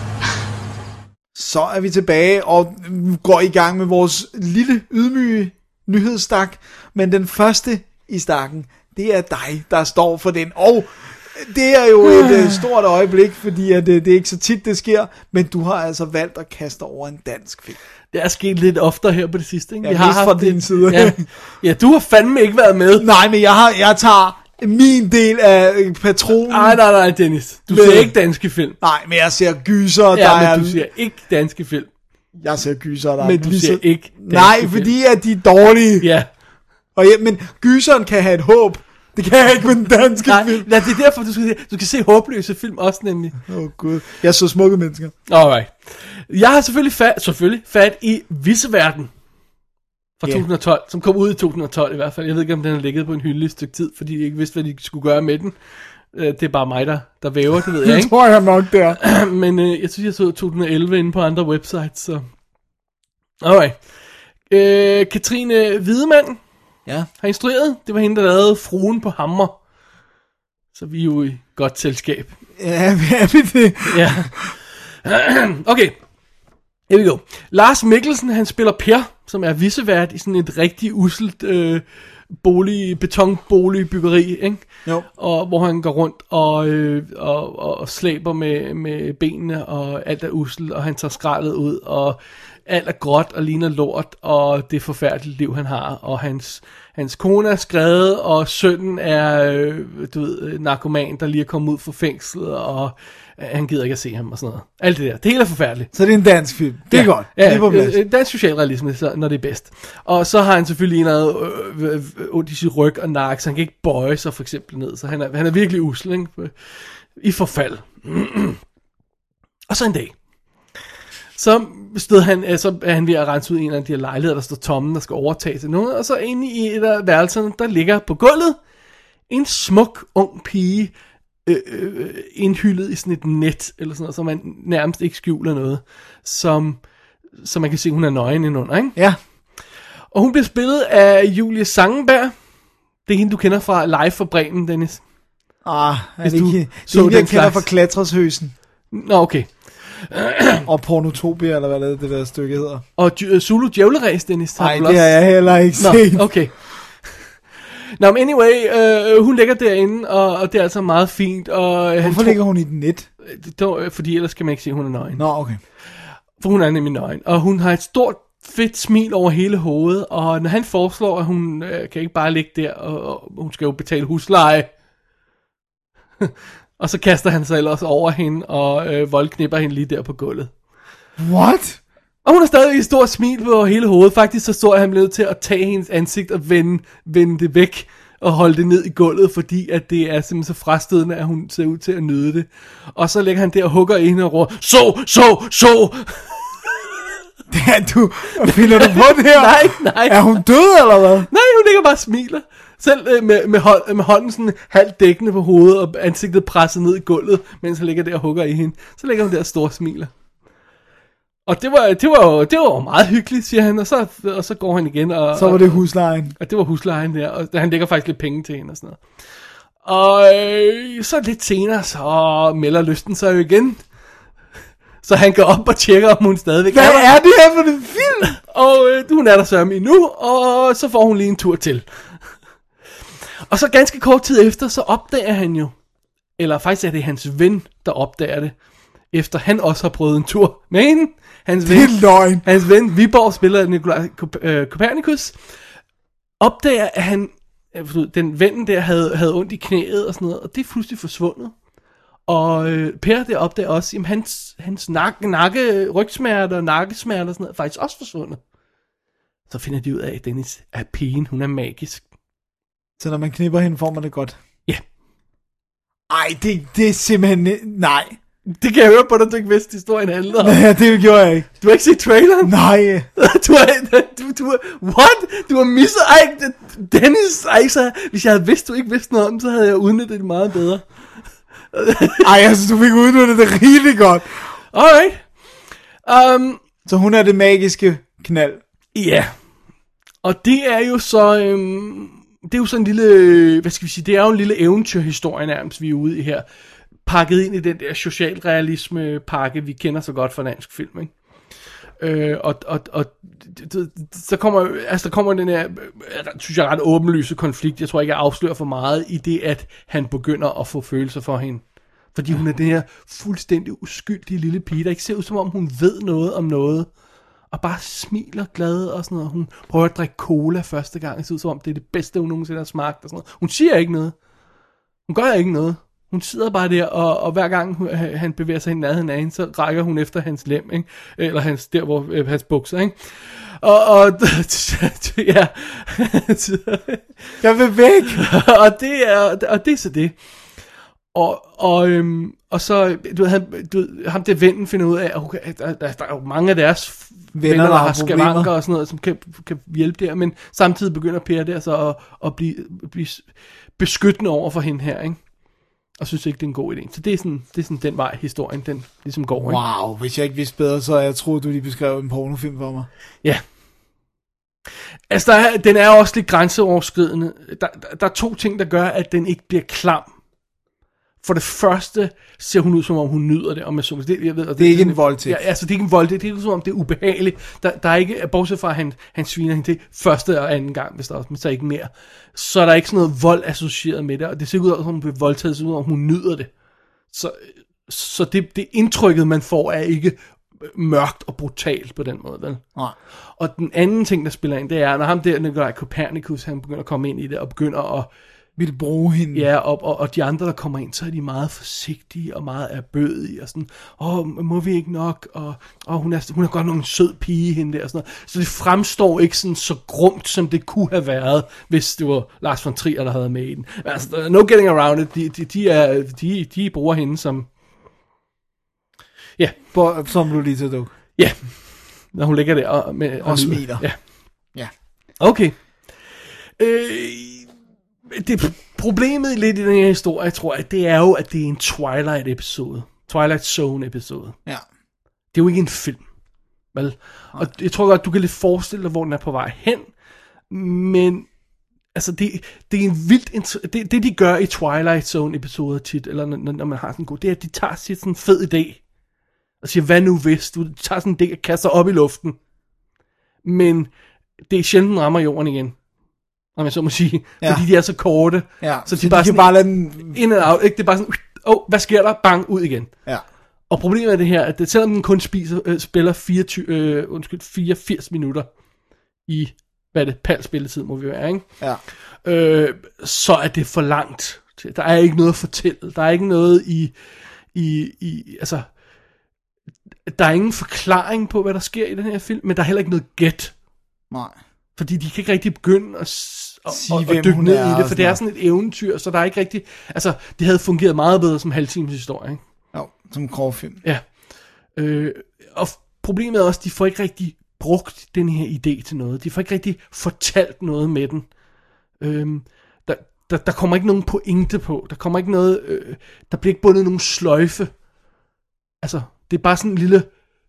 Så er vi tilbage og går i gang med vores lille ydmyge nyhedsstak. Men den første i stakken, det er dig, der står for den. Og det er jo et stort øjeblik, fordi at det er ikke så tit, det sker. Men du har altså valgt at kaste over en dansk film. Det er sket lidt oftere her på det sidste, ikke? Jeg har haft fra din side. Ja, du har fandme ikke været med. Nej, men jeg tager min del af patronen. Nej, Dennis. Du ser ikke danske film. Nej, men jeg ser gyser, ja, der men er... du ser ikke danske film. Jeg ser gyser, der men du ser ikke danske Nej, film. fordi at de er dårlige. Ja. Men gyseren kan have et håb. Det kan jeg ikke med den danske film. Nej, det er derfor, du skal se håbløse film også, nemlig. Gud. Jeg så smukke mennesker. Alright. Jeg har selvfølgelig fat i Visseverden fra 2012, som kom ud i 2012 i hvert fald. Jeg ved ikke, om den har ligget på en hylde i et stykke tid, fordi de ikke vidste, hvad de skulle gøre med den. Det er bare mig, der væver, det ved jeg ikke. Det tror jeg nok der. Men jeg synes, jeg så 2011 inde på andre websites, så... Alright. Katrine Wiedemann har instrueret. Det var hende, der lavede Fruen på Hammer. Så vi er jo i godt selskab. Ja, er vi det? Ja. Okay. Here we go. Lars Mikkelsen, han spiller Per, som er vicevært i sådan et rigtig usselt betonboligbyggeri, ikke? Jo. Og hvor han går rundt og slæber med benene, og alt er usselt, og han tager skraldet ud, og alt er gråt og ligner lort, og det forfærdelige liv, han har, og hans kone er skrevet, og sønnen er, narkoman, der lige er kommet ud fra fængslet, og han gider ikke at se ham, og sådan noget. Alt det der. Det hele er forfærdeligt. Så det er en dansk film. Det er godt. Ja, dansk socialrealisme, når det er bedst. Og så har han selvfølgelig noget ondt i sin ryg og nakke, så han kan ikke bøje sig for eksempel ned, så han er virkelig usel, ikke? I forfald. Og så en dag, så er han ved at rense ud en af de her lejligheder, der står tomme, der skal overtage til noget, og så inde i et af værelserne, der ligger på gulvet en smuk ung pige, indhyllet i sådan et net, eller sådan noget, så man nærmest ikke skjuler noget, så man kan se, hun er nøgen indunder, ikke? Ja. Og hun bliver spillet af Julie Sangenberg. Det er hende, du kender fra Live fra Bremen, Dennis. Er det ikke hende, jeg kender fra Klatreshøsen? Nå, okay. Og Pornotopia, eller hvad det der stykke hedder. Og Zulu Djævleræs, Dennis. Nej, det har jeg heller ikke set. Okay. Nå, men anyway, hun ligger derinde, og det er altså meget fint. Og hvorfor ligger hun i den net? Fordi ellers kan man ikke se, at hun er nøgen. Nå, okay. For hun er nemlig nøgen. Og hun har et stort, fedt smil over hele hovedet. Og når han foreslår, at hun kan ikke bare ligge der, og hun skal jo betale husleje. Og så kaster han sig ellers over hende, og voldknipper hende lige der på gulvet. What? Og hun har stadig et stort smil over hele hovedet. Faktisk så står han blevet til at tage hendes ansigt og vende det væk og holde det ned i gulvet, fordi at det er simpelthen så frastødende, at hun ser ud til at nyde det. Og så lægger han der og hugger i hende og råber, så! Du finder du på det her? Nej. Er hun død, eller hvad? Nej, hun ligger bare og smiler. Selv med hånden sådan halvt dækkende på hovedet, og ansigtet presset ned i gulvet, mens han ligger der og hugger i hende. Så ligger hun der og store smiler. Og det var meget hyggeligt, siger han, og så går han igen. Så var det huslejen. Og det var huslejen der, og han lægger faktisk lidt penge til hende og sådan noget. Og så lidt senere, så melder lysten sig jo igen. Så han går op og tjekker, om hun stadigvæk Hvad er det her for en film? Og hun er der sørme endnu, og så får hun lige en tur til. Og så ganske kort tid efter, så opdager han jo, eller faktisk er det hans ven, der opdager det, efter han også har prøvet en tur med hende. Hans ven, Viborg, spiller Nikolaj Kopernikus, opdager, at han den vennen der havde ondt i knæet og sådan noget, og det er fuldstændig forsvundet. Og Per der opdager også, at hans rygsmerter og nakkesmerter og sådan noget, er faktisk også forsvundet. Så finder de ud af, at Dennis er pigen, hun er magisk. Så når man knipper hende, får man det godt? Ja. Ej, det er simpelthen... Nej. Det kan jeg høre på dig, du ikke vidste, historien handlede om. Nej, det gjorde jeg ikke. Du har ikke set traileren? Nej. What? Du har misset... Ej, Dennis, så hvis jeg havde vidst, du ikke vidste noget om, så havde jeg udnyttet det meget bedre. Ej, altså, du fik udnyttet det rigtig godt. Alright. Så hun er det magiske knald. Ja. Og det er jo så... det er jo sådan en lille... Hvad skal vi sige? Det er jo en lille eventyrhistorie nærmest, vi er ude i her. Pakket ind i den der socialrealisme pakke, vi kender så godt fra dansk film, ikke? Så der kommer den her, synes jeg, ret åbenlyse konflikt. Jeg tror ikke, jeg afslører for meget i det, at han begynder at få følelser for hende. Fordi hun er den her fuldstændig uskyldige lille pige, der ikke ser ud som om hun ved noget om noget. Og bare smiler glad og sådan noget. Hun prøver at drikke cola første gang. Det ser ud som om, det er det bedste, hun nogensinde har smagt. Og sådan noget. Hun siger ikke noget. Hun gør ikke noget. Hun sidder bare der, og hver gang han bevæger sig i nærheden af hende, så rækker hun efter hans lem, ikke? Eller der, hvor hans bukser, ikke? Ja. Jeg vil væk! og det er så det. Og så, ham der vennen finder ud af, at okay, der er jo mange af deres venner, der har skavanker og sådan noget, som kan hjælpe der, men samtidig begynder Per der så at blive beskyttende over for hende her, ikke? Og synes ikke, det er en god idé. Så det er sådan den vej, historien den ligesom går. Ikke? Wow, hvis jeg ikke vidste bedre, så jeg troede, du lige beskrev en pornofilm for mig. Ja. Altså, den er også lidt grænseoverskridende. Der er to ting, der gør, at den ikke bliver klam. For det første ser hun ud, som om hun nyder det. Og så, jeg ved, det er ikke en voldtægt. Ja, altså, det er ikke en voldtægt. Det er som om, det er ubehageligt. Der er ikke, bortset fra, at han sviner hende til første og anden gang, hvis der også, men så ikke mere. Så er der ikke sådan noget vold associeret med det. Og det ser ud som om, hun bliver voldtaget, det ser ud som om, hun nyder det. Så det indtrykket, man får, er ikke mørkt og brutalt på den måde, vel? Nej. Og den anden ting, der spiller ind, det er, når ham der, Nikolaj Kopernikus, han begynder at komme ind i det, og begynder at vil bruge hende. Ja, og de andre, der kommer ind, så er de meget forsigtige og meget erbødige, og sådan, må vi ikke nok, og hun er godt nok en sød pige, hende der, og sådan noget. Så det fremstår ikke sådan så grumt, som det kunne have været, hvis det var Lars von Trier, der havde med i den. Altså, no getting around it, de bruger hende som, ja. Som Lolita Duk. Ja, når hun ligger der og smiler. Ja. Okay. Det problemet lidt i den her historie, tror jeg, det er jo, at det er en Twilight Zone episode. Ja. Det er jo ikke en film, vel? Og jeg tror godt, du kan lidt forestille dig, hvor den er på vej hen, men altså, det er en vildt, det de gør i Twilight Zone episoder tit, eller når man har sådan en god, det er, at de tager sådan en fed idé, og siger, hvad nu hvis, du tager sådan en idé og kaster op i luften, men det er sjældent rammer jorden igen. Om jeg så må sige, fordi de er så korte, så de bare kan bare lade den in and out, ikke? Det er bare sådan, hvad sker der? Bang, ud igen. Ja. Og problemet er det her, at selvom den kun spiller 84 minutter i, hvad er det, PAL-spilletid må vi være, ikke? Ja. Så er det for langt. Der er ikke noget at fortælle. Der er ikke noget altså, der er ingen forklaring på, hvad der sker i den her film, men der er heller ikke noget gæt. Nej. Fordi de kan ikke rigtig begynde at dykke ned i det, for det er sådan et eventyr, så der er ikke rigtig, altså, det havde fungeret meget bedre som halvtimes historie, ikke? Jo, som krogfilm. Ja. Og problemet er også, de får ikke rigtig brugt den her idé til noget. De får ikke rigtig fortalt noget med den. Der kommer ikke nogen pointe på. Der kommer ikke noget, der bliver ikke bundet nogen sløjfe. Altså, det er bare sådan en lille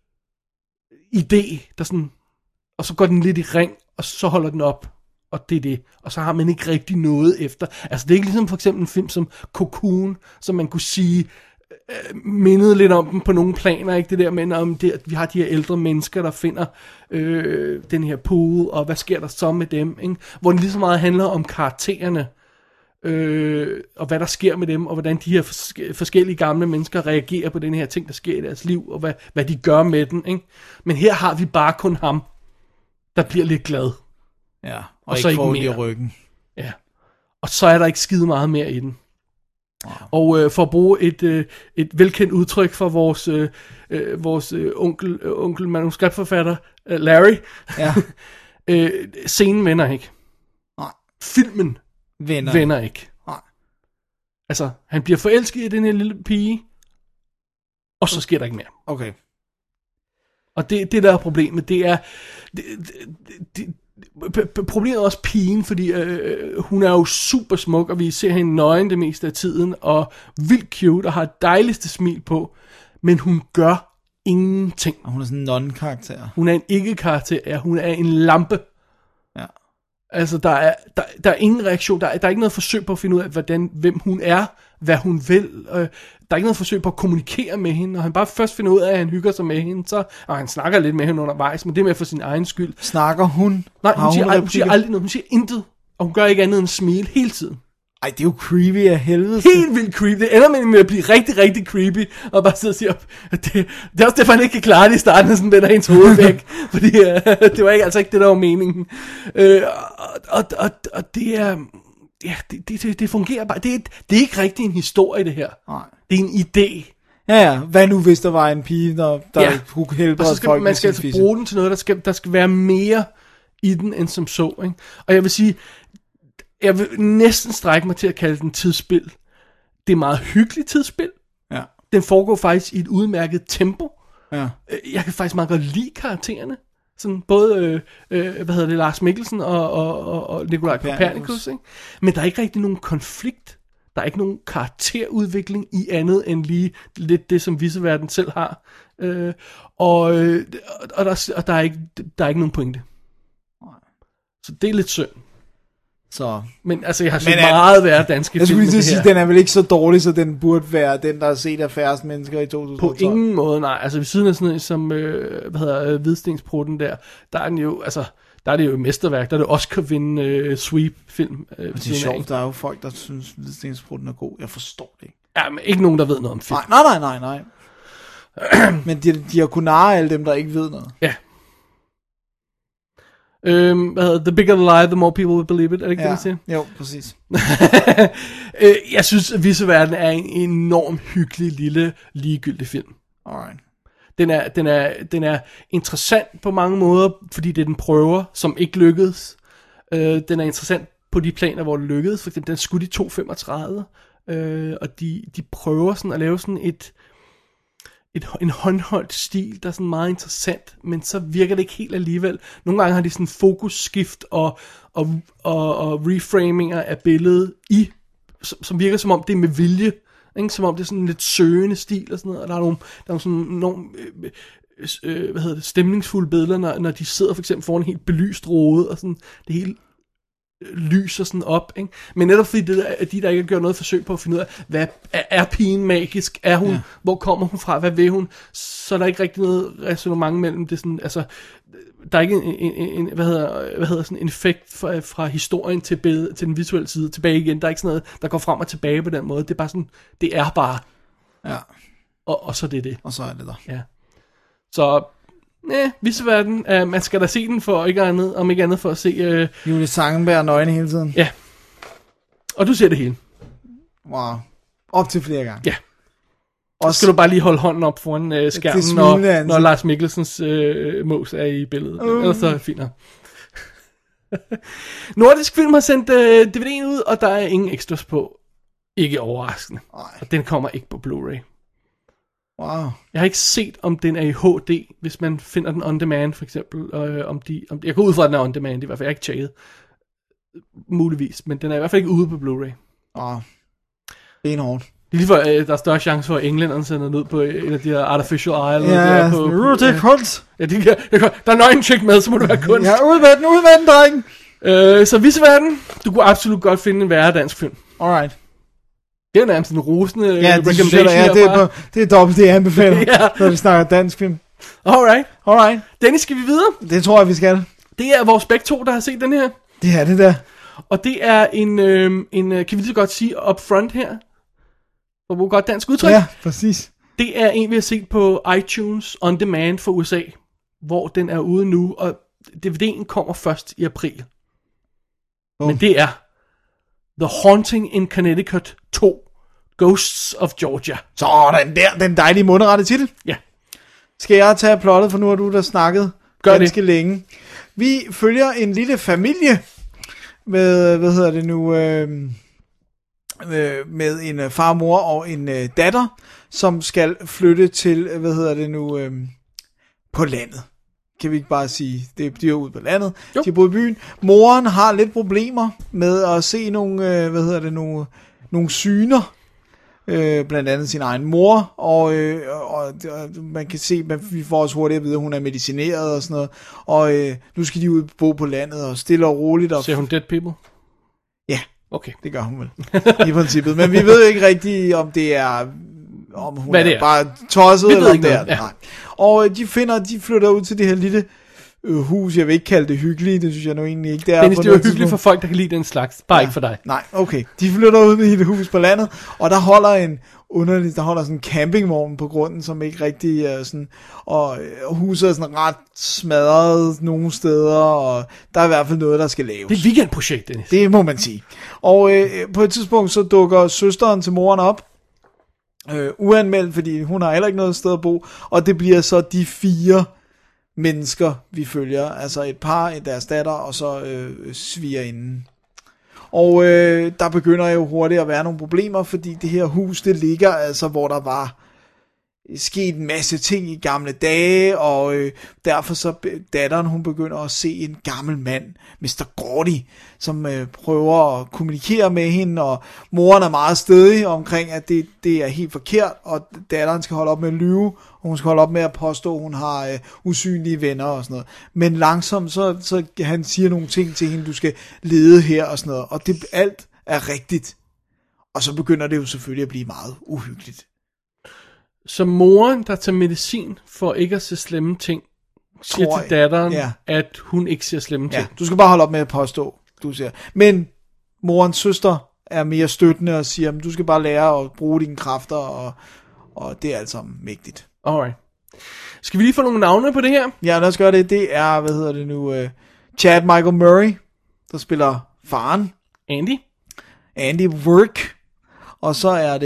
idé, der sådan, og så går den lidt i ring, og så holder den op, og det er det. Og så har man ikke rigtig noget efter. Altså, det er ikke ligesom for eksempel en film som Cocoon, som man kunne sige, mindede lidt om den på nogle planer, ikke? Det der med, om det, at vi har de her ældre mennesker, der finder den her pool, og hvad sker der så med dem, ikke? Hvor den lige så meget handler om karaktererne, og hvad der sker med dem, og hvordan de her forskellige gamle mennesker reagerer på den her ting, der sker i deres liv, og hvad de gør med den, ikke? Men her har vi bare kun ham, der bliver lidt glad. Ja, og ikke får i ryggen. Ja. Og så er der ikke skide meget mere i den. Og for at bruge et velkendt udtryk for vores onkel manuskriptforfatter Larry, scenen vender ikke. Nej. Filmen vender ikke. Nej. Altså, han bliver forelsket i den her lille pige, og så sker der ikke mere. Okay. Og det der er problemet, det er... Problemet er også pigen, fordi hun er jo super smuk, og vi ser hende nøgen det meste af tiden, og vildt cute, og har et dejligste smil på, men hun gør ingenting. Og hun er sådan en non-karakter. Hun er en ikke-karakter, ja, hun er en lampe. Ja. Altså, der er ingen reaktion, der er ikke noget forsøg på at finde ud af, hvem hun er, hvad hun vil. Der er ikke noget forsøg på at kommunikere med hende, og han bare først finder ud af, at han hygger sig med hende, og han snakker lidt med hende undervejs, men det er mere for sin egen skyld. Snakker hun? Nej, hun siger aldrig noget, hun siger intet, og hun gør ikke andet end smile hele tiden. Ej, det er jo creepy af helvede. Helt vildt creepy. Det ender med at blive rigtig, rigtig creepy, og bare sidde og sige, det er også derfor, han ikke kan klare det i starten, og sådan vender hendes hoved væk, fordi det var altså ikke det, der var meningen. Og det er... Ja, det fungerer bare. Det er ikke rigtig en historie, det her. Nej. Det er en idé. Ja. Hvad nu, hvis der var en pige, der kunne helbrede folk? Og man skal altså bruge den til noget, der skal være mere i den, end som så. Ikke? Og jeg vil sige, jeg vil næsten strække mig til at kalde den tidsspil. Det er meget hyggeligt tidsspil. Ja. Den foregår faktisk i et udmærket tempo. Ja. Jeg kan faktisk meget godt lide karaktererne. Sådan både, Lars Mikkelsen og Nikolaj Kopernikus, ikke? Men der er ikke rigtig nogen konflikt. Der er ikke nogen karakterudvikling i andet end lige lidt det, som viceverden selv har. Og der er ikke nogen pointe. Så det er lidt synd. Så. Men altså, jeg har set meget værre danske film. Jeg skulle lige sige, den er vel ikke så dårlig, så den burde være den, der er set af færrest mennesker i 2012. På ingen måde, nej. Altså ved siden af sådan noget som, Hvidstensprutten der er den jo, altså, der er det jo et mesterværk. Der er det Oscar-vindende sweep-film. Det er sjovt, der er jo folk, der synes, Hvidstensprutten er god. Jeg forstår det ikke. Ja, men ikke nogen, der ved noget om film. Nej. Men de har kunnet narre alle dem, der ikke ved noget. Ja. The bigger the lie, the more people will believe it. Er det ikke det, man siger? Jo, præcis. Jeg synes, at Viceverden er en enormt hyggelig, lille, ligegyldig film. Alright. Den er interessant på mange måder, fordi det er den prøver, som ikke lykkedes. Den er interessant på de planer, hvor det lykkedes. For eksempel, den er skudt i 2:35. Og de prøver sådan at lave sådan en håndholdt stil, der er sådan meget interessant, men så virker det ikke helt alligevel. Nogle gange har de sådan fokusskift og reframinger af billedet som virker som om det er med vilje, ikke? Som om det er sådan lidt søgende stil og sådan noget, og der er sådan nogle stemningsfulde billeder, når de sidder for eksempel foran en helt belyst rode, og sådan det hele lyser sådan op, ikke? Men netop fordi de der ikke har gjort noget forsøg på at finde ud af, hvad er pigen magisk? Er hun? Ja. Hvor kommer hun fra? Hvad vil hun? Så er der ikke rigtig noget ræsonnement mellem det sådan, altså der er ikke en sådan en effekt fra historien til den visuelle side tilbage igen. Der er ikke sådan noget, der går frem og tilbage på den måde. Det er bare sådan, det er bare. Ja. Og så det er det. Og så er det der. Ja. Så Viceverden, man skal da se den for ikke andet for at se Julie Sangenberg nøgne hele tiden. Ja. Og du ser det hele. Wow. Op til flere gange. Ja. Og så skal du bare lige holde hånden op foran skærmen, når Lars Mikkelsens mås er i billedet. Ellers så er det fint. Nordisk Film har sendt DVD'en ud, og der er ingen extras på. Ikke overraskende. Og den kommer ikke på Blu-ray. Wow. Jeg har ikke set, om den er i HD, hvis man finder den on demand, for eksempel. Jeg går ud fra, at den er on demand, i hvert fald. Jeg har ikke tjekket. Muligvis, men den er i hvert fald ikke ude på Blu-ray. Benhårdt. Det er lige for, der er større chance for, at englænderne sender den ud på en af de her Artificial Isle. Ja, det er koldt. Ja, der er nøgen chick med, så må du være kunst. Ja, ud med den, dreng. Så Viceverden, du kunne absolut godt finde en værre dansk film. Alright. Det er nærmest en rosende recommendation herfra. Det er dobbelt det, jeg anbefaler, når vi snakker dansk film. Alright. Dennis, skal vi videre? Det tror jeg, vi skal. Det er vores begge to, der har set den her. Det er det der. Og det er en kan vi lige så godt sige, upfront her. For hvor godt dansk udtryk. Ja, præcis. Det er en, vi har set på iTunes On Demand for USA, hvor den er ude nu, og DVD'en kommer først i april. Men det er The Haunting in Connecticut 2. Ghosts of Georgia. Sådan der, den dejlige mundrette titel. Ja. Skal jeg tage plottet, for nu har du der snakket ganske længe. Vi følger en lille familie med, med en farmor og en datter, som skal flytte til, på landet. Kan vi ikke bare sige, de er ude på landet, jo. De er boet i byen. Moren har lidt problemer med at se nogle, nogle syner, blandt andet sin egen mor, og man kan se, vi får også hurtigt at vide, at hun er medicineret og sådan noget, og nu skal de ud bo på landet, og stille og roligt. Og ser hun Dead People? Ja, okay. Det gør hun vel, i princippet, men vi ved jo ikke rigtigt, om det er, om hun er bare tosset, eller om det er. Ja. Nej. Og de flytter ud til det her lille hus, jeg vil ikke kalde det hyggeligt, det synes jeg nu egentlig ikke. Det er jo hyggeligt for folk, der kan lide den slags, bare ikke for dig. Nej, okay. De flytter ud i et hus på landet, og der holder sådan en campingvogn på grunden, som ikke rigtig er sådan, og huset er sådan ret smadret nogle steder, og der er i hvert fald noget, der skal laves. Det er et weekendprojekt, Dennis. Det må man sige. Og på et tidspunkt, så dukker søsteren til moren op, uanmeldt, fordi hun har heller ikke noget sted at bo, og det bliver så de 4 mennesker, vi følger, altså et par, deres datter, og så svigerinden. Og der begynder jo hurtigt at være nogle problemer, fordi det her hus, det ligger altså, hvor der var sket en masse ting i gamle dage, og derfor så datteren, hun begynder at se en gammel mand, Mr. Gordy, som prøver at kommunikere med hende, og moren er meget stædig omkring, at det er helt forkert, og datteren skal holde op med at lyve, og hun skal holde op med at påstå, at hun har usynlige venner og sådan noget. Men langsomt, så han siger nogle ting til hende, du skal lede her og sådan noget, og det alt er rigtigt. Og så begynder det jo selvfølgelig at blive meget uhyggeligt. Så moren, der tager medicin for ikke at se slemme ting, siger til datteren, at hun ikke ser slemme ting. Du skal bare holde op med at påstå, du siger. Men morens søster er mere støttende og siger, du skal bare lære at bruge dine kræfter, og det er alt sammen mægtigt. Alright. Skal vi lige få nogle navne på det her? Ja, lad os gøre det. Det er, Chad Michael Murray, der spiller faren. Andy Work. Og så er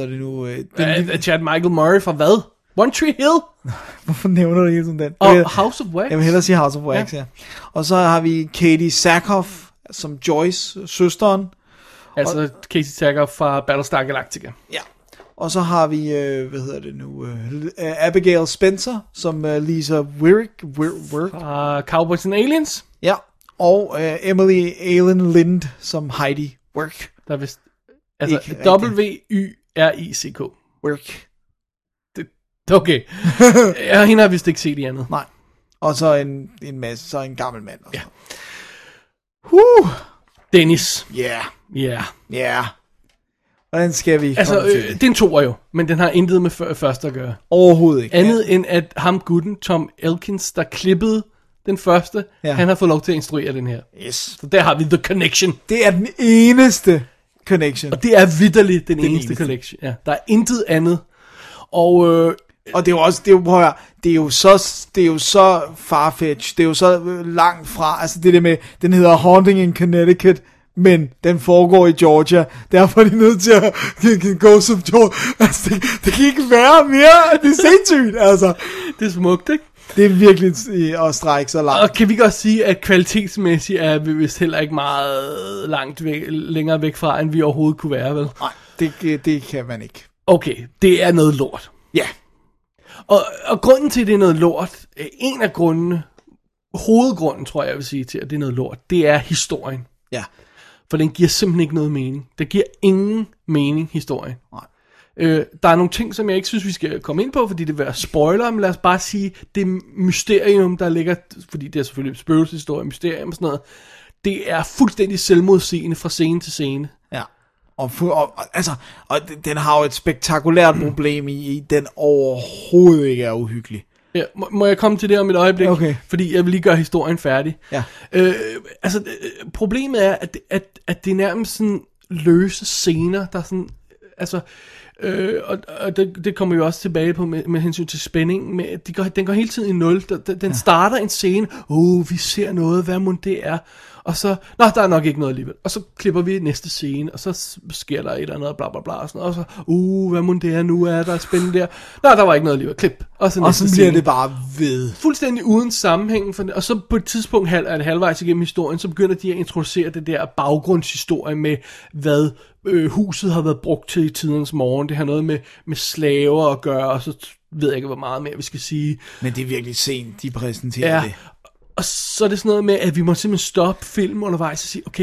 det, Chad Michael Murray fra hvad? One Tree Hill? Hvorfor nævner du hele sådan den? House of Wax? Jeg vil hellere sige House of Wax, ja. Og så har vi Katie Sackhoff som Joyce, søsteren. Altså Katie Sackhoff fra Battlestar Galactica. Ja. Og så har vi, Abigail Spencer som Lisa Wirk. Cowboys and Aliens. Ja. Og Emily Allen Lind som Heidi Work. Der er vist... Altså, W-Y-R-I-C-K. Work. Okay. Hende har vist ikke set i andet. Nej. Og så en masse, så en gammel mand. Ja. Dennis. Ja. Hvordan skal vi komme til det? Det er en toer jo, men den har intet med første at gøre. Overhovedet ikke. Andet end at ham gutten, Tom Elkins, der klippede den første, han har fået lov til at instruere den her. Yes. Så der har vi The Connection. Det er den eneste connection. Og det er vitterligt den eneste connection. Ja, der er intet andet. Og det er jo også, det er jo så farfetched, det er jo så langt fra, altså det der med, den hedder Haunting in Connecticut, men den foregår i Georgia, derfor er de nødt til at Ghosts of Georgia, altså det kan ikke være mere, det er sindssygt, altså. Det er smukt, ikke? Det er virkelig at strække så langt. Og kan vi godt sige, at kvalitetsmæssigt er vi vist heller ikke meget længere væk fra, end vi overhovedet kunne være, vel? Nej, det kan man ikke. Okay, det er noget lort. Ja. Og grunden til, at det er noget lort, en af grundene, hovedgrunden tror jeg vil sige til, at det er noget lort, det er historien. Ja. For den giver simpelthen ikke noget mening. Der giver ingen mening, historien. Nej. Der er nogle ting, som jeg ikke synes, vi skal komme ind på, fordi det vil være spoiler, men lad os bare sige, det mysterium, der ligger, fordi det er selvfølgelig spøgelseshistorie, mysterium og sådan noget, det er fuldstændig selvmodsigende fra scene til scene. Ja. Og den har jo et spektakulært problem i den overhovedet ikke er uhyggelig. Ja, må jeg komme til det om et øjeblik? Okay. Fordi jeg vil lige gøre historien færdig. Ja. Problemet er, at det er nærmest sådan løse scener, der sådan, altså, og det kommer jo også tilbage på med hensyn til spænding, den går hele tiden i nul. Den starter en scene, vi ser noget, hvad mon det er, Og så, der er nok ikke noget alligevel. Og så klipper vi næste scene, og så sker der et eller andet, bla bla bla, og sådan noget. Og så, hvad må det er nu, er der spændende der? Der var ikke noget alligevel. Klip. Og så bliver scene. Det bare ved. Fuldstændig uden sammenhæng. Og så på et tidspunkt, halvvejs igennem historien, så begynder de at introducere det der baggrundshistorie med, hvad huset har været brugt til i tidens morgen. Det har noget med slaver at gøre, og så ved jeg ikke, hvor meget mere vi skal sige. Men det er virkelig sent, de præsenterer det. Og så er det sådan noget med, at vi må simpelthen stoppe filmen undervejs og sige, okay,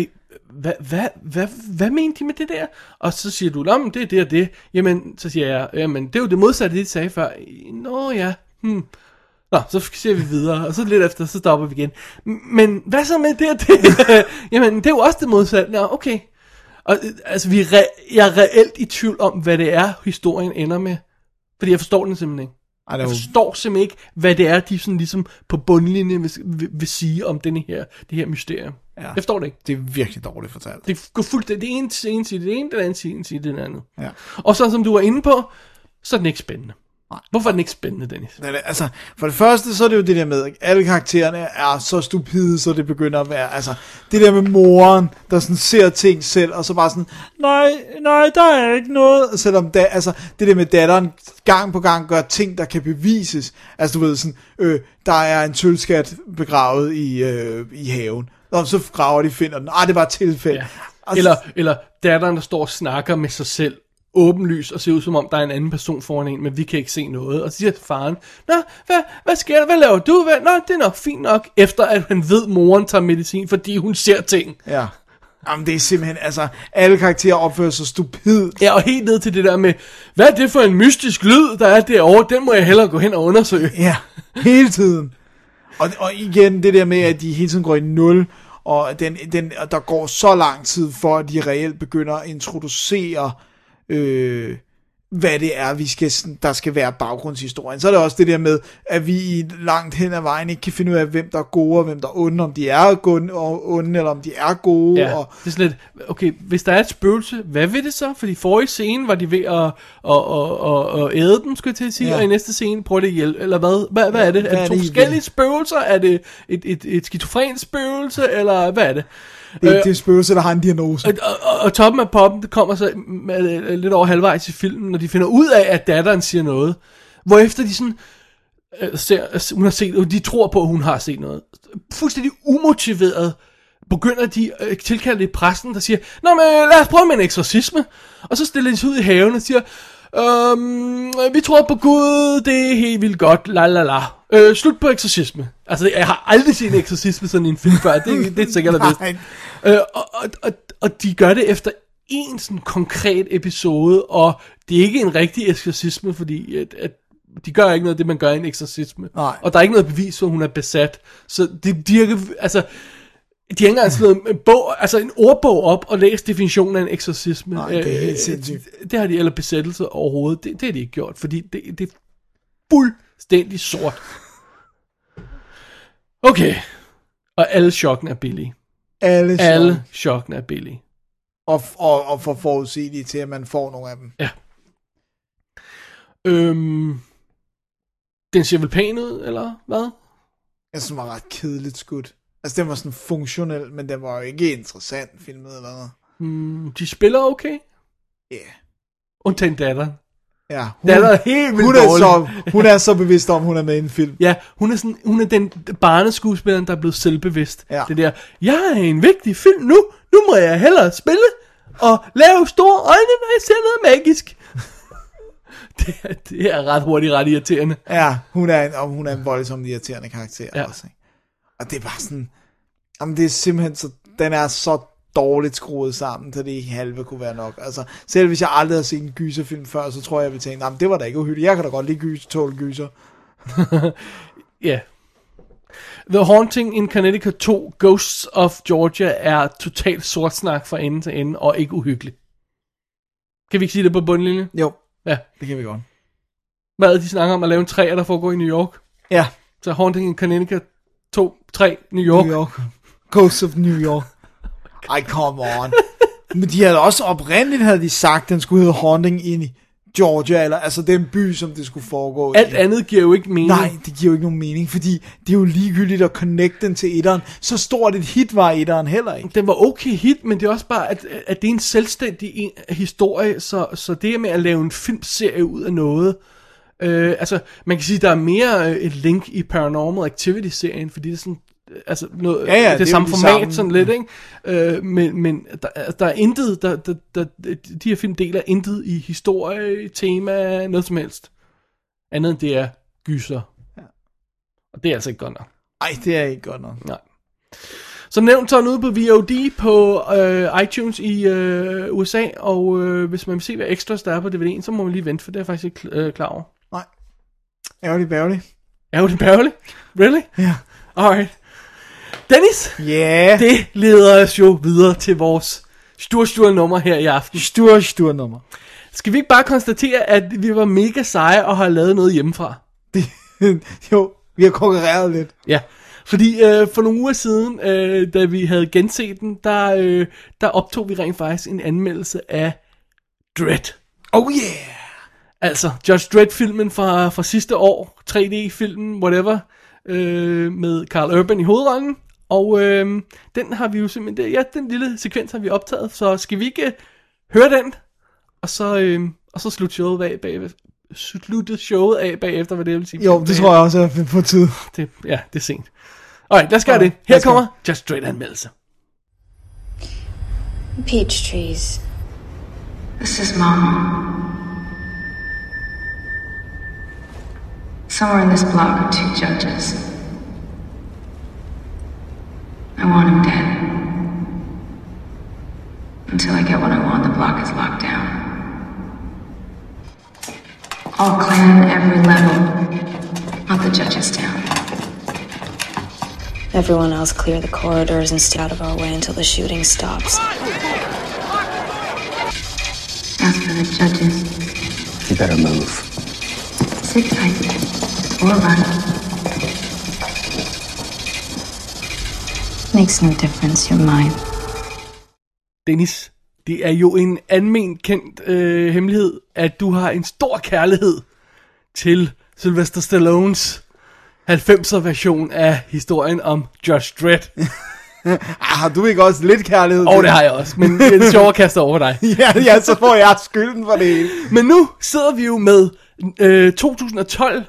hvad mente de med det der? Og så siger du, men det er det og det. Jamen, så siger jeg, jamen, det er jo det modsatte, det de sagde før. Nå ja, Nå, så ser vi videre, og så lidt efter, så stopper vi igen. Men hvad så med det og det? Jamen, det er jo også det modsatte. Nå, okay. Og altså, jeg er reelt i tvivl om, hvad det er, historien ender med. Fordi jeg forstår den simpelthen ikke. Jeg forstår simpelthen ikke, hvad det er, de sådan ligesom på bundlinjen vil sige om det her mysterium. Ja. Jeg forstår det ikke. Det er virkelig dårligt fortalt. Det går fuldstændig, det ene siger det ene, den anden siger det andet. Ja. Og så som du var inde på, så er den ikke spændende. Nej. Hvorfor er den ikke spændende, Dennis? Altså, for det første, så er det jo det der med, at alle karaktererne er så stupide, så det begynder at være, altså, det der med moren, der sådan ser ting selv, og så bare sådan, nej, der er ikke noget, selvom det der med datteren gang på gang gør ting, der kan bevises, altså du ved sådan, der er en sølvskat begravet i haven, og så graver de, finder den, det var et tilfælde. Ja. Eller datteren, der står og snakker med sig selv, åbenlyst og ser ud som om der er en anden person foran en, men vi kan ikke se noget. Og så siger faren, hvad sker der? Hvad laver du? Nå, det er nok fint nok, efter at han ved, moren tager medicin, fordi hun ser ting. Ja. Jamen det er simpelthen, altså, alle karakterer opfører sig stupidt. Ja, og helt ned til det der med, hvad er det for en mystisk lyd, der er derovre? Den må jeg hellere gå hen og undersøge. Ja, hele tiden. Og igen, det der med, at de hele tiden går i nul, og der går så lang tid for, at de reelt begynder at introducere hvad det er, der skal være baggrundshistorien. Så er det også det der med, at vi langt hen ad vejen ikke kan finde ud af, hvem der er gode, og hvem der er onde, om de er onde, eller om de er gode. Ja, og det er sådan lidt, okay, hvis der er et spøgelse, hvad vil det så? Fordi forrige scene var de ved at æde dem, skulle jeg til at sige, og i næste scene prøver det at hjælpe, eller hvad? Hvad er det? Er det to forskellige spøgelser? Er det et skizofrent spøgelse, eller hvad er det? Det er spøgelse, der har en diagnose. Og toppen af poppen, det kommer så lidt over halvvejs i filmen, når de finder ud af, at datteren siger noget. Hvorefter de sådan hun har set, og de tror på, at hun har set noget. Fuldstændig umotiveret begynder de at tilkalde det præsten, der siger, nå, men lad os prøve med en eksorcisme. Og så stiller de sig ud i haven og siger, vi tror på Gud, det er helt vildt godt, slut på eksorcisme. Altså, jeg har aldrig set en eksorcisme sådan i en film før, det er sikkert vist. Og de gør det efter en sådan konkret episode, og det er ikke en rigtig eksorcisme, fordi at de gør ikke noget af det, man gør i en eksorcisme. Nej. Og der er ikke noget bevis for, at hun er besat. Så det virker, altså, de har ikke engang slået en ordbog op og læst definitionen af en eksorcisme. Nej, det er helt sindssygt. Det har de, eller besættelse overhovedet. Det har de ikke gjort, fordi det er fuldstændig sort. Okay. Og alle chokken er billige. Alle chokken er billige. Og for forudsigelige til, at man får nogle af dem. Ja. Den ser vel pæn ud, eller hvad? Jeg synes, den var ret kedeligt skudt. Altså, den var sådan funktionel, men den var jo ikke interessant filmet eller noget. De spiller okay? Ja. Yeah. Undtagen datteren. Ja, datteren er helt vildt dårlig. Hun er så bevidst om, hun er med i en film. Ja, hun er den barneskuespiller, der er blevet selvbevidst. Ja. Det der, jeg er en vigtig film nu må jeg hellere spille og lave store øjne, når jeg ser noget magisk. det er ret irriterende. Ja, hun er en voldsomt irriterende karakter også. Ikke? Og det er bare sådan, det er simpelthen så, den er så dårligt skruet sammen, så det halve kunne være nok. Altså, selv hvis jeg aldrig har set en gyserfilm før, så tror jeg vil tænke, det var da ikke uhyggeligt. Jeg kan da godt lide gyser. Ja. The Haunting in Connecticut 2, Ghosts of Georgia, er totalt sortsnak fra ende til ende, og ikke uhyggelig. Kan vi ikke sige det på bundlinje? Jo, ja. Det kan vi godt. Hvad er de snakker om at lave en 3, der foregår i New York? Ja. Så Haunting in Connecticut 2, 3, New York. Ghosts of New York. Ej, come on. Men de havde også oprindeligt, havde de sagt, den skulle hedde Haunting in Georgia, eller altså den by, som det skulle foregå Alt andet giver jo ikke mening. Nej, det giver jo ikke nogen mening, fordi det er jo ligegyldigt at connecte den til etteren. Så stort et hit var etteren heller ikke. Den var okay hit, men det er også bare, at det er en selvstændig historie, så det med at lave en filmserie ud af noget, altså man kan sige, der er mere et link i Paranormal Activity-serien, fordi det er sådan, altså noget, det er samme format, sådan lidt, ikke? Men der er intet, de her film deler intet i historie, tema, noget som helst. Andet end det er gyser. Ja. Og det er altså ikke godt nok. Ej, det er ikke godt nok. Nej. Som nævnt, så er den ude på VOD på iTunes i USA, og hvis man vil se, hvad extras der er på DVD'en, så må man lige vente, for det er jeg faktisk ikke klar over. Nej. Ærgerligt bærgerligt. Ærgerligt bærgerligt? Really? Ja. Alright. Dennis? Yeah. Det leder os jo videre til vores stor nummer her i aften. Stor nummer. Skal vi ikke bare konstatere, at vi var mega seje og har lavet noget hjemmefra? Jo, vi har konkurreret lidt. Ja, fordi for nogle uger siden, da vi havde genset den, der optog vi rent faktisk en anmeldelse af Dredd. Oh yeah! Altså, Judge Dredd-filmen fra sidste år, 3D-filmen, whatever, med Carl Urban i hovedrollen. Og den har vi jo simpelthen, den lille sekvens har vi optaget, så skal vi ikke høre den, og så slutte showet af bagefter, hvad det vil sige. Jo, det tror jeg også er på tid. Det er sent. Alright, lad os gøre det. Her kommer Judge Dredd-anmeldelse. Peach trees. This is Mama. Somewhere in this block are 2 judges. I want him dead. Until I get what I want, the block is locked down. All clan, every level. Not the judges down. Everyone else clear the corridors and stay out of our way until the shooting stops. As for the judges, you better move. Sit tight. Or run. Makes no difference, you're mine. Dennis, det er jo en almen kendt hemmelighed, at du har en stor kærlighed til Sylvester Stallones 90'er version af historien om Judge Dredd. Har du ikke også lidt kærlighed til? Det har jeg også, men det er sjovt at kaste over dig. ja, så får jeg skylden for det hele. Men nu sidder vi jo med 2012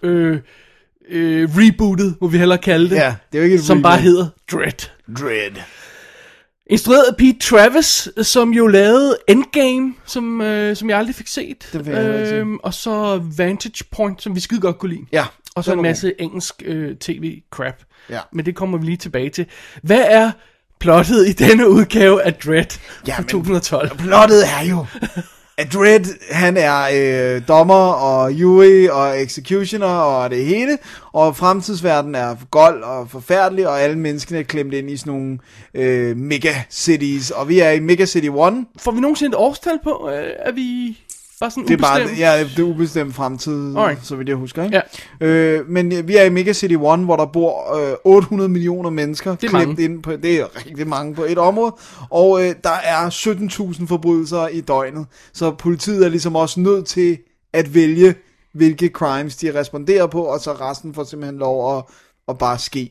rebootet, må vi hellere kalde det. Ja, det er jo ikke et som bare hedder Dredd. Instrueret af Pete Travis, som jo lavede Endgame, som jeg aldrig fik set. Det og så Vantage Point, som vi skide godt kunne lide. Ja. Og så en masse engelsk tv-crap. Ja. Men det kommer vi lige tilbage til. Hvad er plottet i denne udgave af Dredd fra 2012? Plottet er jo, at Dredd, han er dommer og jury og executioner og det hele, og fremtidsverdenen er gold og forfærdelig, og alle menneskene er klemt ind i sådan nogle megacities, og vi er i Megacity 1. Får vi nogensinde et årstal på? Er vi bare sådan det er ubestemt? det er ubestemt fremtid, så vidt jeg husker, ikke? Ja. Men vi er i Megacity 1, hvor der bor 800 millioner mennesker klemt ind på, det er rigtig mange på et område, og der er 17.000 forbrydelser i døgnet, så politiet er ligesom også nødt til at vælge, hvilke crimes de responderer på, og så resten får simpelthen lov at bare ske.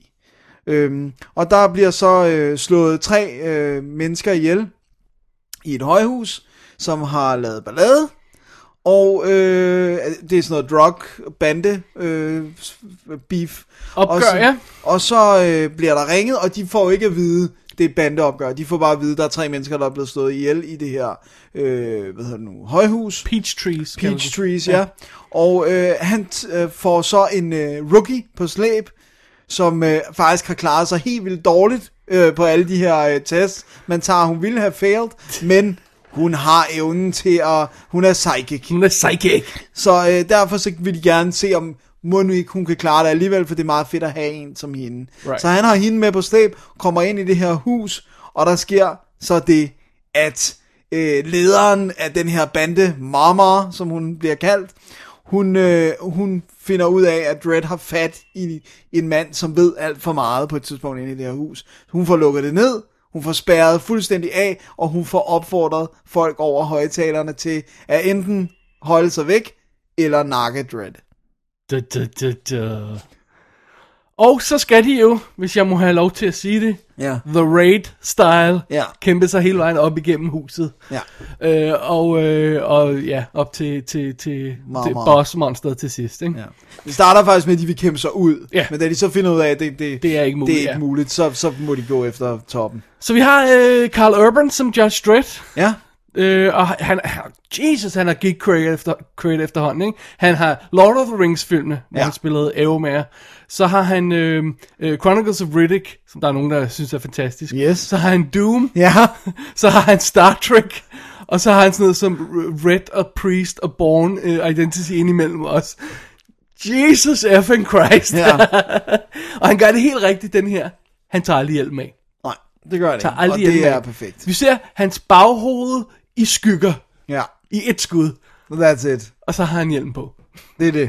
Og der bliver så slået 3 mennesker ihjel i et højhus, som har lavet ballade. Og det er sådan noget drug, bande, beef. Opgør, og så bliver der ringet, og de får ikke at vide, det er bandeopgør. De får bare at vide, der er 3 mennesker, der er blevet slået ihjel i det her, højhus. Peach Trees, ja. Og han får så en rookie på slæb, som faktisk har klaret sig helt vildt dårligt på alle de her tests. Man tager, hun ville have failed, men hun har evnen til at... Hun er psychic. Så derfor så vil de gerne se, om hun kan klare det alligevel, for det er meget fedt at have en som hende. Right. Så han har hende med på slæb, kommer ind i det her hus, og der sker så det, at lederen af den her bande, Mama, som hun bliver kaldt, hun finder ud af, at Dredd har fat i en mand, som ved alt for meget på et tidspunkt inde i det her hus. Hun får lukket det ned, hun får spærret fuldstændig af, og hun får opfordret folk over højtalerne til at enten holde sig væk, eller nakke Dredd. Og så skal de jo, hvis jeg må have lov til at sige det, The Raid-style, kæmpe sig hele vejen op igennem huset. Op til boss-monsteret til sidst. Ikke? Det starter faktisk med, at de vil kæmpe sig ud, men da de så finder ud af, at det er ikke muligt, det er ikke muligt, så må de gå efter toppen. Så vi har Carl Urban som Judge Dredd. Ja. Og han har geek credit efterhånden, ikke? Han har Lord of the Rings filmene, hvor han spillede Eomer. Så har han Chronicles of Riddick, som der er nogen, der synes er fantastisk. Yes. Så har han Doom. Ja. Så har han Star Trek. Og så har han sådan noget som Red og Priest og Bourne Identity indimellem os. Jesus effing Christ. Ja. Og han gør det helt rigtigt, den her. Han tager aldrig hjælp med. Nej, det gør det ikke. Og det er perfekt. Vi ser hans baghoved i skygger. Ja. I et skud. That's it. Og så har han hjelm på. Det er det.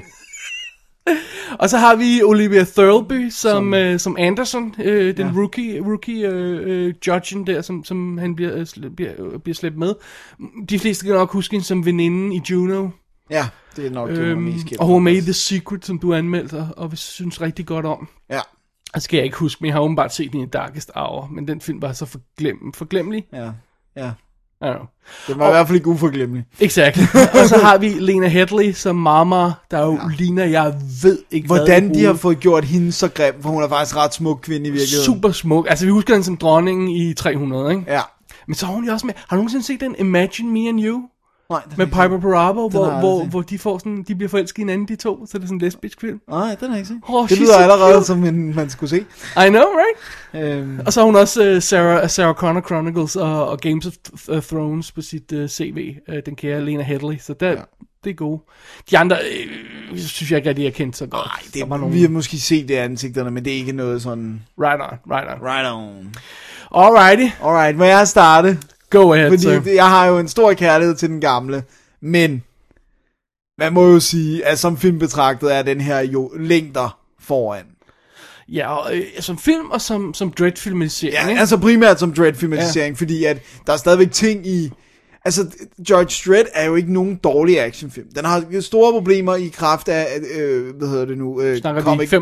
Og så har vi Olivia Thirlby som Anderson, den rookie judgen der, som han bliver slæbt med. De fleste kan nok huske hende som veninde i Juno. Ja, det er nok det, mest kendt. Og hun var med i The Secret, som du anmeldte, og vi synes rigtig godt om. Ja. Det skal jeg ikke huske, men jeg har åbenbart set den i Darkest Hour, men den film var så forglemmelig. Ja. Det var i hvert fald ikke uforglemmelig. Exakt. Og så har vi Lena Headey som Mama, der jo ligner, jeg ved ikke hvordan de har fået gjort hende så grim, for hun er faktisk ret smuk kvinde i virkeligheden. Super smuk. Altså vi husker hende som dronningen i 300, ikke? Ja. Men så har hun jo også med, har du nogensinde set den Imagine Me and You? Nej, med Piper Perabo, hvor de får sådan, de bliver forelsket i hinanden, de to, så det er sådan en lesbisk film. Nej, den har jeg ikke set. Det lyder allerede som man skulle se. I know, right? Og så har hun også Sarah Connor Chronicles og Games of Thrones på sit CV, den kære Lena Headey, så det er gode. De andre, synes jeg ikke, at de har kendt så godt. Nej, vi har måske set det ansigterne, men det er ikke noget sådan... Right on. Alright, må jeg starte? Go ahead, fordi jeg har jo en stor kærlighed til den gamle, men man må jo sige, at som film betragtet er den her jo længder foran. Ja, og, som film og som Dredd-filmatisering. Ja, altså primært som Dredd-filmatisering, fordi at der er stadigvæk ting i... Altså, Judge Dredd er jo ikke nogen dårlig actionfilm. Den har store problemer i kraft af, hvad hedder det nu? Snakker vi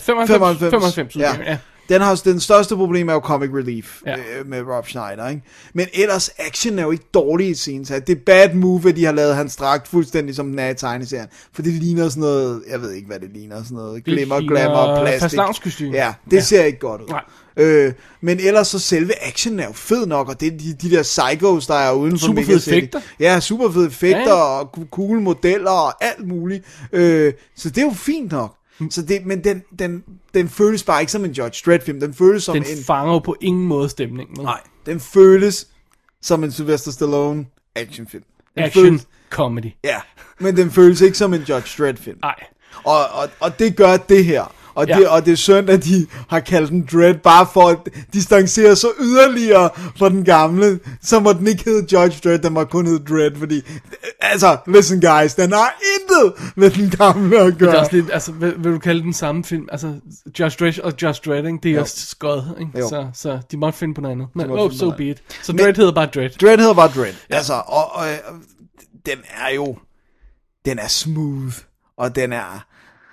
95? Ja. Den største problem er jo comic relief med Rob Schneider, ikke? Men ellers, action er jo ikke dårlig i scenen. Så det er bad move, at de har lavet hans dragt fuldstændig som den er i tegneserien. For det ligner sådan noget, jeg ved ikke hvad det ligner, sådan noget glamour, plastik. Ja, det ser ikke godt ud. Men ellers så selve action er jo fed nok, og det er de der psychos, der er uden for super fede effekter. Ja, super fede effekter og cool modeller og alt muligt. Så det er jo fint nok. Så det, men den føles bare ikke som en Judge Dredd film. Den føles som den fanger jo på ingen måde stemningen. Nej, den føles som en Sylvester Stallone actionfilm. Comedy. Ja, men den føles ikke som en Judge Dredd film. Nej. Og det gør det her. Og det er synd, at de har kaldt den Dredd, bare for at distancere sig yderligere fra den gamle. Så må den ikke hedde Judge Dredd, den må kun hedde Dredd, fordi... Altså, listen guys, den har intet med den gamle at gøre. Det er også lidt, altså, vil du kalde den samme film? Altså, Judge Dredd og Judge Dredd, det er også skød, ikke? Så de måtte finde på noget andet. Men, so be it. Så Dredd hedder bare Dredd. Dredd hedder bare Dredd. Ja. Altså, og den er jo... Den er smooth, og den er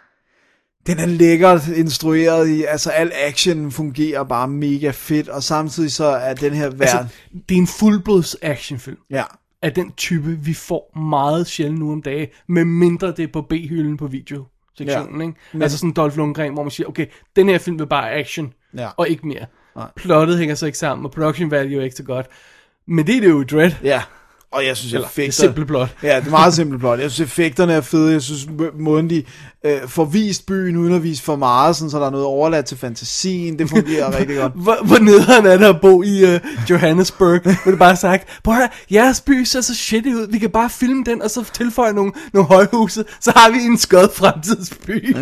lækkert instrueret i, altså al action fungerer bare mega fedt, og samtidig så er den her verden... Altså, det er en fuldblods actionfilm. Ja. Af den type, vi får meget sjældent nu om dagen, med mindre det er på B-hylden på videosektionen, ikke? Men... Altså sådan Dolph Lundgren, hvor man siger, okay, den her film er bare action, og ikke mere. Nej. Plottet hænger så ikke sammen, og production value er ikke så godt. Men det er det jo i Dredd. Ja. Og jeg synes, effekter... Det er simpelt plot. Ja, det er meget simpelt plot. Jeg synes, effekterne er fede. Jeg synes, måden de får vist byen, uden at vise for meget, sådan, så der er noget overladt til fantasien. Det fungerer rigtig godt. Hvor nederen er der at bo i Johannesburg, hvor det bare sagt, prøv at jeres by ser så shitty ud. Vi kan bare filme den, og så tilføje nogle højhuse. Så har vi en skød fremtidsby.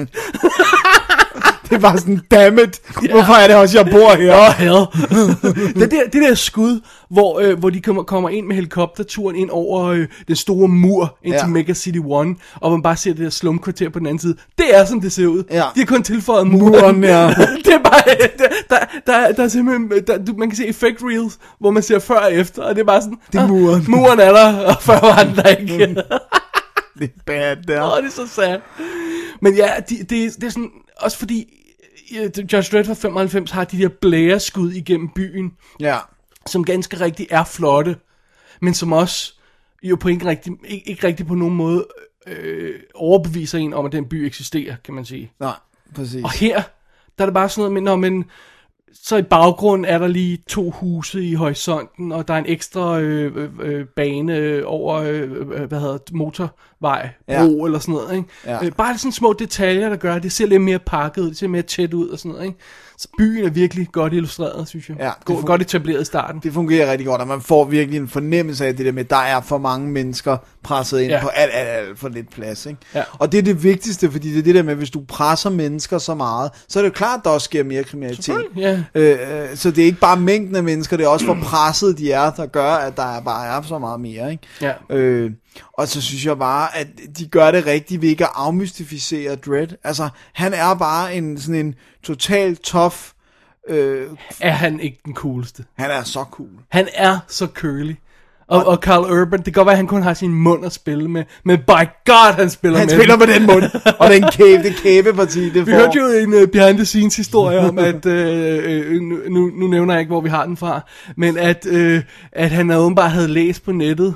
Det er bare sådan, dammit, hvorfor er det også, jeg bor her? Hell. det der skud, hvor de kommer ind med helikopterturen ind over den store mur ind til Mega City 1, og man bare ser det der slumkvarter på den anden side. Det er sådan, det ser ud. Ja. De har kun tilføjet muren. Ja. Det er bare, der er simpelthen, man kan se effect reels, hvor man ser før og efter, og det er bare sådan, det er muren. Muren er der, og før var den der ikke. Det er bad, der. Det er så sad. Men ja, det er sådan, også fordi Judge Dredd fra 95 har de der blæreskud igennem byen, som ganske rigtig er flotte, men som også jo på ikke rigtig på nogen måde overbeviser en om, at den by eksisterer, kan man sige. Nej, præcis. Og her, der er det bare sådan noget med, så i baggrunden er der lige 2 huse i horisonten, og der er en ekstra bane over, motorvej, bro eller sådan noget, ikke? Ja. Bare sådan små detaljer, der gør, at det ser lidt mere pakket ud, det ser mere tæt ud og sådan noget, ikke? Så byen er virkelig godt illustreret, synes jeg. Ja, godt etableret i starten. Det fungerer rigtig godt, og man får virkelig en fornemmelse af det der med, at der er for mange mennesker presset ind på alt for lidt plads, ikke? Ja. Og det er det vigtigste, fordi det er det der med, hvis du presser mennesker så meget, så er det jo klart, at der også sker mere kriminalitet. Så det er ikke bare mængden af mennesker, det er også hvor presset de er, der gør, at der bare er så meget mere, ikke? Ja. Og så synes jeg bare, at de gør det rigtigt ved ikke at afmystificere Dredd. Altså, han er bare sådan en total tough... Er han ikke den cooleste? Han er så cool. Han er så curly. Og Carl Urban, det kan godt være, at han kun har sin mund at spille med, men by God, han spiller med. Han spiller med den mund, og det kæbeparti, det får. Vi hørte jo en behind the scenes historie om, at, nu nævner jeg ikke, hvor vi har den fra, men at han åbenbart havde læst på nettet,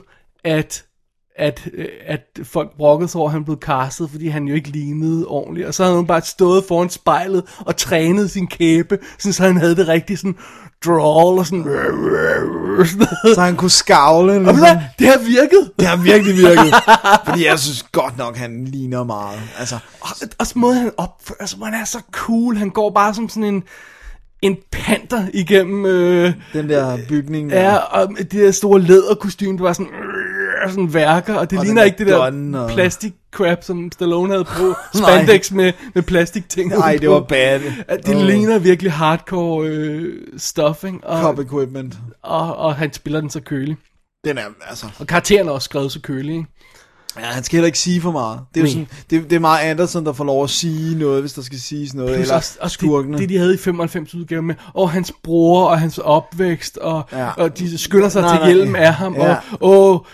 at folk brokkede sig over, at han blev castet, fordi han jo ikke lignede ordentligt. Og så havde han bare stået foran spejlet og trænet sin kæbe, så han havde det rigtigt sådan drawl og sådan. Så han kunne skavle. Og det har virket. Det har virkelig virket. Fordi jeg synes godt nok, han ligner meget. Altså. Og så måde han opfører sig, han er så cool. Han går bare som sådan en panter igennem den der bygning. Ja, og de der store læderkostymer, der var sådan værker, og det ligner ikke det der plastik crap, som Stallone havde på spandex med plastik ting. Nej, det var bad. Det ligner virkelig hardcore stuffing. Cop equipment. Og han spiller den så kølig. Den er, altså. Og karakteren er også skrevet så kølig, ikke? Ja, han skal heller ikke sige for meget. Det er jo sådan, det er meget Anderson, der får lov at sige noget, hvis der skal siges noget. Plus eller skurkene. Det de havde i 95 udgave med, hans bror og hans opvækst, og de skynder sig til hjelm af ham, og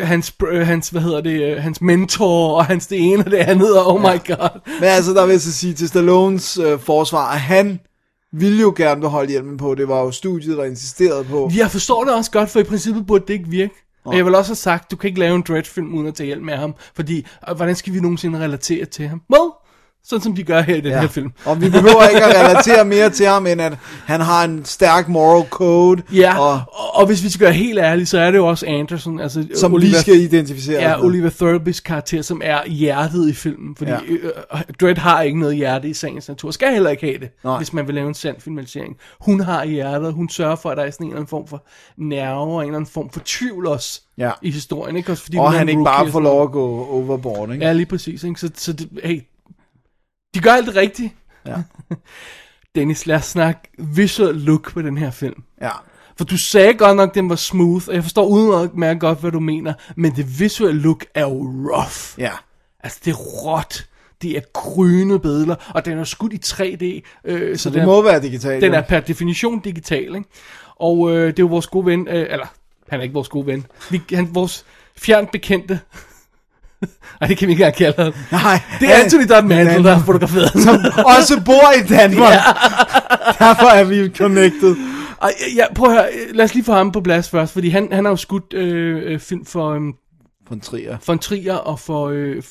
hans mentor, og hans det ene og det andet, og oh my god. Men altså, der vil jeg så sige til Stallones forsvar, at han ville jo gerne beholde hjelmen på. Det var jo studiet, der insisterede på. Jeg forstår det også godt, for i princippet burde det ikke virke. Og jeg vil også have sagt, du kan ikke lave en Dredd-film uden at tage hjælp med ham, fordi hvordan skal vi nogensinde relatere til ham? Sådan som de gør her i den her film. Og vi behøver ikke at relatere mere til ham, end at han har en stærk moral code. Ja, og hvis vi skal gøre helt ærligt, så er det jo også Anderson. Altså, som vi skal identificere. Ja, Oliver Thirlbys karakter, som er hjertet i filmen. Fordi Dredd har ikke noget hjerte i sagens natur. Skal heller ikke have det, hvis man vil lave en sand filmatisering. Hun har hjertet, hun sørger for, at der er sådan en eller anden form for nerve, og en eller anden form for tvivl også i historien. Ikke? Også fordi og han ikke bare får lov at gå overboard. Ikke? Ja, lige præcis. Ikke? Så det, hey, de gør alt det rigtigt. Ja. Dennis, lad os snakke visual look på den her film. Ja. For du sagde godt nok, at den var smooth, og jeg forstår udmærket godt, hvad du mener, men det visual look er jo rough. Ja. Altså, det er råt. Det er grønne billeder, og den er skudt i 3D. Så det må være digital. Den er per definition digital, ikke? Og det er jo vores gode ven, eller han er ikke vores gode ven, vores fjernt bekendte. Nej, det kan vi ikke engang kalde ham. Nej. Det er Anthony Dodd Mantle, der har fotograferet. Som også bor i Danmark. Derfor er vi connected. Prøv at høre, lad os lige få ham på plads først, fordi han har jo skudt film for von Trier og for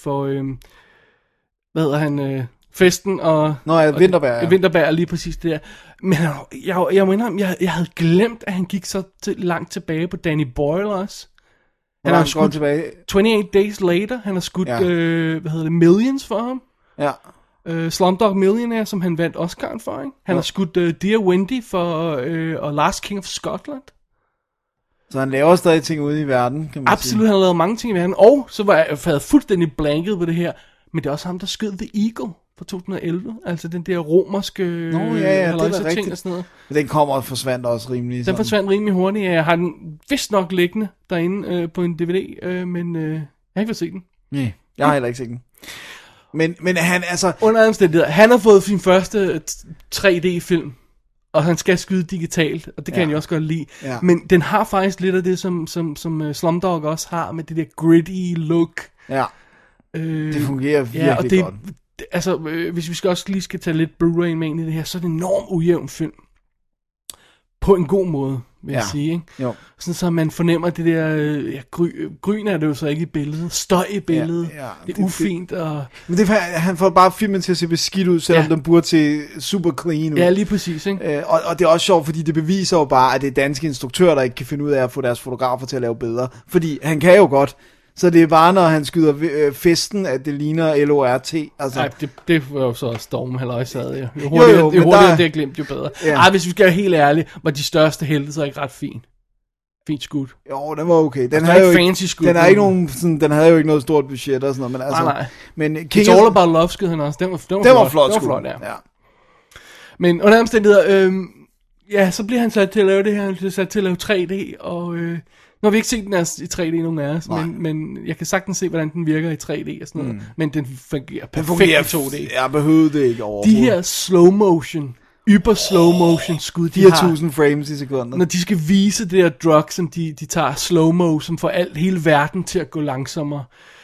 hvad hedder han, Festen og Vinterberg. Vinterberg, lige præcis det der. Men jeg må indrømme, jeg havde glemt, at han gik så langt tilbage på Danny Boyle også. Han har skudt 28 Days Later. Han har skudt, Millions for ham. Ja. Slumdog Millionaire, som han vandt Oscar'en for, ikke? Han har skudt Dear Wendy for og Last King of Scotland. Så han laver stadig ting ude i verden, kan man Absolut, han har lavet mange ting i verden. Og så var jeg fuldstændig blanket på det her. Men det er også ham, der skød The Eagle fra 2011. Altså den der romerske det er ting og sådan noget. Den kommer og forsvandt også rimelig. Den forsvandt rimelig hurtigt. Jeg har den vist nok liggende derinde på en DVD, men jeg har ikke fået set den. Nej, jeg har heller ikke set den. Men han altså... Under omstændigheder, han har fået sin første 3D-film, og han skal skyde digitalt, og det kan han jo også godt lide. Ja. Men den har faktisk lidt af det, som Slumdog også har, med det der gritty look. Ja. Det fungerer virkelig godt. Altså, hvis vi også lige skal tage lidt Blu-ray med ind i det her, så er det en enormt ujævn film. På en god måde, vil jeg sige, ikke? Jo. Sådan så man fornemmer det der, gryn er det jo så ikke i billedet, støj i billedet, det er ufint. Men det er, han får bare filmen til at se beskidt ud, selvom den burde se super clean ud. Ja, lige præcis, ikke? Og det er også sjovt, fordi det beviser jo bare, at det er danske instruktører, der ikke kan finde ud af at få deres fotografer til at lave billeder. Fordi han kan jo godt. Så det er bare, når han skyder festen, at det ligner LORT. Altså. Nej, det var jo så Storm halløjsad, ja. Jo hurtigere det er glemt, jo bedre. Ja. Ej, hvis vi skal være helt ærlige, var de største helte så ikke ret fint skud. Jo, den var okay. Den havde jo fancy skud. Den havde jo ikke noget stort budget og sådan noget, men altså. Nej. Men It's All About Love skød han også. Den var flot, ja. Men under omstændigheder, så bliver han sat til at lave det her. Han bliver sat til at lave 3D, og nu har vi ikke set den i 3D, nogen af os, men jeg kan sagtens se, hvordan den virker i 3D og sådan noget. Men den fungerer perfekt i 2D. Jeg behøvede det ikke overhovedet. De her slow motion skud, de 4.000 frames i sekunder. Når de skal vise det der drug, som de tager slow-mo, som får hele verden til at gå langsommere.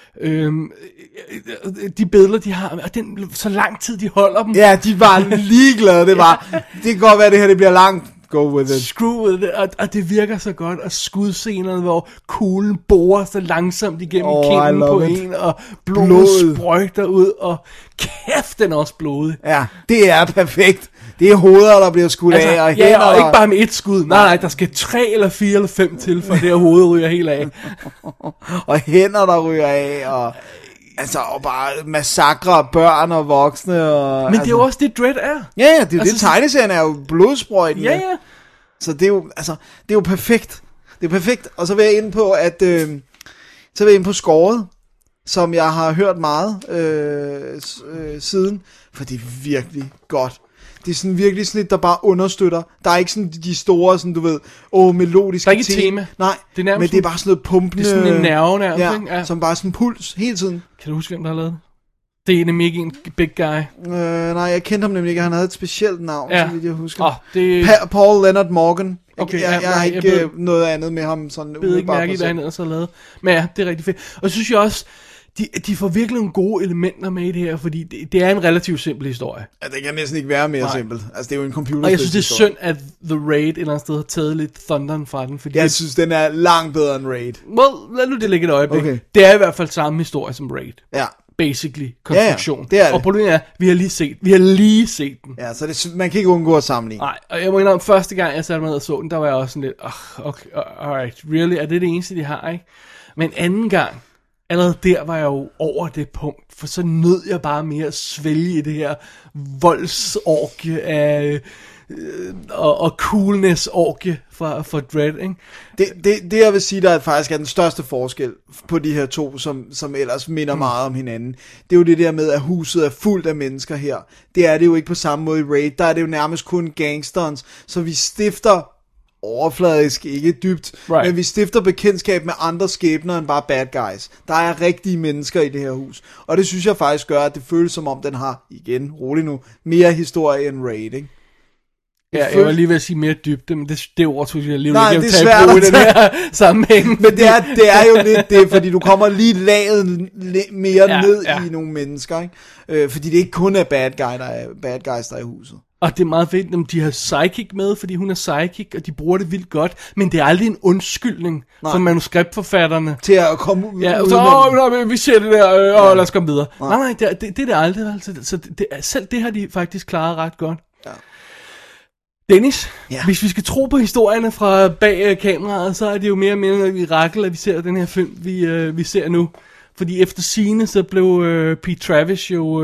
De billeder, de har, og så lang tid de holder dem. Ja, de var ligeglade. Det kan godt være, det her det bliver langt. Go with it. Screw with it, og det virker så godt, og skudscenerne, hvor kuglen borer så langsomt igennem kinden på en, og blodet sprøjter ud, og kæft, den er også blodig. Ja, det er perfekt. Det er hoveder, der bliver skudt af, og hænder. Og ikke bare med et skud. Nej, der skal 3 eller 4 eller 5 til, for det her hoved ryger helt af. Og hænder, der ryger af, og altså, og bare massakre af børn og voksne. Og, men det er jo også det, Dredd er. Ja, det er det. Tegneserien er jo blodsprøjtende. Ja. Så det er jo perfekt. Det er perfekt. Og så vil jeg ind på, scoret, som jeg har hørt meget siden, for det er virkelig godt. Det er sådan virkelig sådan lidt, der bare understøtter. Der er ikke sådan de store, sådan du ved, melodiske tema. Der er ikke et tema. Nej, men det er bare sådan noget pumpende. Det er sådan en nerve nærmest, ja, som bare sådan en puls hele tiden. Kan du huske, hvem der har lavet det? Det er nemlig ikke en big guy. Nej, jeg kendte ham nemlig ikke. Han havde et specielt navn, så vidt jeg husker. Det... Paul Leonard Morgan. Okay, jeg har ikke noget andet med ham sådan. Jeg ved ikke mærke, hvad han ellers har lavet. Men ja, det er rigtig fedt. Og så synes jeg også, de får virkelig nogle gode elementer med i det her, fordi det er en relativt simpel historie. Ja, det kan næsten ikke være mere simpelt. Altså, det er jo en computerspil. Og jeg synes, det er synd, at The Raid et eller andet sted har taget lidt thunderen fra den. Fordi jeg synes, den er langt bedre end Raid. Well, lad nu det ligge et øjeblik. Okay. Det er i hvert fald samme historie som Raid. Ja. Basically, konstruktion. Ja, det er det. Og problemet er, vi har lige set den. Ja, så man kan ikke undgå at sammenligne. Nej, og jeg må indrømme, første gang jeg satte mig ned og så den, der var jeg også sådan lidt, okay, alright, really, er det eneste, de har, ikke? Men anden gang, allerede der var jeg jo over det punkt, for så nød jeg bare mere at svælge i det her voldsorgie af og coolness-orgie for Dredd, ikke? Det jeg vil sige, der faktisk er den største forskel på de her to, som ellers minder meget om hinanden, det er jo det der med, at huset er fuldt af mennesker her. Det er det jo ikke på samme måde i Raid. Der er det jo nærmest kun gangsterens, så vi stifter overfladisk, ikke dybt, men vi stifter bekendtskab med andre skæbner end bare bad guys. Der er rigtige mennesker i det her hus. Og det synes jeg faktisk gør, at det føles som om, den har, igen, rolig nu, mere historie end Raid, ikke? Ja, jeg var lige ved at sige mere dybde, men det ord tror jeg alligevel ikke, jeg vil tage i den her sammenhæng. Men det er jo lidt det, fordi du kommer lige laget mere ned i nogle mennesker, ikke? Fordi det ikke kun er bad guys, der er i huset. Og det er meget fedt, at de har Psychic med, fordi hun er psychic, og de bruger det vildt godt, men det er aldrig en undskyldning for manuskriptforfatterne. Til at komme ud. Ja, og så, vi ser det der, lad os komme videre. Nej, det er det aldrig. Så selv det har de faktisk klaret ret godt. Ja. Dennis, hvis vi skal tro på historierne fra bag kameraet, så er det jo mere og mere et mirakel, at vi ser den her film, vi ser nu. Fordi efter sigende, så blev Pete Travis jo...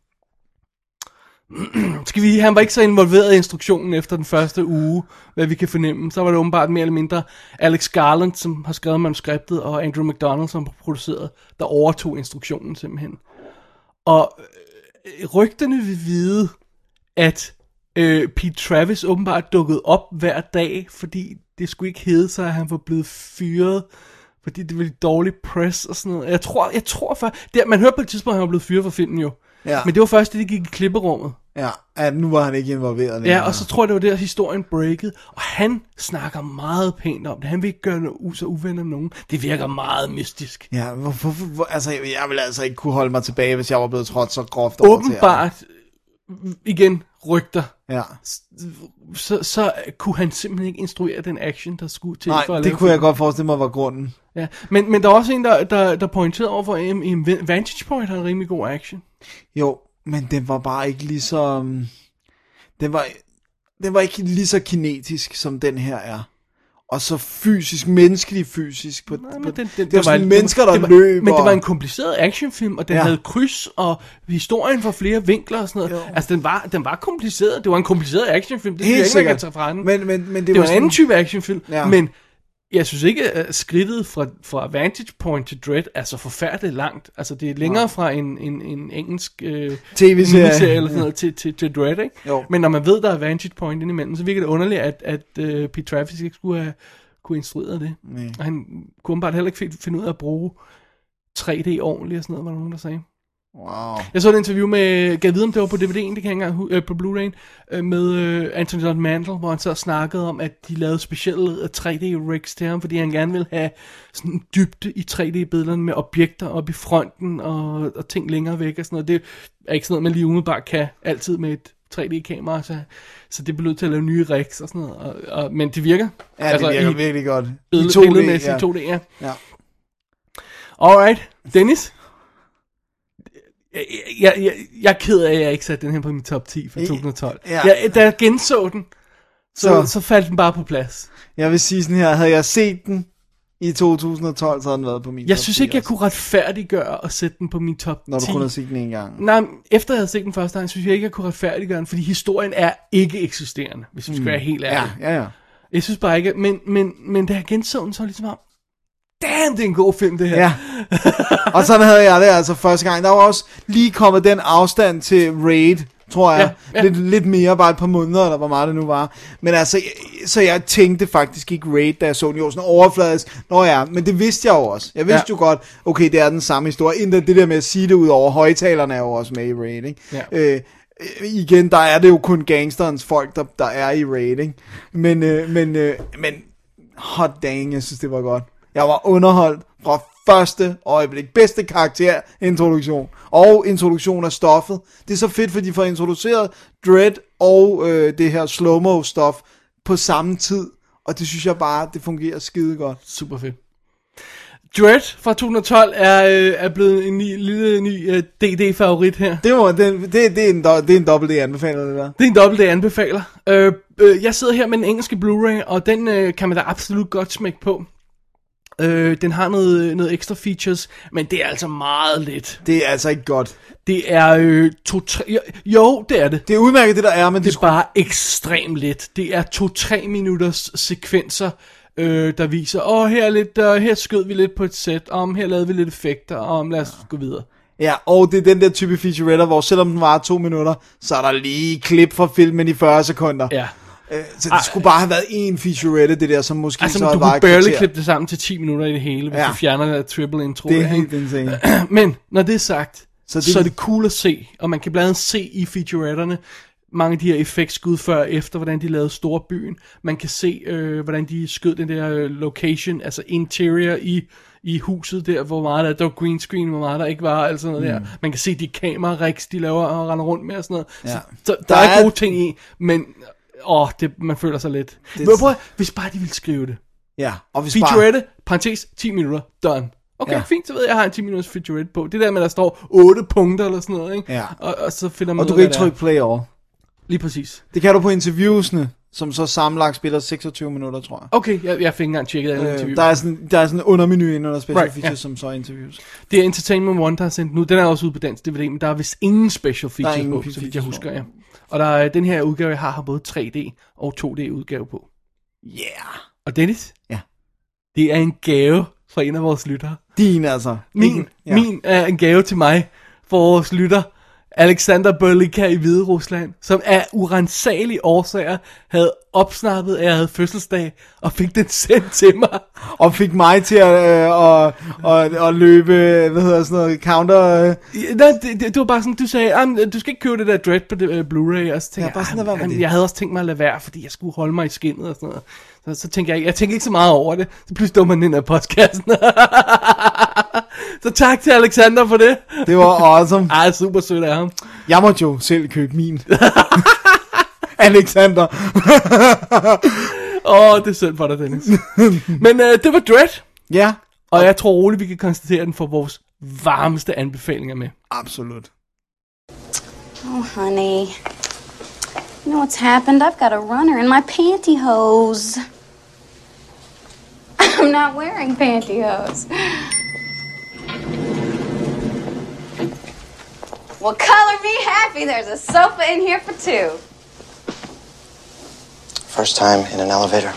han var ikke så involveret i instruktionen efter den første uge, hvad vi kan fornemme. Så var det åbenbart mere eller mindre Alex Garland, som har skrevet manuskriptet, og Andrew McDonald, som har produceret, der overtog instruktionen simpelthen. Og rygterne vil vide, at Pete Travis åbenbart dukkede op hver dag, fordi det skulle ikke hedde sig, at han var blevet fyret, fordi det var lidt dårlig press og sådan noget. Jeg tror man hørte på et tidspunkt, at han var blevet fyret fra filmen jo. Ja. Men det var først, det gik i klipperummet. Ja, nu var han ikke involveret. Ja, og så tror jeg, det var der, historien breakede. Og han snakker meget pænt om det. Han vil ikke gøre noget så uvenner med nogen. Det virker meget mystisk. Ja, hvorfor altså, jeg ville altså ikke kunne holde mig tilbage, hvis jeg var blevet trådt så groft over. Åbenbart, igen, rygter. Ja. Så kunne han simpelthen ikke instruere den action, der skulle til. Nej, for at det kunne jeg godt forestille mig var grunden. Ja, men der er også en, der pointerede over for en Vantage Point har en rimelig god action. Jo, men den var bare ikke lige så... Den var ikke lige så kinetisk, som den her er. Og så menneskelig fysisk. Det var sådan mennesker, der løb. Men det var en kompliceret actionfilm, og den havde kryds, og historien fra flere vinkler og sådan noget. Jo. Altså, den var kompliceret. Det var en kompliceret actionfilm. Det synes jeg ikke, man kan tage fra den. Men det var en anden type actionfilm. Ja. Men jeg synes ikke, at skridtet fra Vantage Point til Dredd er så forfærdeligt langt. Altså, det er længere fra en engelsk tv-serie eller sådan noget til Dredd, ikke? Jo. Men når man ved, der er Vantage Point indimellem, så virker det underligt, at Pete Travis ikke skulle instruere det. Nej. Og han kunne bare heller ikke finde ud af at bruge 3D ordentligt og sådan noget, var der nogen, der sagde. Wow. Jeg så et interview med, gav vide om det var på DVD'en, det kan jeg engang, på Blu-ray'en, med Anthony John Mandel, hvor han så snakkede om, at de lavede specielle 3D-rigs til ham, fordi han gerne ville have sådan en dybde i 3D-billederne med objekter oppe i fronten og ting længere væk og sådan noget. Det er ikke sådan noget, man lige umiddelbart kan altid med et 3D-kamera, så det blev nødt til at lave nye rigs og sådan noget, men det virker. Ja, det virker virkelig godt. I 2D, ja. 2D, ja. Alright, Dennis? Jeg er ked af, at jeg ikke satte den her på min top 10 for 2012. Ja. Da jeg genså den, så faldt den bare på plads. Jeg vil sige sådan her, havde jeg set den i 2012, så havde den været på min top 10. Jeg synes ikke, jeg kunne retfærdiggøre at sætte den på min top 10. Når du kun har set den en gang. Nej, efter jeg havde set den første gang, synes jeg ikke, jeg kunne retfærdiggøre den, fordi historien er ikke eksisterende, hvis vi skal være helt ærlig. Ja. Jeg synes bare ikke, men da jeg genså den, så var det ligesom om, damn, det er en god film, det her. Ja. Og sådan havde jeg det altså første gang. Der var også lige kommet den afstand til Raid, tror jeg. Ja. Lidt mere, bare et par måneder, eller hvor meget det nu var. Men altså, så jeg tænkte faktisk ikke Raid, da jeg så den jo sådan overfladisk. Nå ja, men det vidste jeg jo også. Jeg vidste jo godt, okay, det er den samme historie. Inden det der med at sige det ud over højtalerne er jo også med i Raid, ikke? Ja. Igen, der er det jo kun gangsterens folk, der er i Raid, ikke? Men hot dang, jeg synes, det var godt. Jeg var underholdt fra første øjeblik. Bedste karakterintroduktion. Og introduktion af stoffet. Det er så fedt, fordi de får introduceret Dredd og det her slow-mo stof på samme tid. Og det synes jeg bare, det fungerer skide godt. Super fedt. Dredd fra 2012 er blevet en lille ny DD-favorit her. Det er en dobbelt D-anbefaler, det der. Det er en dobbelt D-anbefaler. Jeg sidder her med den engelske Blu-ray, og den kan man da absolut godt smække på. Den har noget ekstra features, men det er altså meget lidt. Det er altså ikke godt. Det er jo, det er det. Det er udmærket, det der er, men det er bare ekstremt lidt. Det er 2-3 minutters sekvenser, der viser, her skød vi lidt på et sæt, her lavede vi lidt effekter, lad os gå videre. Ja, og det er den der type featurette, hvor selvom den var 2 minutter, så er der lige klip fra filmen i 40 sekunder. Ja. Så det skulle bare have været en featurette, det der, som måske altså, så var du kunne barely klippe det sammen til 10 minutter i det hele, hvis du fjerner det der triple intro. Det er helt insane. Men når det er sagt, så er det cool at se, og man kan blandt andet se i featuretterne mange af de her effektskud før og efter, hvordan de lavede storbyen. Man kan se, hvordan de skød den der location, altså interior i huset der, hvor meget der var green screen, hvor meget der ikke var, altså noget der. Man kan se de kamera-rigs, de laver og render rundt med og sådan noget. Ja. Så der er gode ting i, men man føler sig lidt. Hvis bare de ville skrive det. Ja, og hvis featurette, parentes, 10 minutter, done. Okay, fint, så ved jeg har en 10 minutters featurette på. Det der med, der står 8 punkter eller sådan noget, ikke? Ja. Og så finder man og du kan ikke trykke play all. Lige præcis. Det kan du på interviewsene, som så sammenlagt spiller 26 minutter, tror jeg. Okay, jeg fik ikke engang tjekket alle interviews. Der er sådan en undermenu inden under special features, som så interviews. Det er Entertainment One, der har sendt nu. Den er også ude på dansk DVD, men der er vist ingen special features på, så vidt jeg husker, ja. Og der er den her udgave, jeg har både 3D og 2D udgave på. Yeah. Og Dennis? Ja. Det er en gave fra en af vores lyttere. Din altså. Min er en gave til mig, for vores lytter. Alexander Berlika i Hvide Rusland, som af urensagelige årsager havde opsnappet, at jeg havde fødselsdag, og fik den sendt til mig. Og fik mig til at løbe, hvad hedder sådan noget, counter... Det var bare sådan, du sagde, du skal ikke købe det der Dread på Blu-ray, og så tænkte jeg havde også tænkt mig at lade være, fordi jeg skulle holde mig i skindet og sådan noget. Så tænkte jeg tænkte ikke så meget over det. Så pludselig stod man ind af postkassen. Så tak til Alexander for det. Det var awesome. Ej, super sødt af ham. Jeg måtte jo selv købe min. Alexander. Det er synd for dig, Dennis. Men det var Dread. Ja. Og jeg tror roligt, vi kan konstatere den for vores varmeste anbefalinger med. Absolut. Oh, honey. You know what's happened? I've got a runner in my pantyhose. I'm not wearing pantyhose. Well, color me happy. There's a sofa in here for two. First time in an elevator.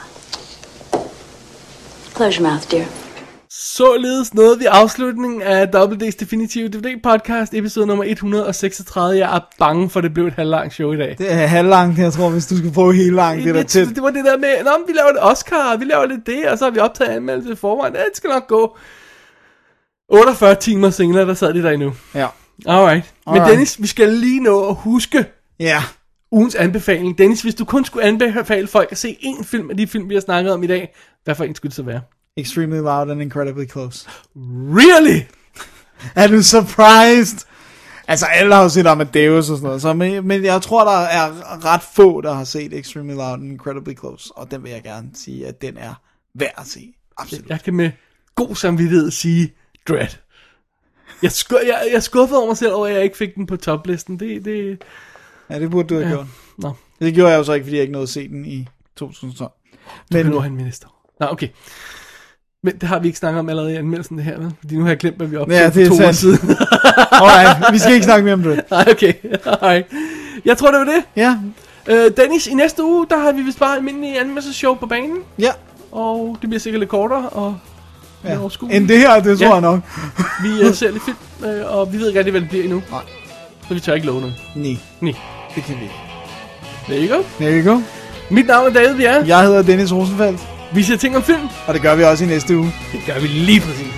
Close your mouth, dear. Således nåede vi afslutningen af WD's Definitive DVD podcast, episode nummer 136. Jeg er bange for, at det blev et halvlangt show i dag. Det er halvlangt, jeg tror, hvis du skal prøve helt langt. Det var det der med, vi laver et Oscar, vi laver lidt det, og så har vi optaget anmeldelse i forvejen. Det skal nok gå. 48 timer senere, der sad de der endnu. Ja. Alright. Men Dennis, vi skal lige nå at huske ugens anbefaling. Dennis, hvis du kun skulle anbefale folk at se en film af de film, vi har snakket om i dag, hvad for en skulle det så være? Extremely Loud and Incredibly Close. Really? Er du surprised? Altså, alle har jo set Amadeus og sådan noget, men jeg tror, der er ret få, der har set Extremely Loud and Incredibly Close, og den vil jeg gerne sige, at den er værd at se. Absolut. Jeg kan med god samvittighed sige Dread. Jeg skuffede over mig selv over, at jeg ikke fik den på toplisten. Ja, det burde du have gjort. No. Det gjorde jeg jo så ikke, fordi jeg ikke nåede at se den i 2012. Men nu er han minister. Nå, okay. Men det har vi ikke snakket om allerede i anmeldelsen det her, vel? Fordi nu har jeg glemt, hvad vi optog for 2 år siden. Alright, vi skal ikke snakke mere om det. Nej, okay. Alright. Jeg tror, det var det. Ja. Dennis, i næste uge, der har vi vist bare en almindelig anmeldelsesshow på banen. Ja. Og det bliver sikkert lidt kortere, og end det her, det tror jeg nok. Vi ser lidt film, og vi ved ikke rigtig, hvad det bliver endnu. Nej. Så vi tør ikke love noget. Nej. Det kan vi ikke. There you go. Mit navn er David Bjerre. Jeg hedder Dennis Rosenfeldt. Vi ser ting om film. Og det gør vi også i næste uge. Det gør vi lige præcis.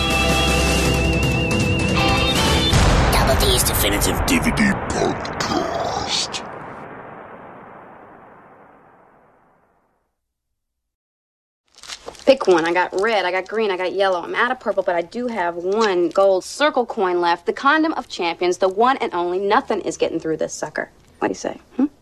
WD's Definitive DVD Podcast. Pick one. I got red, I got green, I got yellow. I'm out of purple, but I do have one gold circle coin left. The condom of champions, the one and only. Nothing is getting through this sucker. What do you say?